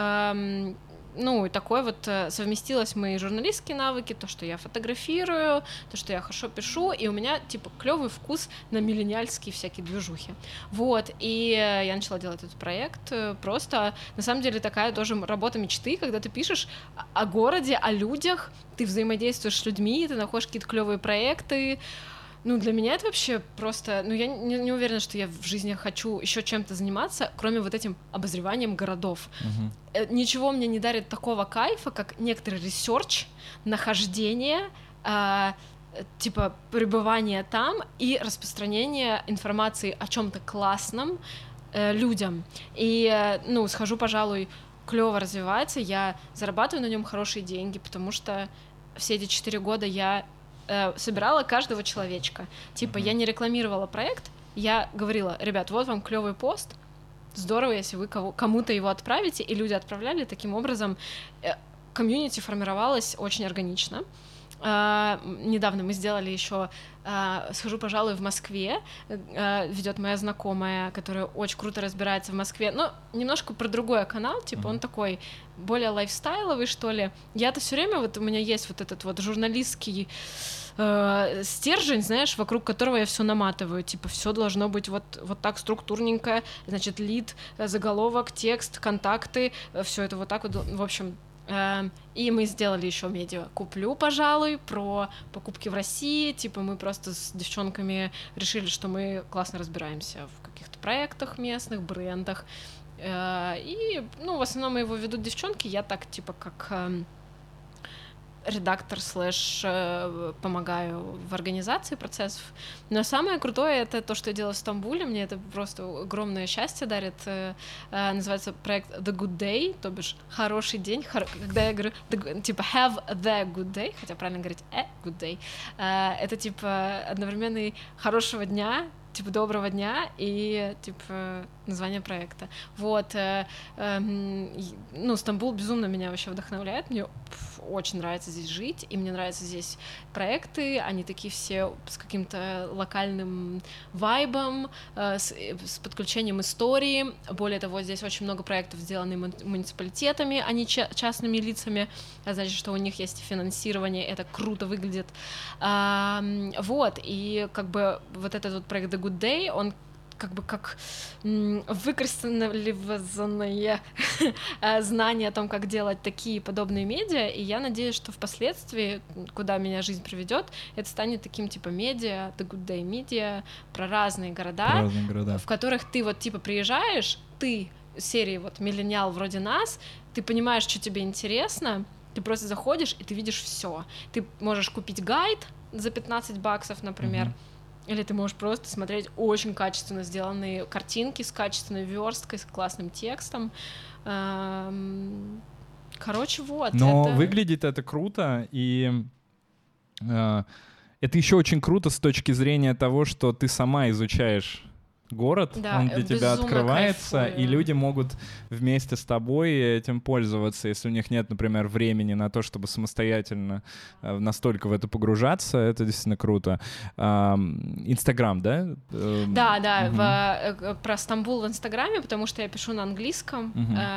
эм, ну, и такое вот совместилось мои журналистские навыки, то, что я фотографирую, то, что я хорошо пишу, и у меня, типа, клевый вкус на миллениальские всякие движухи. Вот, и я начала делать этот проект, просто, на самом деле, такая тоже работа мечты, когда ты пишешь о городе, о людях, ты взаимодействуешь с людьми, ты находишь какие-то клевые проекты. Ну, для меня это вообще просто... Ну, я не, не уверена, что я в жизни хочу еще чем-то заниматься, кроме вот этим обозреванием городов. Uh-huh. Ничего мне не дарит такого кайфа, как некоторый ресерч, нахождение, э, типа пребывание там и распространение информации о чем-то классном э, людям. И, э, ну, «Схожу, пожалуй», клево развивается, я зарабатываю на нем хорошие деньги, потому что все эти четыре года я собирала каждого человечка. Типа, mm-hmm. я не рекламировала проект, я говорила, ребят, вот вам клевый пост, здорово, если вы кого- кому-то его отправите, и люди отправляли, таким образом комьюнити формировалось очень органично. Uh, недавно мы сделали еще uh, «Схожу, пожалуй», в Москве. Uh, ведет моя знакомая, которая очень круто разбирается в Москве. Но немножко про другой канал, типа mm-hmm. он такой более лайфстайловый, что ли. Я-то все время, вот у меня есть вот этот вот журналистский uh, стержень, знаешь, вокруг которого я все наматываю. Типа все должно быть вот, вот так структурненько. Значит, лид, заголовок, текст, контакты, все это вот так вот. В общем, и мы сделали еще медиа «Куплю, пожалуй», про покупки в России. Типа мы просто с девчонками решили, что мы классно разбираемся в каких-то проектах местных, брендах. И, ну, в основном его ведут девчонки. Я так, типа, как редактор слэш помогаю в организации процессов. Но самое крутое — это то, что я делаю в Стамбуле. Мне это просто огромное счастье дарит. Называется проект The Good Day, то бишь хороший день. Когда я говорю the, типа have the good day, хотя правильно говорить a good day, это типа одновременный хорошего дня, типа доброго дня и типа название проекта. Вот. Э, э, ну, Стамбул безумно меня вообще вдохновляет. Мне очень нравится здесь жить, и мне нравятся здесь проекты. Они такие все с каким-то локальным вайбом, э, с, с подключением истории. Более того, здесь очень много проектов сделаны муниципалитетами, а не ча- частными лицами. А значит, что у них есть финансирование. Это круто выглядит. Э, вот. И как бы вот этот вот проект The Good Day, он как бы как выкристаллизованное знание о том, как делать такие подобные медиа, и я надеюсь, что впоследствии, куда меня жизнь приведет, это станет таким типа медиа, The Good Day Media, про разные города, про разные города, в которых ты вот типа приезжаешь, ты серии вот миллениал вроде нас, ты понимаешь, что тебе интересно, ты просто заходишь, и ты видишь все. Ты можешь купить гайд за пятнадцать баксов, например, mm-hmm. или ты можешь просто смотреть очень качественно сделанные картинки с качественной версткой, с классным текстом. Короче, вот. Но это... выглядит это круто, и э, это еще очень круто с точки зрения того, что ты сама изучаешь город, да, он для тебя открывается, кайфую. И люди могут вместе с тобой этим пользоваться, если у них нет, например, времени на то, чтобы самостоятельно э, настолько в это погружаться, это действительно круто. Инстаграм, да? Да, да, угу. в, про Стамбул в Инстаграме, потому что я пишу на английском,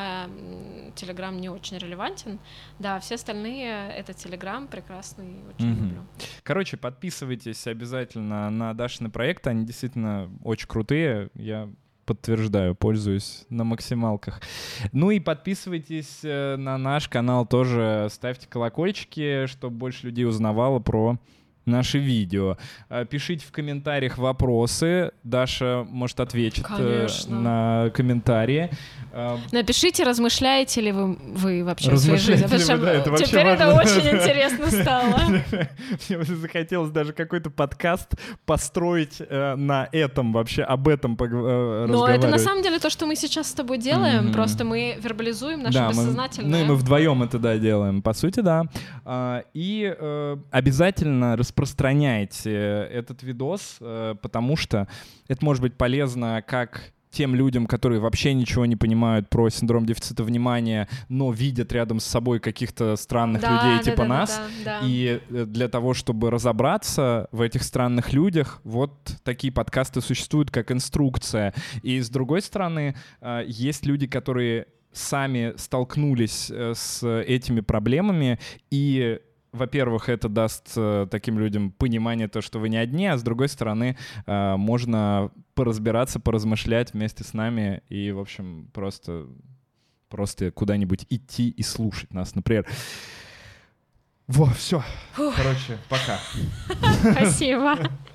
Телеграм угу. э, не очень релевантен, да, все остальные — это Телеграм, прекрасный, очень угу. люблю. Короче, подписывайтесь обязательно на Дашины проекты, они действительно очень крутые, я подтверждаю, пользуюсь на максималках. Ну и подписывайтесь на наш канал тоже, ставьте колокольчики, чтобы больше людей узнавало про наши видео. Пишите в комментариях вопросы, Даша, может, ответит Конечно. на комментарии. Напишите, размышляете ли вы, вы вообще в своей жизни, потому что да, это теперь важно. Это очень интересно стало. Мне захотелось даже какой-то подкаст построить э, на этом вообще, об этом пог- э, разговаривать. Но это на самом деле то, что мы сейчас с тобой делаем, mm-hmm. просто мы вербализуем наше да, бессознательное. Мы, ну и мы вдвоем это, да, делаем, по сути, да. А, и э, обязательно распространяйте этот видос, э, потому что это может быть полезно как тем людям, которые вообще ничего не понимают про синдром дефицита внимания, но видят рядом с собой каких-то странных да, людей да, типа да, нас. Да, да, да. И для того, чтобы разобраться в этих странных людях, вот такие подкасты существуют как инструкция. И с другой стороны, есть люди, которые сами столкнулись с этими проблемами, и во-первых, это даст э, таким людям понимание, то, что вы не одни, а с другой стороны, э, можно поразбираться, поразмышлять вместе с нами и, в общем, просто, просто куда-нибудь идти и слушать нас, например. Во, все. Короче, пока. Спасибо.